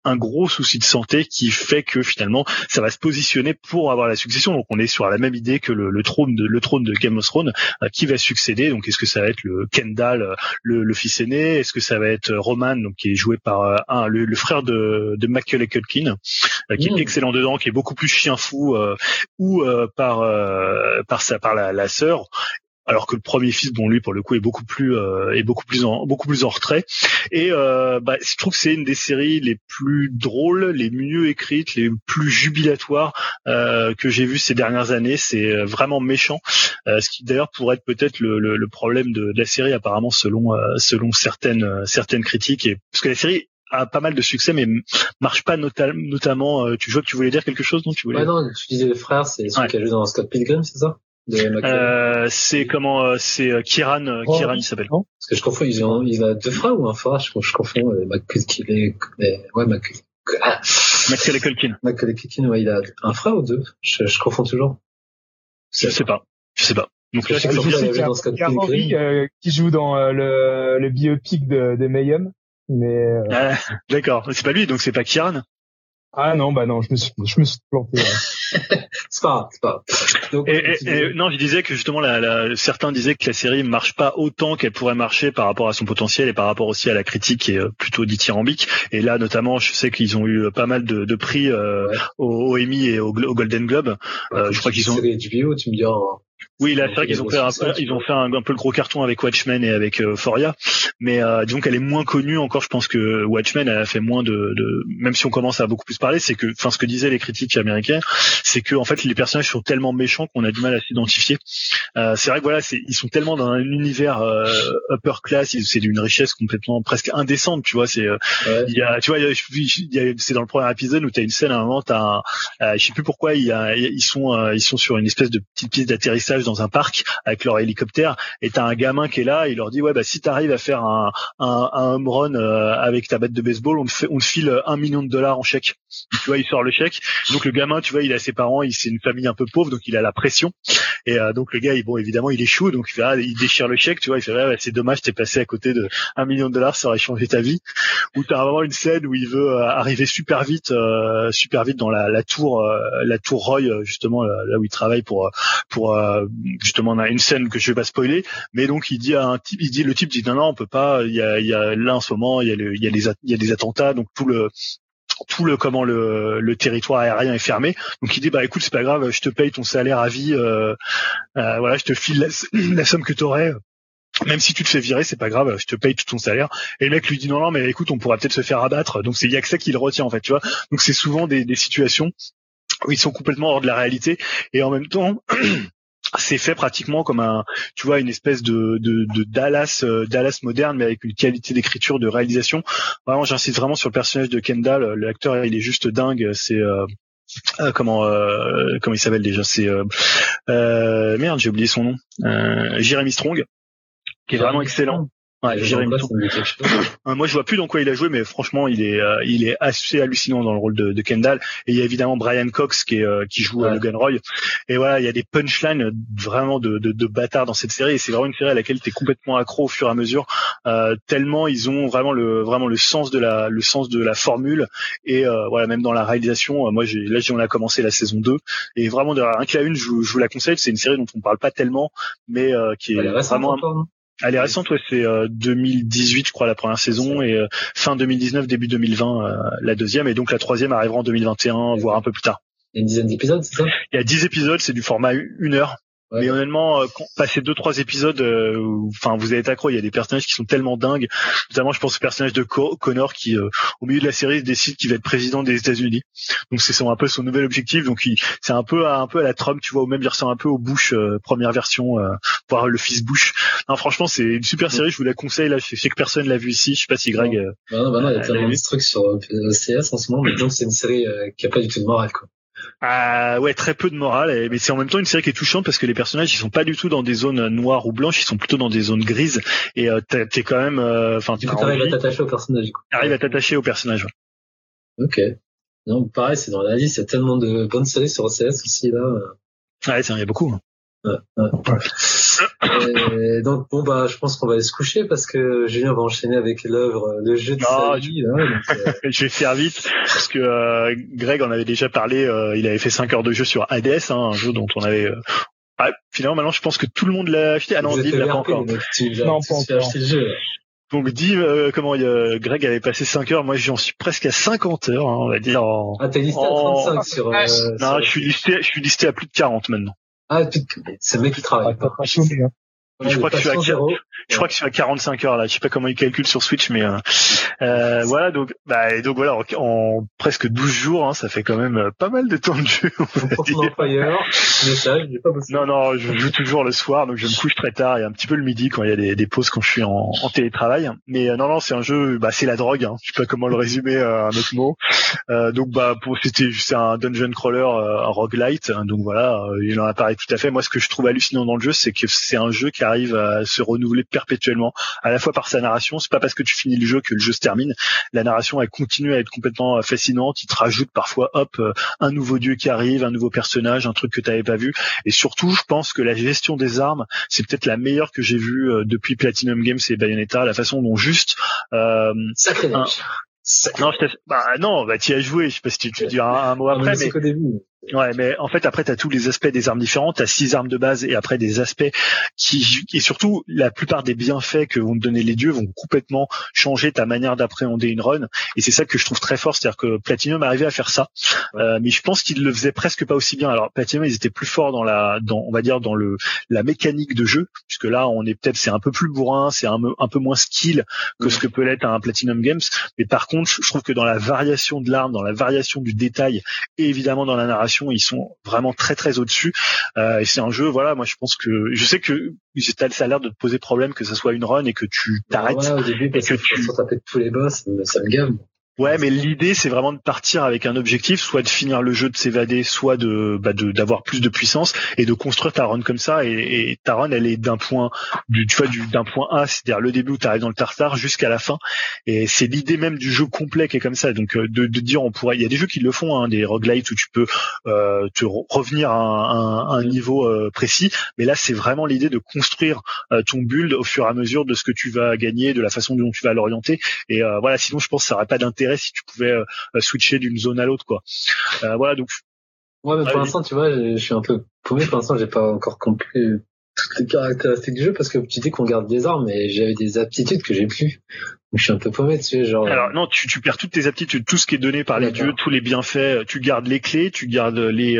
un gros souci de santé qui fait que finalement ça va se positionner pour avoir la succession. Donc on est sur la même idée que le trône de Game of Thrones, qui va succéder. Donc est-ce que ça va être le Kendall, le fils aîné, est-ce que ça va être Roman, donc qui est joué par le frère de Macaulay Culkin, qui est excellent dedans, qui est beaucoup plus chien fou, ou par la sœur. Alors que le premier fils, bon, lui pour le coup est beaucoup plus en retrait. Et je trouve que c'est une des séries les plus drôles, les mieux écrites, les plus jubilatoires que j'ai vues ces dernières années. C'est vraiment méchant, ce qui d'ailleurs pourrait être peut-être le problème de la série apparemment selon certaines critiques. Et parce que la série a pas mal de succès, mais marche pas notamment. Tu vois que tu voulais dire quelque chose, non? Tu voulais? Ouais, non, tu disais le frère, c'est celui qui a joué dans Scott Pilgrim, c'est ça? C'est Kieran, il s'appelle. Non, parce que je confonds, il a deux frères ou un frère? Je confonds, Macaulay Culkin. Macaulay Culkin, ouais, il a un frère ou deux? Je confonds toujours. Je sais pas. Donc là, c'est dans Scott Pilgrim. Qui joue dans le biopic de Mayhem. Mais d'accord, c'est pas lui, donc c'est pas Kieran. Ah non, je me suis planté. C'est pas grave. Donc, non, je disais que justement, certains disaient que la série marche pas autant qu'elle pourrait marcher par rapport à son potentiel et par rapport aussi à la critique qui est plutôt dithyrambique. Et là, notamment, je sais qu'ils ont eu pas mal de prix au Emmy et au Golden Globe. Je crois qu'ils ont. C'est HBO, tu me dis. Oui, là, c'est vrai qu'ils ont fait un peu le gros carton avec Watchmen et avec Euphoria, mais disons qu'elle est moins connue encore. Je pense que Watchmen elle a fait moins de même si on commence à beaucoup plus parler, c'est que, enfin, ce que disaient les critiques américains, c'est que en fait les personnages sont tellement méchants qu'on a du mal à s'identifier. C'est vrai que voilà, ils sont tellement dans un univers upper class, c'est d'une richesse complètement presque indécente, tu vois. C'est il y a, tu vois, c'est dans le premier épisode où t'as une scène à un moment, je sais plus pourquoi ils sont sur une espèce de petite piste d'atterrissage dans un parc avec leur hélicoptère, et t'as un gamin qui est là, il leur dit si t'arrives à faire un home run avec ta batte de baseball, on te file $1 million en chèque. Tu vois, il sort le chèque. Donc le gamin, tu vois, il a ses parents, c'est une famille un peu pauvre, donc il a la pression. Et donc le gars, évidemment, il échoue, donc il déchire le chèque, tu vois, il fait c'est dommage, t'es passé à côté de $1 million, ça aurait changé ta vie. Ou t'as vraiment une scène où il veut arriver super vite dans la tour Roy, justement là où il travaille pour justement, on a une scène que je vais pas spoiler, mais donc le type dit non, on peut pas, il y a là en ce moment il y a des attentats, donc tout le territoire aérien est fermé. Donc il dit écoute, c'est pas grave, je te paye ton salaire à vie, je te file la somme que t'aurais. Même si tu te fais virer, c'est pas grave, je te paye tout ton salaire. Et le mec lui dit non, mais écoute, on pourra peut-être se faire abattre. Donc il y a que ça qui le retient, en fait, tu vois. Donc c'est souvent des situations où ils sont complètement hors de la réalité, et en même temps c'est fait pratiquement comme une espèce de Dallas moderne, mais avec une qualité d'écriture, de réalisation. Vraiment, j'insiste vraiment sur le personnage de Kendall. L'acteur, il est juste dingue. C'est comment il s'appelle déjà? C'est merde, j'ai oublié son nom. Jeremy Strong, qui est vraiment excellent. Ouais, Jérémy. Moi, je vois plus dans quoi il a joué, mais franchement, il est assez hallucinant dans le rôle de Kendall. Et il y a évidemment Brian Cox qui joue Logan Roy. Et voilà, il y a des punchlines vraiment de bâtards dans cette série. Et c'est vraiment une série à laquelle t'es complètement accro au fur et à mesure, tellement ils ont vraiment le sens de la formule. Et voilà, même dans la réalisation, on a commencé la saison 2. Et vraiment, un que la une, je vous la conseille. C'est une série dont on parle pas tellement, mais qui est vraiment. Elle est récente, ouais, c'est 2018, je crois, la première saison, et fin 2019, début 2020, la deuxième, et donc la troisième arrivera en 2021, voire un peu plus tard. Il y a une dizaine d'épisodes, c'est ça? Il y a 10 épisodes, c'est du format 1 heure. Ouais. Mais honnêtement, passer 2-3 épisodes, vous allez être accro. Il y a des personnages qui sont tellement dingues. Notamment, je pense au personnage de Connor qui, au milieu de la série, décide qu'il va être président des États-Unis. Donc c'est un peu son nouvel objectif. Donc c'est un peu à la Trump, tu vois, ou même il ressemble un peu au Bush première version, voire le fils Bush. Non, franchement, c'est une super série. Je vous la conseille. Là, je sais que personne l'a vu ici. Je sais pas si Greg. Non, il y a tellement de trucs sur CS en ce moment. Mais donc c'est une série qui a pas du tout de morale, quoi. Ouais, très peu de morale, mais c'est en même temps une série qui est touchante parce que les personnages ils sont pas du tout dans des zones noires ou blanches, ils sont plutôt dans des zones grises, et t'es quand même du coup t'arrives à t'attacher au personnage, du coup. T'arrives à t'attacher au personnage, ouais. Ok. Non, pareil, c'est dans la liste, il y a tellement de bonnes séries sur CS aussi là. Ouais, il y a beaucoup. Ouais. Et donc bon bah je pense qu'on va aller se coucher parce que Julien va enchaîner avec le jeu de sa vie. Je vais faire vite parce que Greg en avait déjà parlé. Il avait fait 5 heures de jeu sur Hades, un jeu dont on avait. Finalement maintenant je pense que tout le monde l'a acheté. Ah non, Div l'a pas encore. Non, pas encore. Acheté le jeu. Donc Div, Greg avait passé 5 heures, moi j'en suis presque à 50 heures, on va dire. T'es listé à 35 sur. Non, je suis listé à plus de 40 maintenant. C'est le mec qui travaille. Je crois que je suis à 45 heures là. Je sais pas comment il calcule sur Switch, mais voilà. Donc voilà, en presque 12 jours, ça fait quand même pas mal de temps de jeu. Non, je joue toujours le soir, donc je me couche très tard et un petit peu le midi quand il y a des pauses quand je suis en télétravail. Mais non, c'est un jeu, c'est la drogue. Je sais pas comment le résumer un autre mot. Donc c'est un dungeon crawler, un roguelite. Donc voilà, il en a parlé tout à fait. Moi, ce que je trouve hallucinant dans le jeu, c'est que c'est un jeu qui arrive à se renouveler perpétuellement, à la fois par sa narration. C'est pas parce que tu finis le jeu que le jeu se termine. La narration, elle continue à être complètement fascinante. Il te rajoute parfois, un nouveau dieu qui arrive, un nouveau personnage, un truc que t'avais pas vu. Et surtout, je pense que la gestion des armes, c'est peut-être la meilleure que j'ai vue depuis Platinum Games et Bayonetta. La façon dont juste sacré non, t'y as joué. Je sais pas si tu diras un mot après, mais qu'au début. Ouais, mais en fait après t'as tous les aspects des armes différentes, t'as 6 armes de base et après des aspects et surtout la plupart des bienfaits que vont te donner les dieux vont complètement changer ta manière d'appréhender une run, et c'est ça que je trouve très fort, c'est-à-dire que Platinum arrivait à faire ça, mais je pense qu'ils le faisaient presque pas aussi bien. Alors Platinum, ils étaient plus forts dans la mécanique de jeu, puisque là c'est un peu plus bourrin, c'est un peu moins skill que ce que peut l'être un Platinum Games, mais par contre je trouve que dans la variation de l'arme, dans la variation du détail et évidemment dans la narration, ils sont vraiment très très au-dessus, et c'est un jeu, voilà, moi je sais que ça a l'air de te poser problème que ça soit une run et que tu t'arrêtes. Au début, parce que tu taper tous les boss, ça me gave. Ouais, mais l'idée c'est vraiment de partir avec un objectif, soit de finir le jeu, de s'évader, soit d'avoir plus de puissance et de construire ta run comme ça. Et ta run, elle est d'un point A, c'est-à-dire le début où tu arrives dans le tartare jusqu'à la fin. Et c'est l'idée même du jeu complet qui est comme ça. Donc de dire, il y a des jeux qui le font, des roguelites où tu peux te revenir à un niveau précis. Mais là, c'est vraiment l'idée de construire ton build au fur et à mesure de ce que tu vas gagner, de la façon dont tu vas l'orienter. Et voilà, sinon je pense que ça aurait pas d'intérêt si tu pouvais switcher d'une zone à l'autre, quoi. Voilà, donc. Ouais, mais pour l'instant, tu vois, je suis un peu paumé. Pour l'instant, j'ai pas encore compris toutes les caractéristiques du jeu, parce que tu dis qu'on garde des armes, mais j'avais des aptitudes que j'ai plus. Donc, je suis un peu paumé dessus, genre. Alors non, tu perds toutes tes aptitudes, tout ce qui est donné par les dieux, tous les bienfaits. Tu gardes les clés, tu gardes les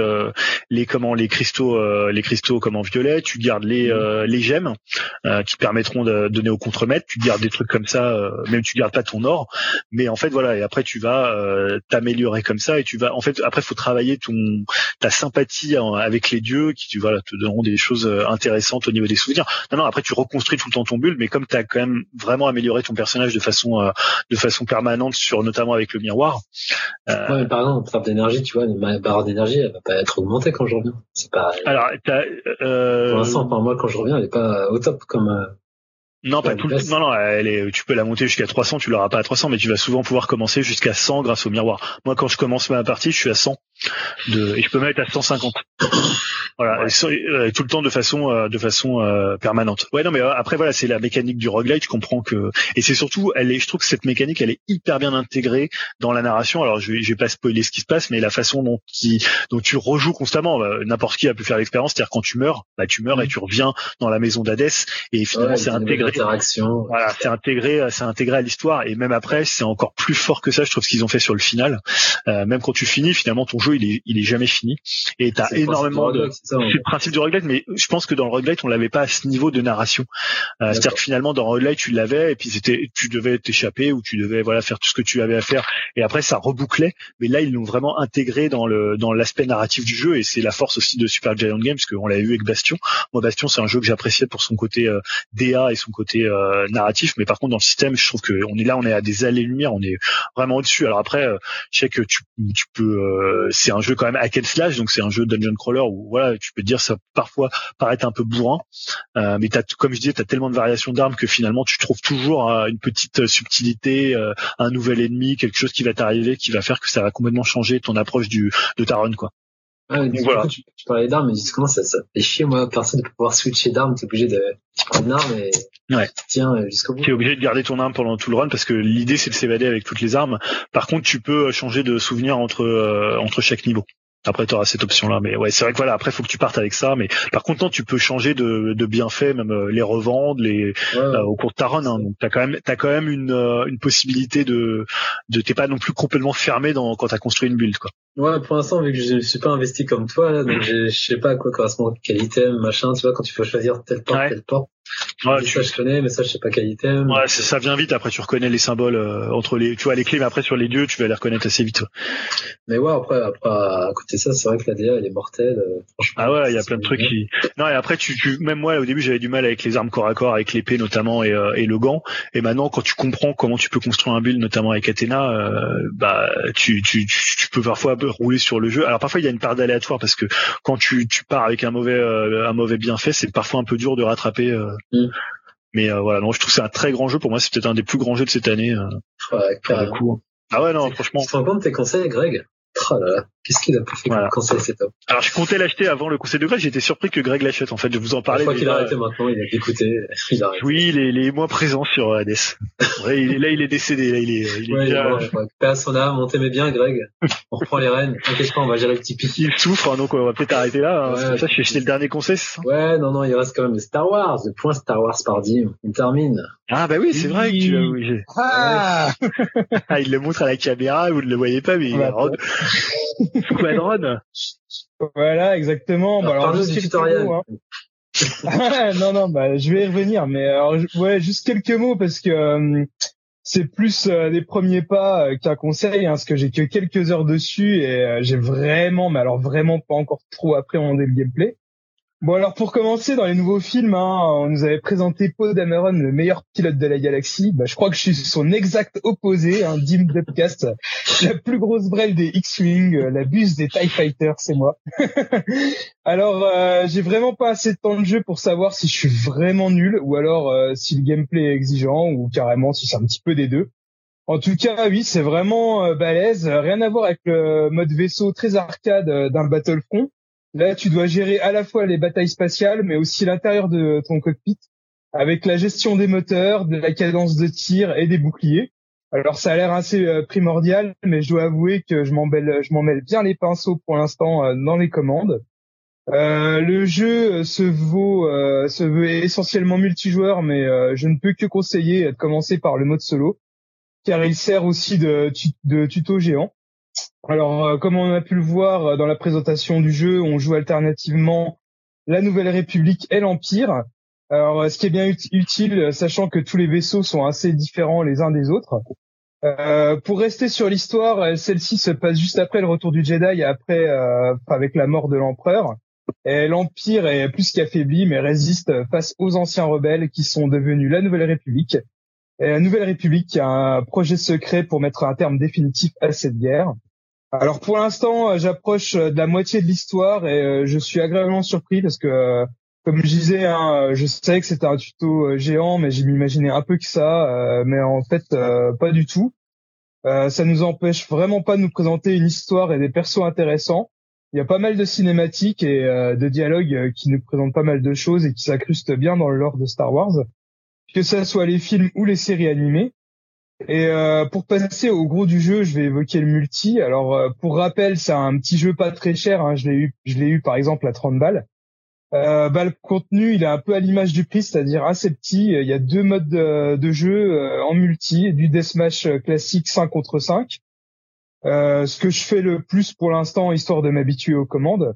cristaux violets, tu gardes les gemmes qui permettront de donner au contremaître. Tu gardes des trucs comme ça, même tu gardes pas ton or. Mais en fait voilà, et après tu vas t'améliorer comme ça, et tu vas, en fait après faut travailler ta sympathie avec les dieux qui te donneront des choses intéressantes au niveau des souvenirs. Non, après tu reconstruis tout le temps ton build, mais comme tu as quand même vraiment amélioré ton personnage de façon permanente, notamment avec le miroir. Ouais, mais par exemple, en termes d'énergie, tu vois, ma barre d'énergie, elle va pas être augmentée quand je reviens. C'est pas. Alors, pour l'instant, moi, quand je reviens, elle est pas au top comme. Non, pas tout le temps. Non, tu peux la monter jusqu'à 300, tu l'auras pas à 300, mais tu vas souvent pouvoir commencer jusqu'à 100 grâce au miroir. Moi, quand je commence ma partie, je suis à 100 et je peux mettre à 150. Voilà, ouais. Tout le temps de façon permanente. Ouais, non, mais après voilà, c'est la mécanique du roguelite. Je comprends et c'est surtout, je trouve que cette mécanique, elle est hyper bien intégrée dans la narration. Alors, je vais pas spoiler ce qui se passe, mais la façon dont tu rejoues constamment, n'importe qui a pu faire l'expérience. C'est-à-dire quand tu meurs, et tu reviens dans la maison d'Hadès, et finalement c'est intégré. Voilà, c'est intégré à l'histoire, et même après c'est encore plus fort que ça, je trouve, ce qu'ils ont fait sur le final. Même quand tu finis, finalement ton jeu il est jamais fini, et t'as énormément c'est le principe du roguelite, mais je pense que dans le roguelite on l'avait pas à ce niveau de narration. C'est-à-dire que finalement dans le roguelite tu l'avais, et puis tu devais t'échapper, ou tu devais faire tout ce que tu avais à faire, et après ça rebouclait. Mais là ils l'ont vraiment intégré dans l'aspect narratif du jeu, et c'est la force aussi de Super Giant Games, parce qu'on l'a eu avec Bastion. Moi, Bastion, c'est un jeu que j'appréciais pour son côté DA et son côté narratif, mais par contre dans le système je trouve que on est à des allées-lumière, on est vraiment au-dessus. Alors après je sais que tu peux c'est un jeu quand même hack and slash, donc c'est un jeu dungeon crawler où voilà, tu peux te dire ça parfois paraît un peu bourrin, mais comme je disais, t'as tellement de variations d'armes que finalement tu trouves toujours une petite subtilité, un nouvel ennemi, quelque chose qui va t'arriver, qui va faire que ça va complètement changer ton approche de ta run, quoi. Ouais, du voilà. coup, tu parlais d'armes, mais justement, ça fait chier, moi, personne de pouvoir switcher d'armes, t'es obligé de prendre une arme et tiens jusqu'au bout. Tu es obligé de garder ton arme pendant tout le run parce que l'idée c'est de s'évader avec toutes les armes. Par contre, tu peux changer de souvenir entre chaque niveau. Après, tu auras cette option-là, mais ouais, c'est vrai que voilà. Après, faut que tu partes avec ça, mais par contre, non, tu peux changer de bienfaits, même les revendre, au cours de ta run. Hein, donc, t'as quand même une possibilité t'es pas non plus complètement fermé quand t'as construit une build, quoi. Ouais, pour l'instant, vu que je suis pas investi comme toi, là, donc je sais pas à quoi correspond quel item, machin, tu vois, quand il faut choisir tel port. Ouais, ça je connais, mais ça je sais pas quel item. Ouais, ça vient vite. Après, tu reconnais les symboles entre les clés, mais après sur les dieux, tu vas les reconnaître assez vite. Mais ouais, après à côté de ça, c'est vrai que la DA elle est mortelle. Franchement. Ah ouais, il y a plein de trucs qui. Non, et après même moi au début j'avais du mal avec les armes corps à corps, avec l'épée notamment et le gant. Et maintenant, quand tu comprends comment tu peux construire un build, notamment avec Athéna, tu peux parfois rouler sur le jeu. Alors parfois il y a une part d'aléatoire parce que quand tu pars avec un mauvais bienfait, c'est parfois un peu dur de rattraper. Mais voilà, non, je trouve que c'est un très grand jeu. Pour moi, c'est peut-être un des plus grands jeux de cette année. Carrément. Ah ouais, non, franchement. Tu te rends compte de tes conseils, Greg? Oh là là, qu'est-ce qu'il a pas fait comme conseil, c'est top. Alors, je comptais l'acheter avant le conseil de Greg, j'étais surpris que Greg l'achète, en fait, je vous en parlais. Je crois qu'il a arrêté maintenant, il a écouté, il a arrêté. Oui, il est moins présent sur Hades. Ouais, il est décédé, là, il est déjà... Paix à son âme, on t'aimait bien, Greg. On reprend les rênes, t'inquiète pas, on va gérer le petit pipi. Il souffre, hein, donc on va peut-être arrêter là. Ouais, c'est ça, c'était le dernier conseil, c'est ça? Ouais, non, il reste quand même le Star Wars, le point Star Wars par 10, on termine. Ah bah oui, c'est vrai que tu l'as obligé. Ah, il le montre à la caméra, vous ne le voyez pas, mais il est Squadron. Voilà, exactement. Alors, alors juste du tutoriel. Mots, hein. non, je vais y revenir, mais alors, juste quelques mots parce que c'est plus des premiers pas qu'un conseil, hein, parce que j'ai que quelques heures dessus et j'ai vraiment, mais alors vraiment pas encore trop appréhendé le gameplay. Bon, alors pour commencer, dans les nouveaux films, hein, on nous avait présenté Poe Dameron, le meilleur pilote de la galaxie. Je crois que je suis son exact opposé, hein, Dim Depcast, la plus grosse brêle des X-Wing, la buse des TIE Fighters, c'est moi. Alors, j'ai vraiment pas assez de temps de jeu pour savoir si je suis vraiment nul, ou alors si le gameplay est exigeant, ou carrément si c'est un petit peu des deux. En tout cas, oui, c'est vraiment balèze. Rien à voir avec le mode vaisseau très arcade d'un Battlefront. Là, tu dois gérer à la fois les batailles spatiales, mais aussi l'intérieur de ton cockpit, avec la gestion des moteurs, de la cadence de tir et des boucliers. Alors, ça a l'air assez primordial, mais je dois avouer que je m'en mêle bien les pinceaux pour l'instant dans les commandes. Le jeu se veut essentiellement multijoueur, mais je ne peux que conseiller de commencer par le mode solo, car il sert aussi de tuto géant. Alors, comme on a pu le voir dans la présentation du jeu, on joue alternativement la Nouvelle République et l'Empire. Alors, ce qui est bien utile, sachant que tous les vaisseaux sont assez différents les uns des autres. Pour rester sur l'histoire, celle-ci se passe juste après le retour du Jedi, avec la mort de l'Empereur. Et l'Empire est plus qu'affaibli, mais résiste face aux anciens rebelles qui sont devenus la Nouvelle République. Et la Nouvelle République a un projet secret pour mettre un terme définitif à cette guerre. Alors pour l'instant, j'approche de la moitié de l'histoire et je suis agréablement surpris parce que, comme je disais, hein, je savais que c'était un tuto géant, mais je m'imaginais un peu que ça, mais en fait pas du tout. Ça nous empêche vraiment pas de nous présenter une histoire et des persos intéressants. Il y a pas mal de cinématiques et de dialogues qui nous présentent pas mal de choses et qui s'incrustent bien dans le lore de Star Wars, que ça soit les films ou les séries animées. Et pour passer au gros du jeu, je vais évoquer le multi. Alors pour rappel, c'est un petit jeu pas très cher, hein. Je l'ai eu par exemple à 30 balles. Le contenu, il est un peu à l'image du prix, c'est-à-dire assez petit. Il y a 2 modes de jeu en multi, du deathmatch classique 5 contre 5. Ce que je fais le plus pour l'instant, histoire de m'habituer aux commandes.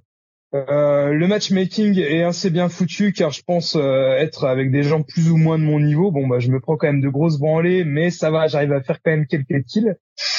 Le matchmaking est assez bien foutu car je pense être avec des gens plus ou moins de mon niveau. Bon, je me prends quand même de grosses branlées, mais ça va, j'arrive à faire quand même quelques kills.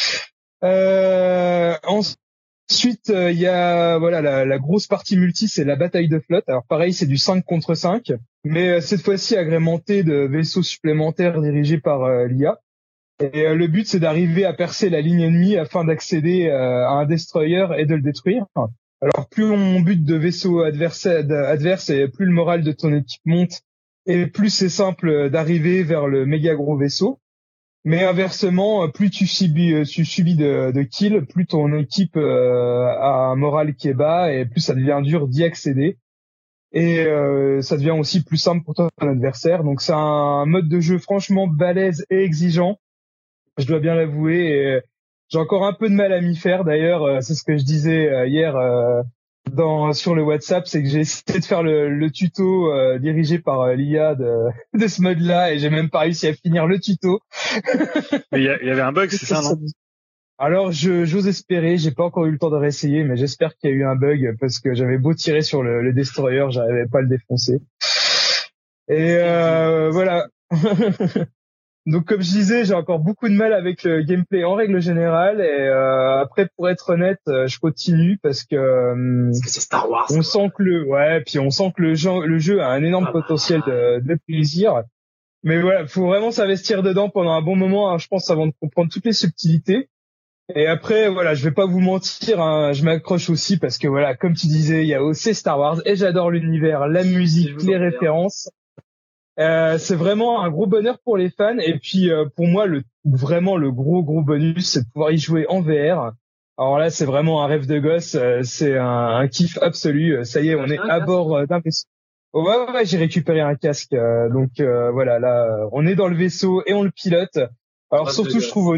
Ensuite, il y a la grosse partie multi, c'est la bataille de flotte. Alors pareil, c'est du 5 contre 5, mais cette fois-ci agrémenté de vaisseaux supplémentaires dirigés par l'IA. Et le but, c'est d'arriver à percer la ligne ennemie afin d'accéder à un destroyer et de le détruire. Alors, plus on bute de vaisseaux adverses et plus le moral de ton équipe monte, et plus c'est simple d'arriver vers le méga gros vaisseau. Mais inversement, plus tu subis de kills, plus ton équipe a un moral qui est bas et plus ça devient dur d'y accéder. Et ça devient aussi plus simple pour ton adversaire. Donc c'est un mode de jeu franchement balèze et exigeant. Je dois bien l'avouer. Et j'ai encore un peu de mal à m'y faire. D'ailleurs, c'est ce que je disais hier sur le WhatsApp, c'est que j'ai essayé de faire le tuto dirigé par l'IA de ce mode-là et j'ai même pas réussi à finir le tuto. Mais il y avait un bug, c'est ça, non? Alors, j'ose espérer, j'ai pas encore eu le temps de réessayer, mais j'espère qu'il y a eu un bug parce que j'avais beau tirer sur le destroyer, j'arrivais pas à le défoncer. Et voilà. Donc, comme je disais, j'ai encore beaucoup de mal avec le gameplay en règle générale. Et après, pour être honnête, je continue parce que c'est Star Wars. On sent que le jeu a un énorme potentiel de plaisir. Mais voilà, faut vraiment s'investir dedans pendant un bon moment, hein, je pense, avant de comprendre toutes les subtilités. Et après, voilà, je vais pas vous mentir, hein, je m'accroche aussi parce que voilà, comme tu disais, il y a aussi Star Wars et j'adore l'univers, la musique, les références. C'est vraiment un gros bonheur pour les fans. Et puis pour moi, vraiment le gros bonus, c'est de pouvoir y jouer en VR. Alors là, c'est vraiment un rêve de gosse, c'est un kiff absolu. Ça y est, on est à bord d'un vaisseau. Ouais, j'ai récupéré un casque. Donc voilà, là, on est dans le vaisseau et on le pilote. Alors surtout, je trouve au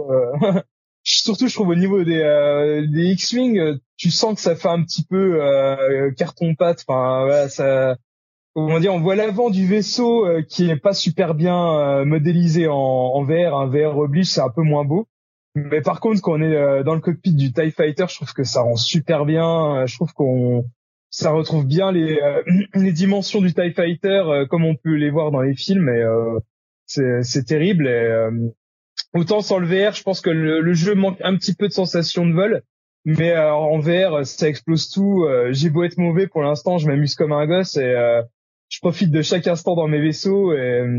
niveau des X-Wing, tu sens que ça fait un petit peu carton-pâte. Enfin, voilà, ça. Comment dire, on voit l'avant du vaisseau qui est pas super bien modélisé en VR. Un VR oblige, c'est un peu moins beau. Mais par contre, quand on est dans le cockpit du TIE Fighter, je trouve que ça rend super bien. Je trouve ça retrouve bien les dimensions du TIE Fighter comme on peut les voir dans les films. Et c'est terrible. Et autant sans le VR, je pense que le jeu manque un petit peu de sensation de vol. Mais en VR, ça explose tout. J'ai beau être mauvais pour l'instant, je m'amuse comme un gosse et je profite de chaque instant dans mes vaisseaux.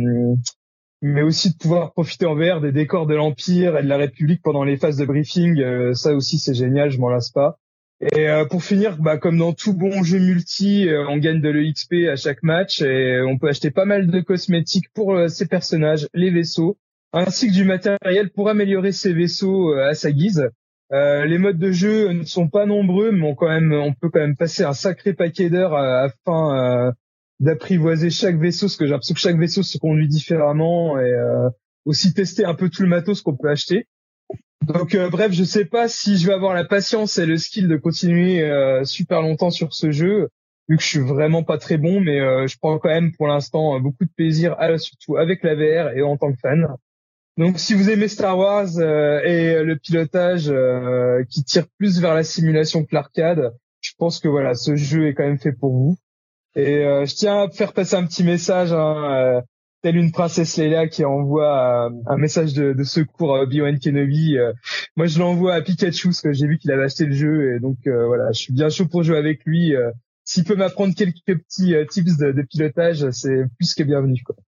Mais aussi de pouvoir profiter en VR des décors de l'Empire et de la République pendant les phases de briefing. Ça aussi, c'est génial, je m'en lasse pas. Et pour finir, comme dans tout bon jeu multi, on gagne de l'EXP à chaque match et on peut acheter pas mal de cosmétiques pour ses personnages, les vaisseaux, ainsi que du matériel pour améliorer ses vaisseaux à sa guise. Les modes de jeu ne sont pas nombreux, mais on peut quand même passer un sacré paquet d'heures afin d'apprivoiser chaque vaisseau, parce que j'ai l'impression que chaque vaisseau se conduit différemment et aussi tester un peu tout le matos qu'on peut acheter. Donc bref, je sais pas si je vais avoir la patience et le skill de continuer super longtemps sur ce jeu, vu que je suis vraiment pas très bon, mais je prends quand même pour l'instant beaucoup de plaisir, surtout avec la VR et en tant que fan. Donc si vous aimez Star Wars et le pilotage qui tire plus vers la simulation que l'arcade, je pense que voilà, ce jeu est quand même fait pour vous. Et je tiens à faire passer un petit message, telle une princesse Leia qui envoie un message de secours à Obi-Wan Kenobi. Moi, je l'envoie à Pikachu parce que j'ai vu qu'il avait acheté le jeu et donc voilà, je suis bien chaud pour jouer avec lui. S'il peut m'apprendre quelques petits tips de pilotage, c'est plus que bienvenu, quoi.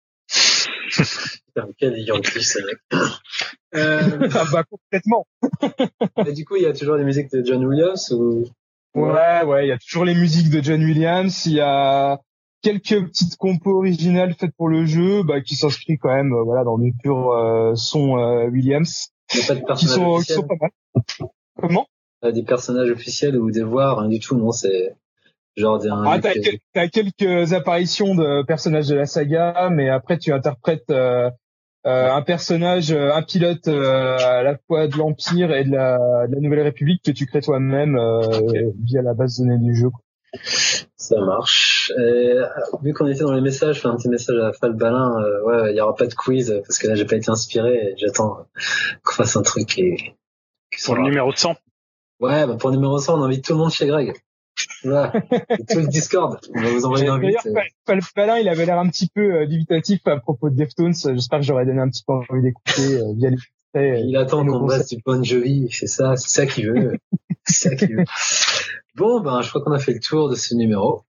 Quel gentil, ce mec. Complètement. Et du coup, il y a toujours les musiques de John Williams ou? Ouais, il y a toujours les musiques de John Williams. Il y a quelques petites compos originales faites pour le jeu, qui s'inscrivent quand même, dans du pur son Williams. Il n'y a pas de personnages officiels. Qui sont pas mal. Comment? Des personnages officiels ou des voix, rien du tout, non, c'est genre t'as quelques apparitions de personnages de la saga, mais après tu interprètes un personnage, un pilote à la fois de l'Empire et de la Nouvelle République que tu crées toi-même via la base de données du jeu. Ça marche. Et, vu qu'on était dans les messages, je fais un petit message à Falbalin. Il y aura pas de quiz parce que là j'ai pas été inspiré. Et j'attends qu'on fasse un truc qui pour le numéro de 100. Ouais, pour le numéro 100, on invite tout le monde chez Greg. Voilà. Tout le Discord. On va vous envoyer une invite. Falbalin, il avait l'air un petit peu dubitatif à propos de Deftones. J'espère que j'aurais donné un petit peu envie d'écouter via les. Il attend qu'on passe du Bon Jovi. C'est ça qu'il veut. C'est ça qu'il veut. Bon, je crois qu'on a fait le tour de ce numéro.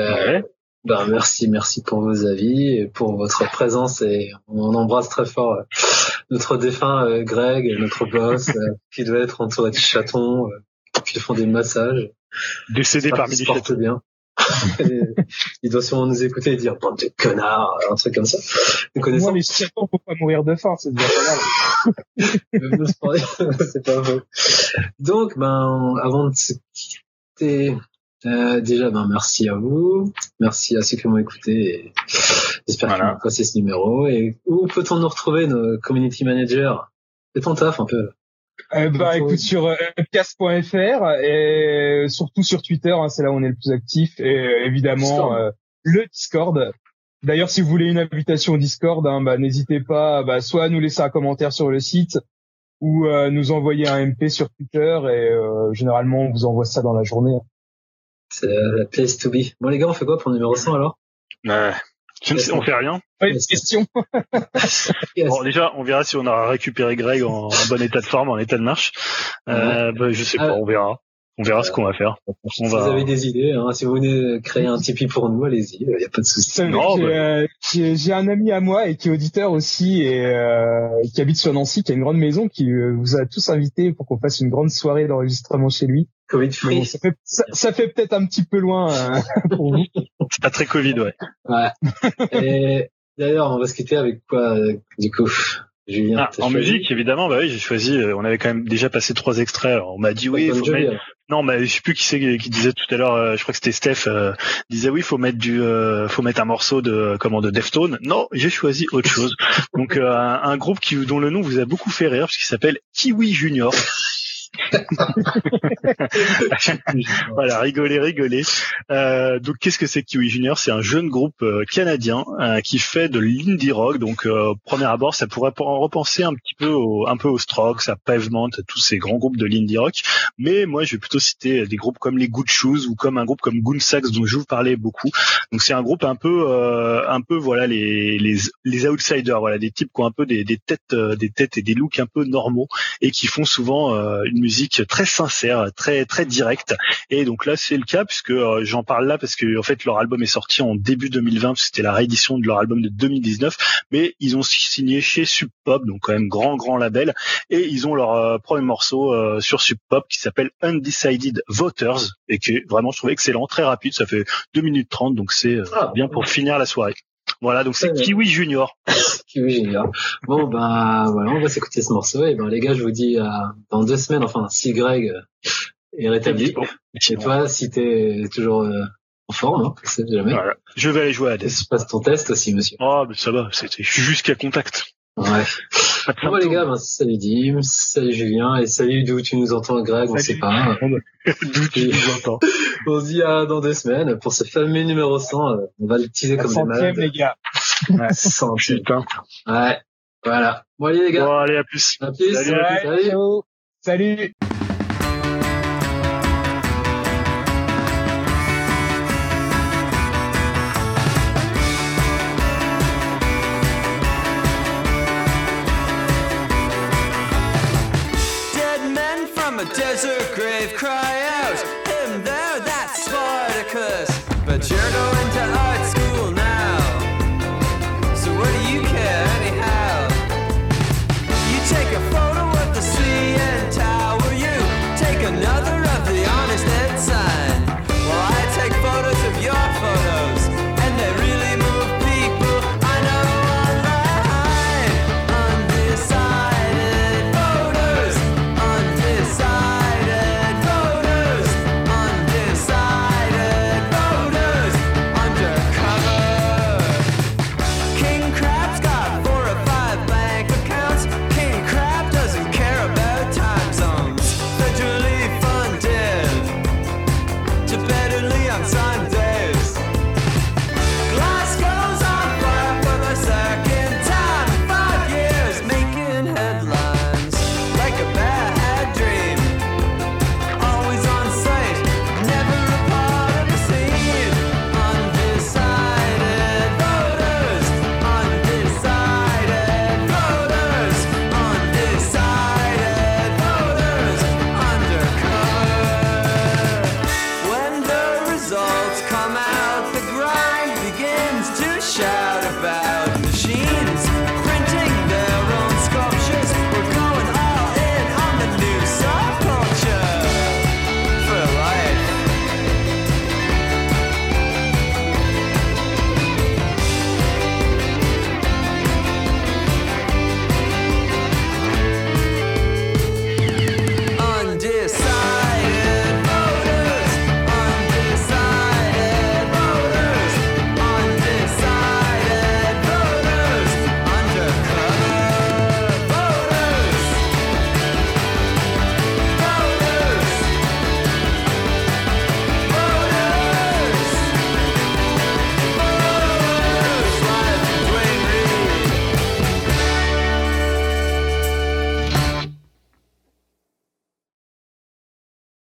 Merci pour vos avis et pour votre présence et on embrasse très fort notre défunt Greg, notre boss, qui doit être entouré de chatons qui font des massages. Décédé parmi les chatons. Bien. Il doit sûrement nous écouter et dire bande de connards, un truc comme ça. Moi, les serpents, faut pas mourir de faim, c'est déjà pas mal. C'est pas faux. Donc, avant de se quitter, déjà, merci à vous. Merci à ceux qui m'ont écouté. Et j'espère qu'ils vont passer ce numéro. Et où peut-on nous retrouver, nos community managers? C'est ton taf, un peu. Écoute, sur upcast.fr et surtout sur Twitter, hein, c'est là où on est le plus actif, et évidemment le Discord. D'ailleurs, si vous voulez une invitation au Discord, n'hésitez pas, soit à nous laisser un commentaire sur le site ou nous envoyer un MP sur Twitter, et généralement on vous envoie ça dans la journée. C'est la place to be. Bon les gars, on fait quoi pour le numéro 100 alors? On fait rien. Une question. Bon, déjà, on verra si on aura récupéré Greg en bon état de forme, en état de marche. Je sais pas, on verra. On verra ce qu'on va faire. Si vous avez des idées, si vous venez créer un Tipeee pour nous, allez-y, il y a pas de souci. J'ai un ami à moi et qui est auditeur aussi et qui habite sur Nancy, qui a une grande maison, qui vous a tous invités pour qu'on fasse une grande soirée d'enregistrement chez lui. Covid free. Bon, ça fait peut-être un petit peu loin pour vous. C'est pas très Covid, ouais. Et d'ailleurs, on va se quitter avec quoi, du coup? Julien, en musique, évidemment, oui, j'ai choisi, on avait quand même déjà passé 3 extraits. Alors, on m'a dit oui, faut mettre... Non, mais je sais plus qui c'est qui disait tout à l'heure, je crois que c'était Steph, disait oui, faut mettre un morceau de Deftones. Non, j'ai choisi autre chose. Donc, un groupe dont le nom vous a beaucoup fait rire, parce qu'il s'appelle Kiwi Junior. Voilà, rigoler. Donc qu'est-ce que c'est Kiwi Junior? C'est un jeune groupe canadien qui fait de l'indie rock. Donc premier abord, ça pourrait repenser un petit peu au Strokes, à Pavement, à tous ces grands groupes de l'indie rock. Mais moi, je vais plutôt citer des groupes comme les Good Shoes ou comme un groupe comme Goonsax dont je vous parlais beaucoup. Donc c'est un groupe un peu voilà les outsiders, voilà des types qui ont un peu des têtes et des looks un peu normaux et qui font souvent une musique très sincère, très très directe. Et donc là c'est le cas puisque j'en parle là parce que en fait leur album est sorti en début 2020, c'était la réédition de leur album de 2019, mais ils ont signé chez Sub Pop, donc quand même grand label, et ils ont leur premier morceau sur Sub Pop qui s'appelle Undecided Voters et qui est vraiment, je trouve, excellent, très rapide, ça fait 2 minutes 30, donc c'est bien pour finir la soirée. Voilà, donc c'est Kiwi Junior. Kiwi Junior. Bon, voilà, on va s'écouter ce morceau. Et les gars, je vous dis dans 2 semaines, enfin, si Greg est rétabli. Et toi, si t'es toujours en forme, je sais jamais. Voilà. Je vais aller jouer à Hades. Tu passes ton test aussi, monsieur. Oh, mais ça va, je suis jusqu'à contact. Ouais. Bon, les gars, salut Dim, salut Julien, et salut d'où tu nous entends, Greg, on sait pas. D'où tu nous entends. On se dit dans 2 semaines pour ce fameux numéro 100. On va le teaser comme des malades. Les gars. 100. Putain. Ouais. Voilà. Bon, allez, les gars. Bon, allez, à plus. À plus. Salut. Salut. Desert grave, cry out, him there, that's Spartacus. But you're going to